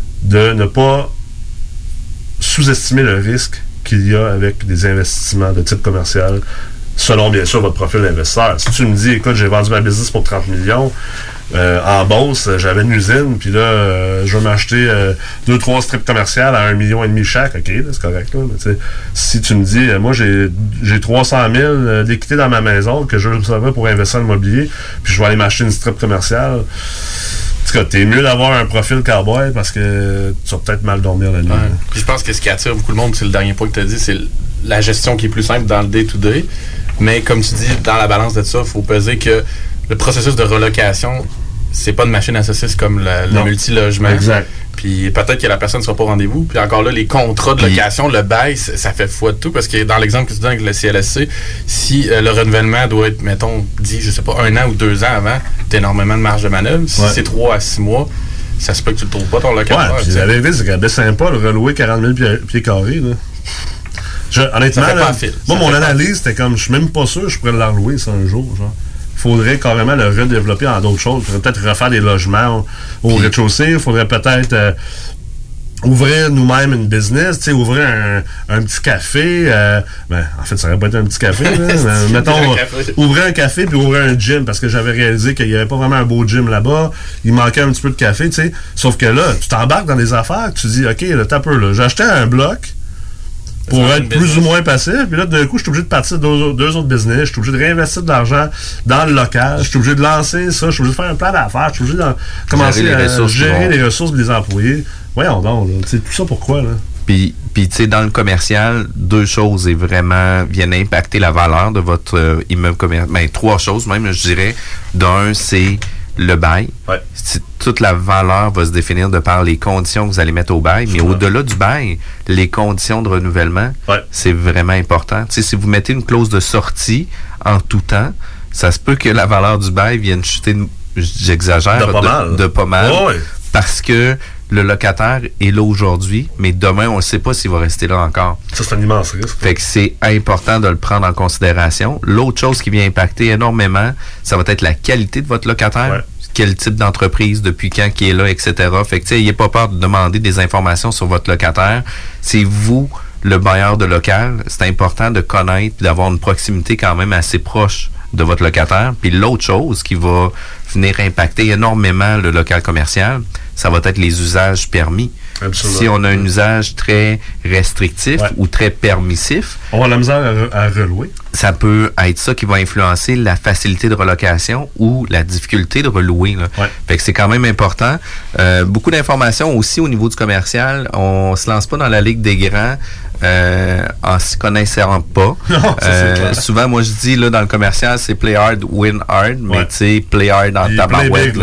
de ne pas sous-estimer le risque qu'il y a avec des investissements de type commercial selon bien sûr votre profil d'investisseur. Si tu me dis, écoute, j'ai vendu ma business pour trente millions, euh, en Beauce, j'avais une usine, puis là, euh, je vais m'acheter euh, deux, trois strips commerciales à un million et demi chaque, ok, là, c'est correct. Là, mais, si tu me dis, euh, moi, j'ai j'ai trois cent mille euh, d'équité dans ma maison que je veux savoir pour investir en immobilier, puis je vais aller m'acheter une strip commerciale. En tout cas, t'es mieux d'avoir un profil cowboy parce que tu vas peut-être mal dormir la nuit. Ouais. Puis je pense que ce qui attire beaucoup de monde, c'est le dernier point que tu as dit, c'est la gestion qui est plus simple dans le day-to-day. Mais comme tu dis, dans la balance de ça, il faut peser que le processus de relocation, c'est pas une machine à saucisses comme le, le multi-logement. Exact. Puis peut-être que la personne ne sera pas au rendez-vous. Puis encore là, les contrats de location, le bail, ça fait foi de tout. Parce que dans l'exemple que tu donnes avec le C L S C, si euh, le renouvellement doit être, mettons, dit, je sais pas, un an ou deux ans avant, t'as énormément de marge de manœuvre. Si ouais. c'est trois à six mois, ça se peut que tu le trouves pas ton locataire. Ouais, puis la vérité, c'est qu'elle est sympa de relouer quarante mille pieds, pieds carrés. Là. Je, honnêtement, là, moi, mon analyse, c'était comme, je suis même pas sûr que je pourrais la relouer ça un jour, genre. Faudrait carrément le redévelopper en d'autres choses. Il faudrait peut-être refaire des logements au, au rez-de-chaussée. Il faudrait peut-être euh, ouvrir nous-mêmes une business, tu sais, ouvrir un, un petit café. Euh, ben, en fait, ça aurait pas été un petit café. Là, mais, mettons, un café. Ouvrir un café puis ouvrir un gym parce que j'avais réalisé qu'il n'y avait pas vraiment un beau gym là-bas. Il manquait un petit peu de café, tu sais. Sauf que là, tu t'embarques dans des affaires, tu dis, OK, là, t'as peu, là. J'ai acheté un bloc pour être plus business. Ou moins passif. Puis là, d'un coup, je suis obligé de partir de deux, deux autres business. Je suis obligé de réinvestir de l'argent dans le local. Je suis obligé de lancer ça. Je suis obligé de faire un plan d'affaires. Je suis obligé de commencer gérer les à gérer les ressources des employés. Voyons donc, là. Tout ça pourquoi, là? Puis, puis tu sais, dans le commercial, deux choses et vraiment viennent impacter la valeur de votre euh, immeuble commercial. Ben, trois choses même, je dirais. D'un, c'est le bail. Ouais. Toute la valeur va se définir de par les conditions que vous allez mettre au bail. Mais au-delà du bail, les conditions de renouvellement, ouais. c'est vraiment important. T'sais, si vous mettez une clause de sortie en tout temps, ça se peut que la valeur du bail vienne chuter, j'exagère, de pas de, mal. De pas mal oh, ouais. Parce que le locataire est là aujourd'hui, mais demain, on ne sait pas s'il va rester là encore. Ça, c'est un immense risque. Fait que c'est important de le prendre en considération. L'autre chose qui vient impacter énormément, ça va être la qualité de votre locataire. Ouais. Quel type d'entreprise, depuis quand qui est là, et cetera. Fait que, tu sais, n'ayez pas peur de demander des informations sur votre locataire. C'est vous, le bailleur de local. C'est important de connaître et d'avoir une proximité quand même assez proche de votre locataire. Puis l'autre chose qui va venir impacter énormément le local commercial, ça va être les usages permis. Absolument. Si on a un usage très restrictif ouais. ou très permissif, on va avoir la misère à, à relouer. Ça peut être ça qui va influencer la facilité de relocation ou la difficulté de relouer. Là. Ouais. Fait que c'est quand même important. Euh, beaucoup d'informations aussi au niveau du commercial. On se lance pas dans la ligue des grands euh, en s'y connaissant pas. Non, ça, euh, souvent, moi, je dis là dans le commercial, c'est play hard, win hard, mais ouais. tu sais, play hard en tabarouette.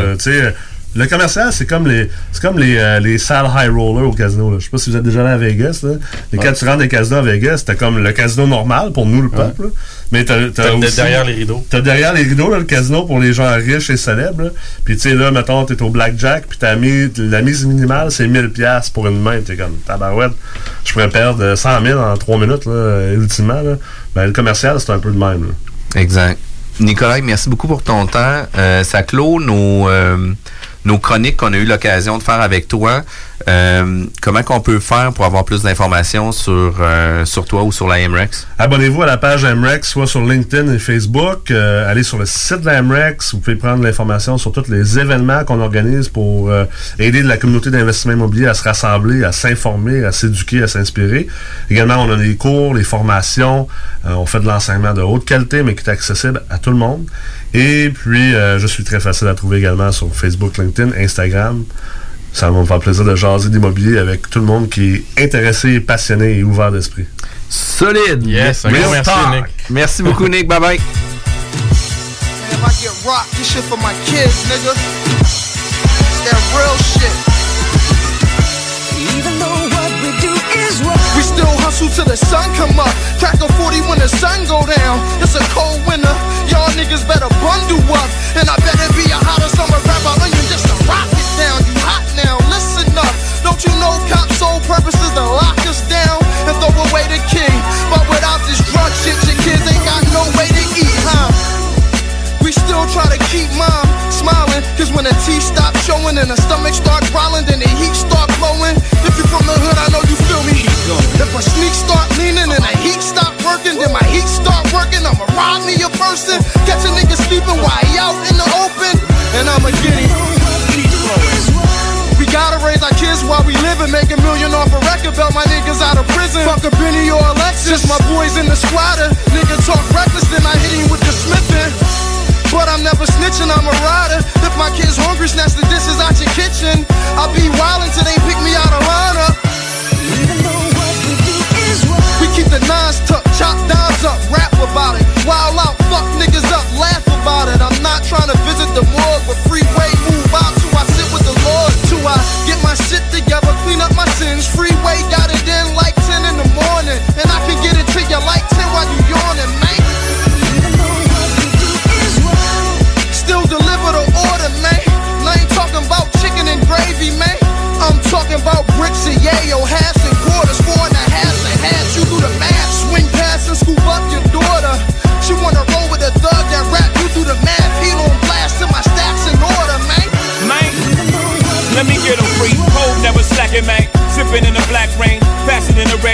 Le commercial, c'est comme les c'est comme les, euh, les salles high roller au casino. Là. Je sais pas si vous êtes déjà allé à Vegas. Là. Mais ouais. quand tu rentres des casinos à Vegas, t'as comme le casino normal pour nous, le peuple. Ouais. Mais t'as, t'as, t'as aussi, derrière les rideaux. T'as derrière les rideaux, là, le casino pour les gens riches et célèbres. Là. Puis tu sais, là, mettons, t'es au blackjack, puis t'as mis la mise minimale, c'est mille dollars pour une main. T'es comme, tabarouette, je pourrais perdre cent mille en trois minutes, là, ultimement. Là. Ben, le commercial, c'est un peu de même. Là. Exact. Nicolas, merci beaucoup pour ton temps. Euh, ça clôt nos... Euh, nos chroniques qu'on a eu l'occasion de faire avec toi. Euh, comment qu'on peut faire pour avoir plus d'informations sur, euh, sur toi ou sur la M R E X? Abonnez-vous à la page M R E X, soit sur LinkedIn et Facebook. Euh, allez sur le site de la M R E X. Vous pouvez prendre l'information sur tous les événements qu'on organise pour euh, aider la communauté d'investissement immobilier à se rassembler, à s'informer, à s'éduquer, à s'inspirer. Également, on a des cours, des formations. Euh, on fait de l'enseignement de haute qualité, mais qui est accessible à tout le monde. Et puis, euh, je suis très facile à trouver également sur Facebook, LinkedIn, Instagram. Ça va me faire plaisir de jaser d'immobilier avec tout le monde qui est intéressé, passionné et ouvert d'esprit. Solide! Yes, un grand merci, Nick. Merci beaucoup, Nick. Bye-bye. Man, if I get rocked, this shit for my kids, nigga. It's that real shit. Even though what we do is wrong, we still hustle till the sun come up. Crack a forty when the sun go down. It's a cold winter. Y'all niggas better bundle up. And I better be a hotter summer rapper than you just to rock it down. You hot now, listen up. Don't you know cops' sole purpose is to lock us down and throw away the key? But without this drug shit, your kids ain't got no way to eat, huh? We still try to keep mom smiling, cause when the teeth stop showing and the stomach start growling, then the heat start blowing. If you from the hood, I know you feel me. If my sneak start leaning and the heat stop working, then my heat start working, I'ma ride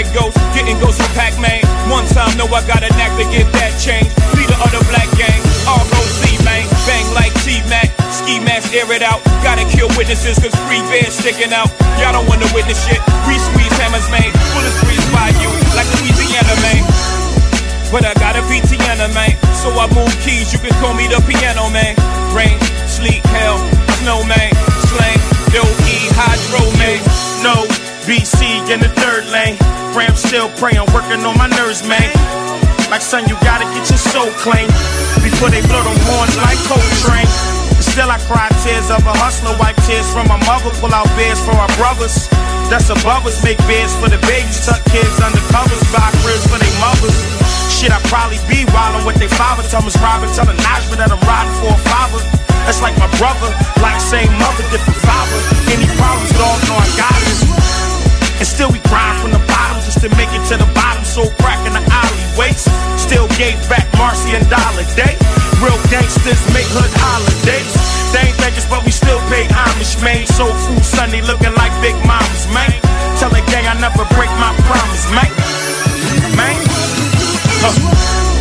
red ghost, getting ghosts from Pac-Man. One time, know I got a knack to get that change. Leader of the black gang, R O C, man. Bang like T-Mac, ski mask, air it out. Gotta kill witnesses, cause free bears sticking out. Y'all don't wanna witness shit. We squeeze hammers, man. Bullets freeze by you, like Louisiana, man. But I got a V T N, man. So I move keys, you can call me the piano, man. Rain, sleet, hell, snow, man. Slang, L-E, hydro, man. No, B C in the third lane. Ram still praying, working on my nerves, man. Like son, you gotta get your soul clean before they blow them horns like Coltrane. Still I cry tears of a hustler, wipe tears from my mother, pull out beers for our brothers. That's above us, make beds for the babies, tuck kids under covers, buy cribs for their mothers. Shit, I probably be wildin' with they father. Thomas Robin telling Najma that I'm riding for a father. That's like my brother, like same mother, different father. Any problems, dog, know I got it. And still we grind from the bottom just to make it to the bottom. So crack in the alleyways. Still gave back Marcy and Dollar Day. Real gangsters make hood holidays. They ain't think it's but we still pay homage, man. Soul food Sunday looking like big mamas, man. Tell the gang I never break my promise, man. Man. Huh.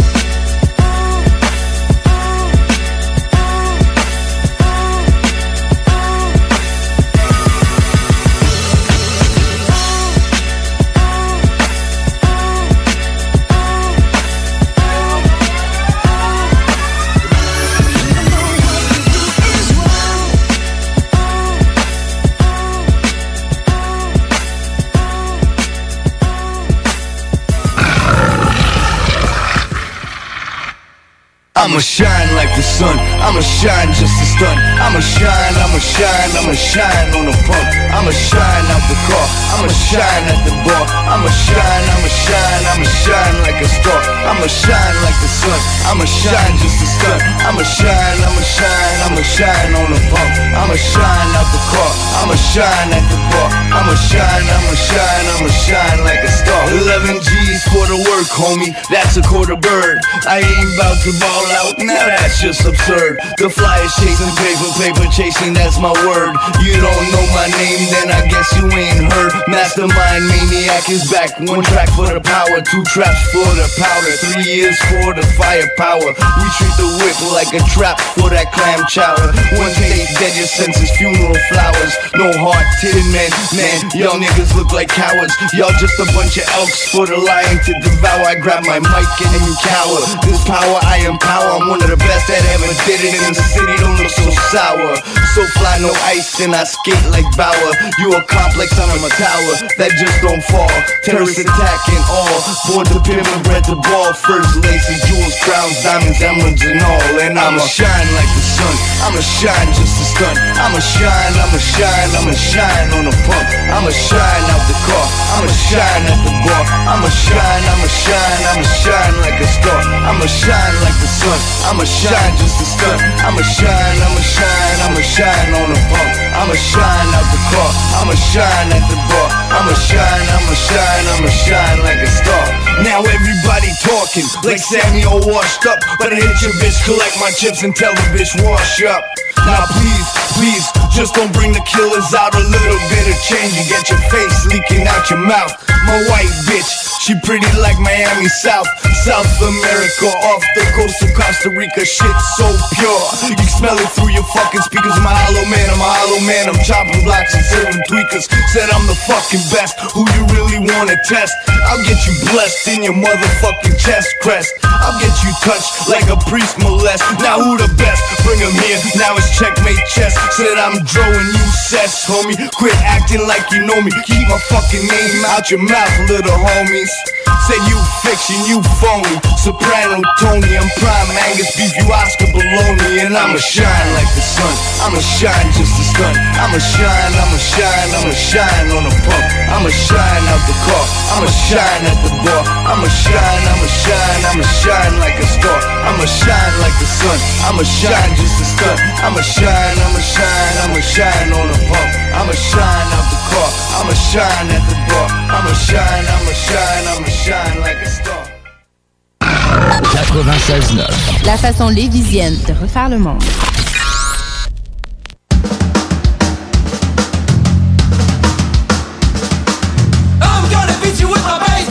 I'ma shine like the sun, I'ma shine just a stunt. I'ma shine, I'ma shine, I'ma shine on the pump. I'ma shine out the car, I'ma shine at the bar. I'ma shine, I'ma shine, I'ma shine like a star. I'ma shine like the sun, I'ma shine just a stunt. I'ma shine, I'ma shine, I'ma shine on the pump. I'ma shine out the car, I'ma shine at the bar. I'ma shine, I'ma shine, I'ma shine like a star. Eleven G's for the work, homie, that's a quarter bird. I ain't about to ball out, now that's just absurd. The flyers chasing paper, paper chasing, that's my word. You don't know my name, then I guess you ain't heard. Mastermind Maniac is back, one track for the power, two traps for the powder, three years for the firepower. We treat the whip like a trap for that clam chowder. One taste, dead your senses, funeral flowers. No heart, tin man, man, y'all niggas look like cowards. Y'all just a bunch of elks for the lion to devour. I grab my mic and you cower. This power I empower, I'm one of the best that ever did it in the city, don't look so sour. So fly, no ice, and I skate like Bauer. You a complex, I'm a tower that just don't fall. Terrorist attack and all, born to pimp and bred to ball. First lacy, jewels, crowns, diamonds, emeralds and all. And I'ma shine like the sun, I'ma shine just a stunt. I'ma shine, I'ma shine, I'ma shine on the pump. I'ma shine out the car, I'ma shine at the bar. I'ma shine, I'ma shine, I'ma shine like a star. I'ma shine like the sun, I'ma shine just a stunt. I'ma shine, I'ma shine, I'ma shine on the pump. I'ma shine out the car, I'ma shine at the bar. I'ma shine, I'ma shine, I'ma shine like a star. Now everybody talking like Sammy all washed up, but I hit your bitch, collect my chips and tell the bitch wash up. Now please, please, just don't bring the killers out. A little bit of change and get your face leaking out your mouth. My white bitch, she pretty like Miami South, South America, off the coast of Costa Rica. Shit so pure, you can smell it through your fucking speakers. I'm a hollow man, I'm a hollow man, I'm chopping blocks and serving tweakers. Said I'm the fucking best, who you really wanna test? I'll get you blessed in your motherfucking chest crest. I'll get you touched like a priest molest. Now who the best? Bring him here, now it's checkmate chess. Said I'm Dro and you cess, homie. Quit acting like you know me, keep my fucking name out your mouth, little homies. Said you fiction, you phony. Soprano Tony, I'm prime Angus beef, you Oscar Baloney. And I'ma shine like the sun, I'ma shine just a stunt. I'ma shine, I'ma shine, I'ma shine on the pump. I'ma shine out the car, I'ma shine at the bar. I'ma shine, I'ma shine, I'ma shine like a star. I'ma shine like the sun, I'ma shine just a stunt. I'ma shine, I'ma shine, I'ma shine on the pump. I'ma shine out the car, I'ma shine at the bar. I'ma shine, I'ma shine, I'ma shine like a star. quatre-vingt-seize neuf. La façon lévisienne de refaire le monde. I'm gonna beat you with my bass.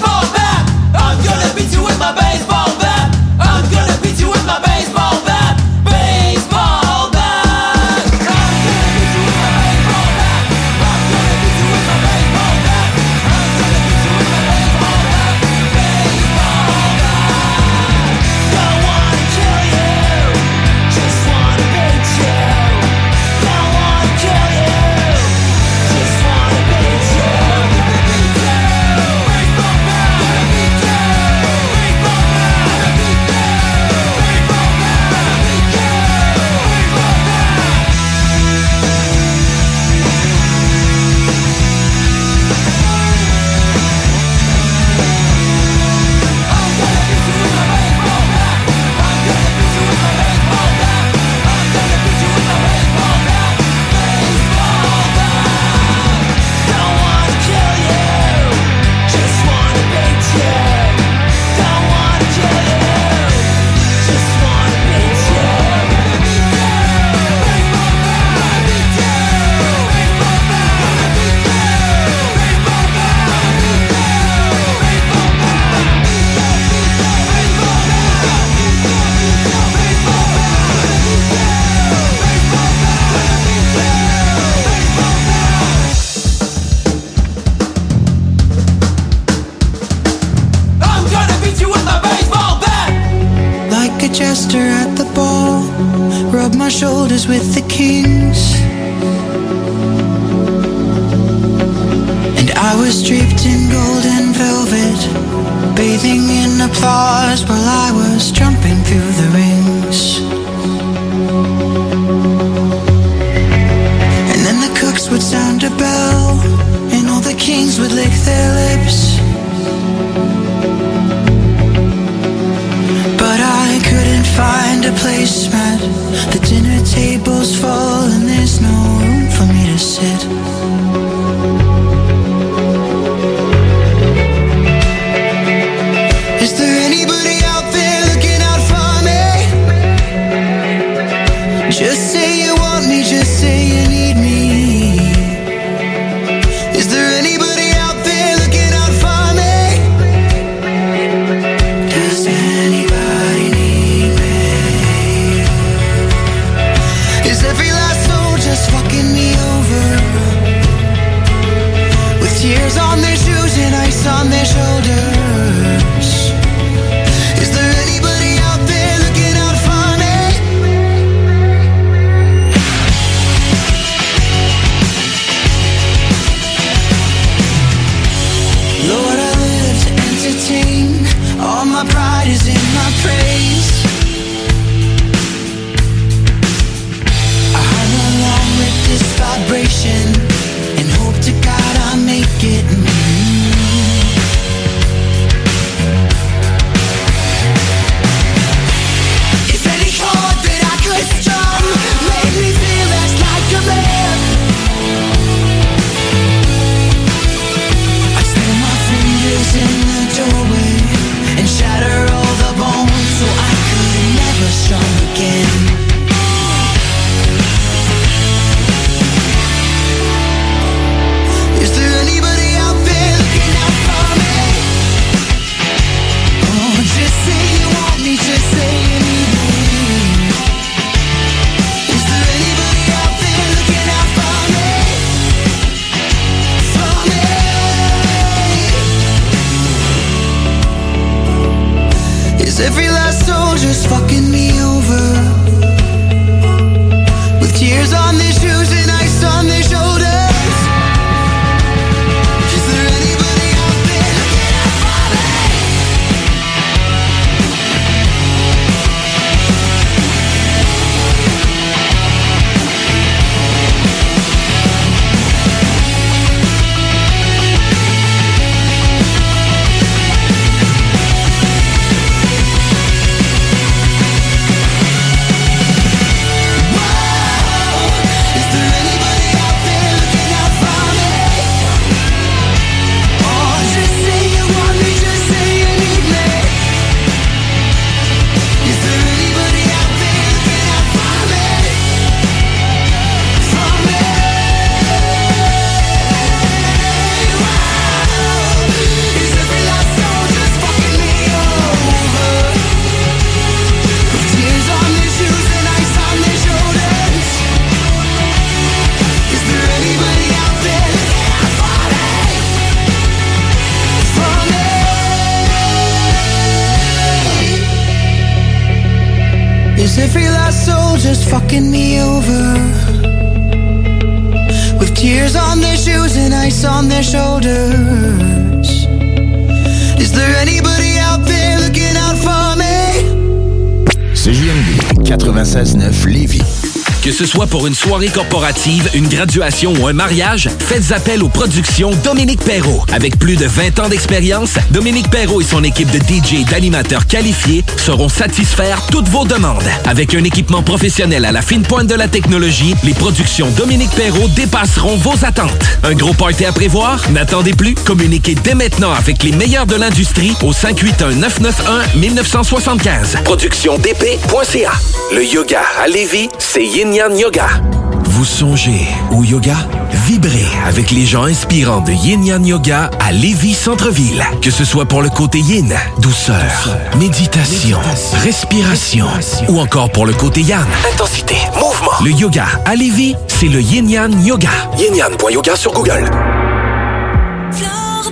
jester at the ball, rub my shoulders with the kings. And I was draped in golden velvet, bathing in applause while I was jumping through the rings. And then the cooks would sound a bell, and all the kings would lick their lips. But I couldn't find a placemat. The dinner table's full and there's no room for me to sit. Is there anybody out there looking out for me? Just say you want me, just say you need me. Is there anybody out there looking out for me? Does anybody need me? Is every last soul just fucking me over? With tears on their shoes and ice on their shoulders. All my pride is in my praise. I hum along with this vibration and hope to God I make it. If any chord that I could strum made me feel less like a man, I'd snap my fingers in the doorway and shatter all the bones so I could never strum again. Is there anybody out there looking out for me? Oh, just say you want me, just say you need me. Is there anybody out there looking out for me? For me. Is every last soul just fucking me over? With tears on their shoes and ice on their shoulders. Is there anybody out there looking out for me? Is every last soul just fucking me over? With tears on their shoes and ice on their shoulders. Is there anybody out there looking out for me? C J M D quatre-vingt-seize neuf Lévis. Que ce soit pour une soirée corporative, une graduation ou un mariage, faites appel aux productions Dominique Perrault. Avec plus de vingt ans d'expérience, Dominique Perrault et son équipe de D J et d'animateurs qualifiés sauront satisfaire toutes vos demandes. Avec un équipement professionnel à la fine pointe de la technologie, les productions Dominique Perrault dépasseront vos attentes. Un gros party à prévoir? N'attendez plus. Communiquez dès maintenant avec les meilleurs de l'industrie au cinq huit un neuf neuf un neuf neuf cinq cinq. Production D P point C A. Le yoga à Lévis, c'est Yin Yang Yoga. Vous songez au yoga? Vibrez avec les gens inspirants de Yin Yang Yoga à Lévis Centre-Ville. Que ce soit pour le côté yin, douceur, douceur méditation, méditation, respiration, respiration, ou encore pour le côté yang, intensité, mouvement. Le yoga à Lévis, c'est le Yin Yang Yoga. yin yang point yoga sur Google. Que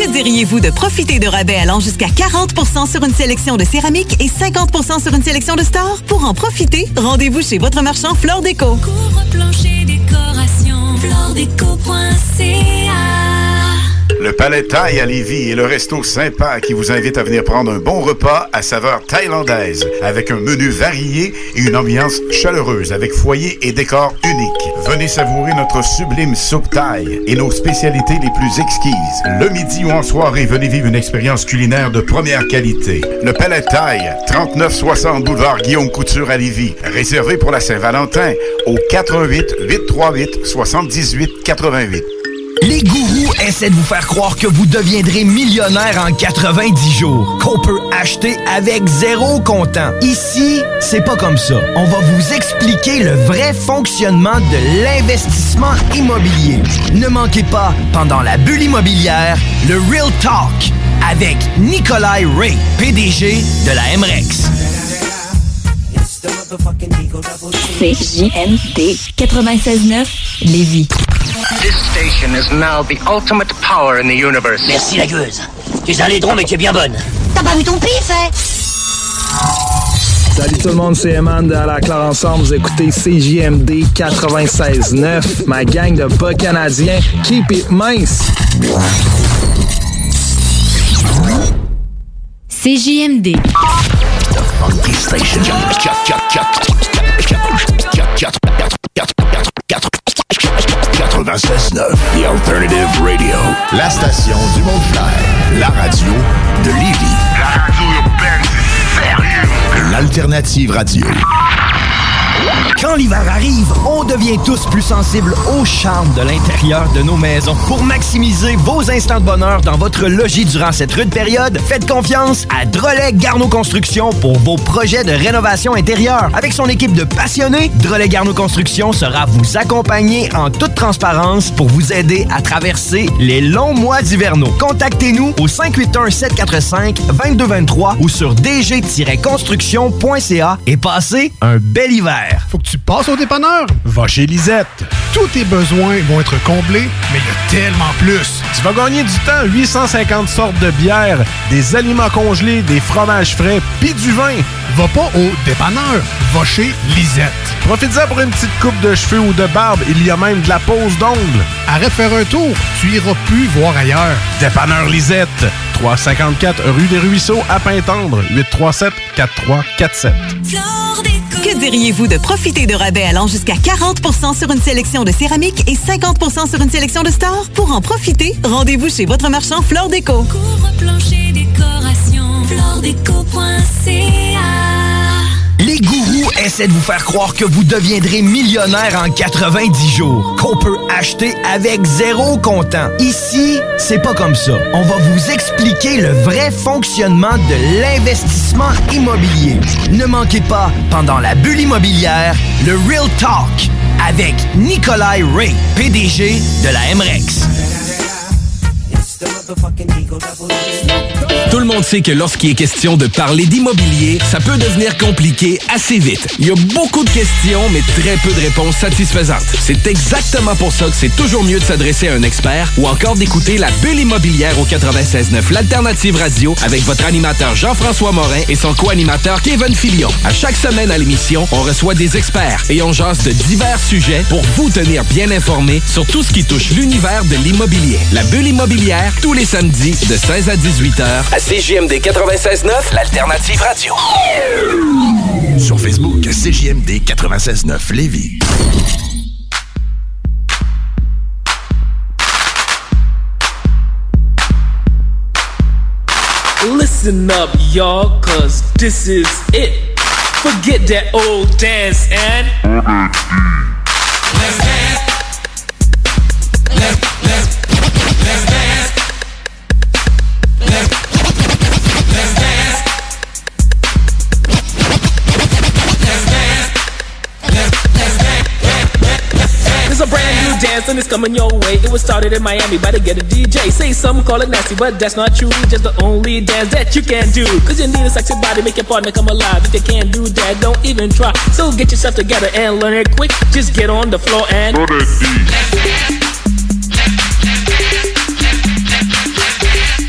Que diriez-vous de profiter de rabais allant jusqu'à quarante pour cent sur une sélection de céramique et cinquante pour cent sur une sélection de stores? Pour en profiter, rendez-vous chez votre marchand Flore Déco. Couvre-plancher, décoration, flore déco point c a. Le Palais Thaï à Lévis est le resto sympa qui vous invite à venir prendre un bon repas à saveur thaïlandaise avec un menu varié et une ambiance chaleureuse avec foyer et décor unique. Venez savourer notre sublime soupe thaï et nos spécialités les plus exquises. Le midi ou en soirée, venez vivre une expérience culinaire de première qualité. Le Palais Thaï, trente-neuf soixante boulevard Guillaume Couture à Lévis. Réservé pour la Saint-Valentin au quatre un huit, huit trois huit, sept huit huit. Les gourous essaient de vous faire croire que vous deviendrez millionnaire en quatre-vingt-dix jours, qu'on peut acheter avec zéro comptant. Ici, c'est pas comme ça. On va vous expliquer le vrai fonctionnement de l'investissement immobilier. Ne manquez pas, pendant la bulle immobilière, le Real Talk avec Nikolai Ray, P D G de la M R E X. C J M D quatre-vingt-seize neuf Lévis. This station is now the ultimate power in the universe. Merci la gueuse. Tu es un laidron mais tu es bien bonne. T'as pas vu ton pif, hein? Salut tout le monde, c'est Eman de À la Claire Ensemble. Vous écoutez C J M D quatre-vingt-seize neuf. Ma gang de bas canadiens. Keep it mince. C J M D. quatre-vingt-seize neuf, The Alternative Radio. La station du Mont-Clair. La radio de Lévis. La radio urbaine, c'est sérieux. L'Alternative Radio. Quand l'hiver arrive, on devient tous plus sensibles au charme de l'intérieur de nos maisons. Pour maximiser vos instants de bonheur dans votre logis durant cette rude période, faites confiance à Drolet Garneau Construction pour vos projets de rénovation intérieure. Avec son équipe de passionnés, Drolet Garneau Construction sera vous accompagner en toute transparence pour vous aider à traverser les longs mois hivernaux. Contactez-nous au cinq huit un, sept quatre cinq, deux deux deux trois ou sur d g tiret construction point c a et passez un bel hiver. Faut que tu passes au dépanneur. Va chez Lisette. Tous tes besoins vont être comblés, mais il y a tellement plus. Tu vas gagner du temps. huit cent cinquante sortes de bières, des aliments congelés, des fromages frais, puis du vin. Va pas au dépanneur. Va chez Lisette. Profite-en pour une petite coupe de cheveux ou de barbe. Il y a même de la pose d'ongles. Arrête de faire un tour. Tu iras plus voir ailleurs. Dépanneur Lisette. trois cent cinquante-quatre rue des Ruisseaux à Pintendre. huit trois sept, quatre trois quatre sept. Que diriez-vous de profiter de rabais allant jusqu'à quarante pour cent sur une sélection de céramique et cinquante pour cent sur une sélection de stores? Pour en profiter, rendez-vous chez votre marchand Flore Déco. Couvre-plancher, décoration, flore déco point c a. Les gourous essaient de vous faire croire que vous deviendrez millionnaire en quatre-vingt-dix jours, qu'on peut acheter avec zéro comptant. Ici, c'est pas comme ça. On va vous expliquer le vrai fonctionnement de l'investissement immobilier. Ne manquez pas, pendant la bulle immobilière, le Real Talk avec Nikolai Ray, P D G de la M R E X. Tout le monde sait que lorsqu'il est question de parler d'immobilier, ça peut devenir compliqué assez vite. Il y a beaucoup de questions, mais très peu de réponses satisfaisantes. C'est exactement pour ça que c'est toujours mieux de s'adresser à un expert ou encore d'écouter la bulle immobilière au quatre-vingt-seize neuf, l'Alternative Radio, avec votre animateur Jean-François Morin et son co-animateur Kevin Filion. À chaque semaine à l'émission, on reçoit des experts et on jase de divers sujets pour vous tenir bien informés sur tout ce qui touche l'univers de l'immobilier. La bulle immobilière, tous les samedis de seize à dix-huit heures à C J M D quatre-vingt-seize neuf, l'Alternative Radio. Sur Facebook, C J M D quatre-vingt-seize neuf Lévis. Listen up, y'all, cause this is it. Forget that old dance and let's dance. Let's, let's, let's dance. Let's, let's dance. Let's dance. Let's, let's dance. There's a brand new dance and it's coming your way. It was started in Miami by the get a D J. Say some call it nasty, but that's not true. Just the only dance that you can do. Cause you need a sexy body, make your partner come alive. If you can't do that, don't even try. So get yourself together and learn it quick. Just get on the floor and let's dance.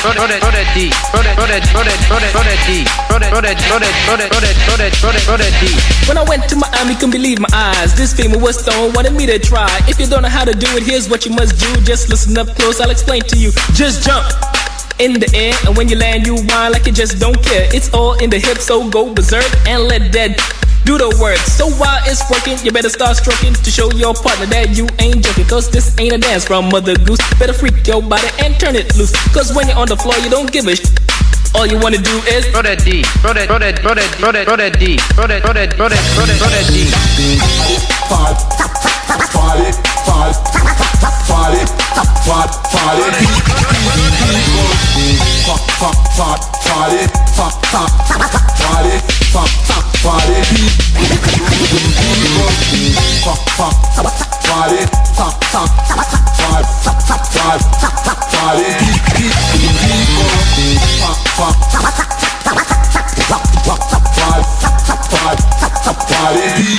throw that, throw that D, throw that, throw that, throw that, throw that, throw that D, throw that, throw that, throw that, throw that, throw that, throw that, throw that, throw that D. When I went to Miami, couldn't believe my eyes. This female was stone, wanted me to try. If you don't know how to do it, here's what you must do. Just listen up close, I'll explain to you. Just jump in the air, and when you land, you whine like you just don't care. It's all in the hips, so go berserk and let that do the work. So while it's working, you better start stroking to show your partner that you ain't joking. Cause this ain't a dance from Mother Goose. Better freak your body and turn it loose. Cause when you're on the floor, you don't give a sh. All you wanna do is throw that D, throw that, throw that, throw that, throw that, throw that D, throw that, throw that, throw that, throw that, throw that D. Party, party, party, party, party, party. Pop, pop, pop, party, pop, pop, party, pop, pop, party. Pop, pop, party, pop, pop, party, pop, pop, party. Pop, pop, pop, party.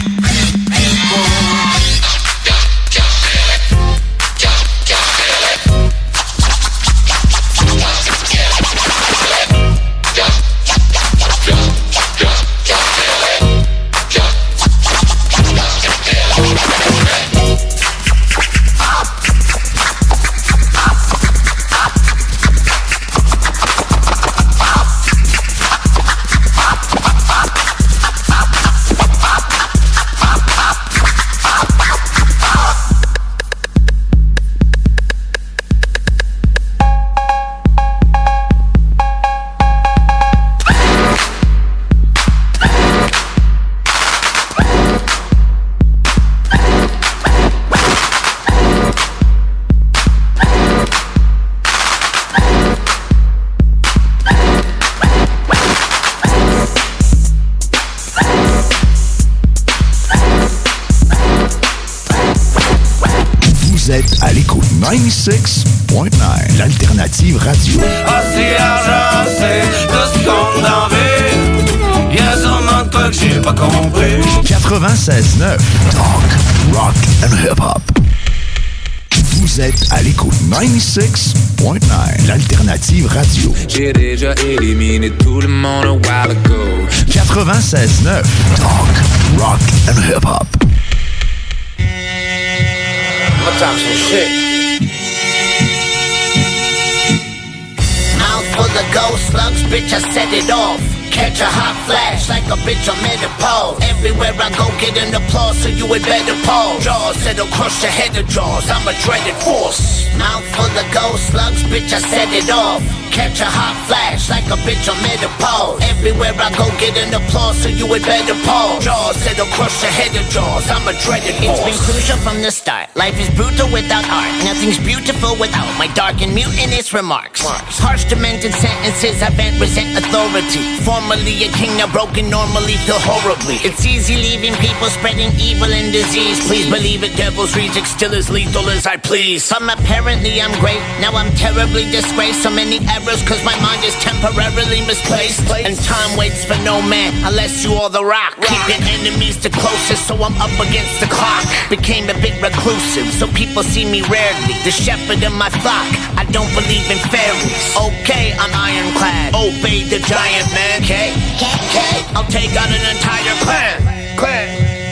ninety-six point nine, l'alternative radio. Ah, c'est argent, c'est tout ce qu'on en veut. Y'a sûrement de quoi que j'ai pas compris. quatre-vingt-seize neuf, talk, rock and hip-hop. Vous êtes à l'écoute ninety-six point nine, l'alternative radio. J'ai déjà éliminé tout le monde a while ago. quatre-vingt-seize neuf, talk, rock and hip-hop. I'ma talk some shit. For the ghost slugs, bitch, I set it off. Catch a hot flash like a bitch on menopause. Everywhere I go, get an applause, so you had better pause. Jaws that'll crush the head of jaws, I'm a dreaded force. Mouth full of ghost slugs, bitch, I set it off. Catch a hot flash like a bitch on menopause. Everywhere I go, get an applause, so you had better pause. Jaws that'll crush the head of jaws, I'm a dreaded force. It's been crucial from the start. Life is brutal without art. Nothing's beautiful without my dark and mutinous remarks. Harsh, demented sentences, I vent resent authority. Formerly a king, now broken, normally feel horribly. It's easy leaving people spreading evil and disease. Please believe it, devil's reject still as lethal as I please. Some apparently I'm great, now I'm terribly disgraced. So many errors cause my mind is temporarily misplaced. And time waits for no man unless you are the rock. Keeping enemies the closest, so I'm up against the clock. Became a bit reclusive, so people see me rarely. The shepherd of my flock, I don't believe in fairies. Okay, I'm ironclad, obey the giant man. Okay, okay, I'll take out an entire clan. Clan.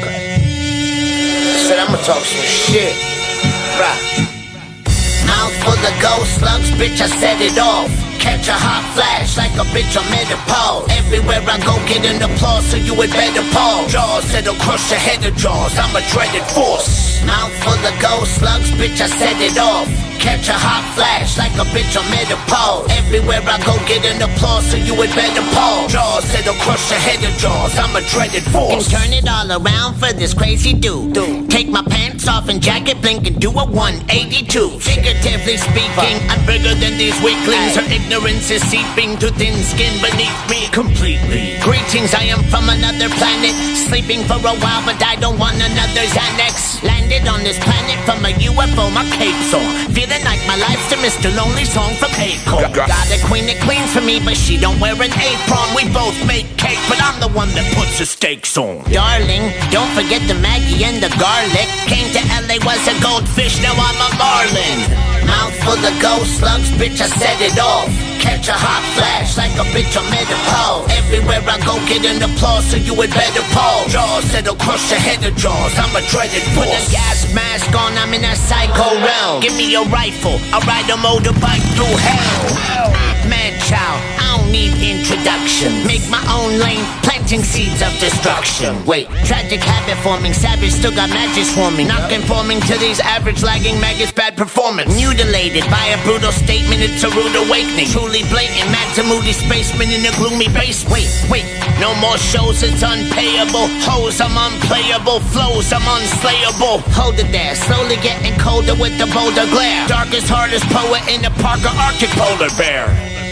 Said I'ma talk some shit. Right. Mouth full of ghost slugs, bitch, I set it off. Catch a hot flash like a bitch on menopause. Everywhere I go, get an applause, so you had better pause. Jaws that'll crush the head of jaws, I'm a dreaded force. Mouth full of ghost slugs, bitch, I set it off. Catch a hot flash like a bitch on menopause. Everywhere I go, get an applause, so you had better pause. Jaws that'll crush the head of jaws, I'm a dreaded force. And turn it all around for this crazy dude. Take my pants off and jacket blink and do a one eighty-two. Figuratively speaking, I'm bigger than these weaklings. Her ignorance is seeping through thin skin beneath me completely. Greetings, I am from another planet. Sleeping for a while, but I don't want another Xanax. Landed on this planet from a U F O, my cape's on. Feeling like my life's a Mister Lonely song from Acorn. Got a queen that cleans for me, but she don't wear an apron. We both make cake, but I'm the one that puts the steaks on. Darling, don't forget the Maggie and the garlic. Came to L A, was a goldfish, now I'm a marlin. Mouth full of ghost slugs, bitch, I set it off. Catch a hot flash like a bitch on menopause. Everywhere I go, get an applause, so you had better pause. Jaws that'll crush your head of jaws. I'm a dreaded force. Put a gas mask on, I'm in that psycho realm. Give me a rifle, I'll ride a motorbike through hell. Man child, I don't need introduction. Make my own lane, planting seeds of destruction. Wait, tragic habit forming, savage still got magic swarming. Not conforming to these average lagging maggots, bad performance. Mutilated by a brutal statement, it's a rude awakening. Truly blatant, mad to moody spaceman in a gloomy base. Wait, wait, no more shows, it's unpayable. Hoes, I'm unplayable. Flows, I'm unslayable. Hold it there, slowly getting colder with the bolder glare. Darkest, hardest poet in the Parker Arctic polar bear.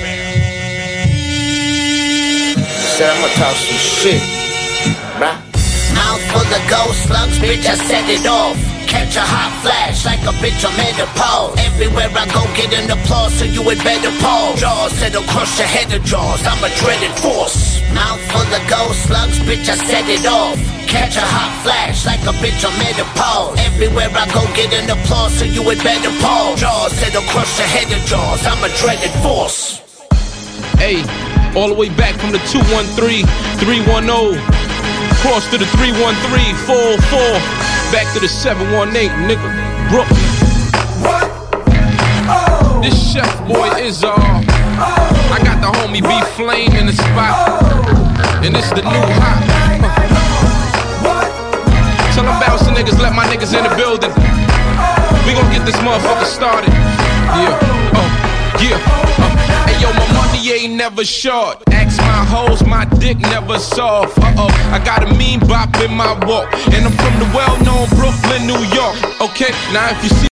Said I'ma talk some shit, bruh. Mouth full of ghost slugs, bitch, I set it off. Catch a hot flash like a bitch on menopause. Everywhere I go, get an applause, so you had better pause. Jaws that'll crush your head of jaws. I'm a dreaded force. Mouth full of ghost slugs, bitch, I set it off. Catch a hot flash like a bitch on menopause. Everywhere I go, get an applause, so you had better pause. Jaws that'll crush your head of jaws. I'm a dreaded force. Hey, all the way back from the two one three, three one zero, cross to the three one three, four four, back to the seven one eight, nigga, Brooklyn. What? Oh. This chef boy what? is, uh, oh. I got the homie B Flame in the spot, oh. and this the new hot. Uh. Tell them bouncing niggas, let my niggas in the building. Oh. We gon' get this motherfucker started. Yeah, oh, yeah. Uh. Hey yo, my money ain't never short. Ask my hoes, my dick never soft. Uh-oh, I got a mean bop in my walk. And I'm from the well-known Brooklyn, New York. Okay, now if you see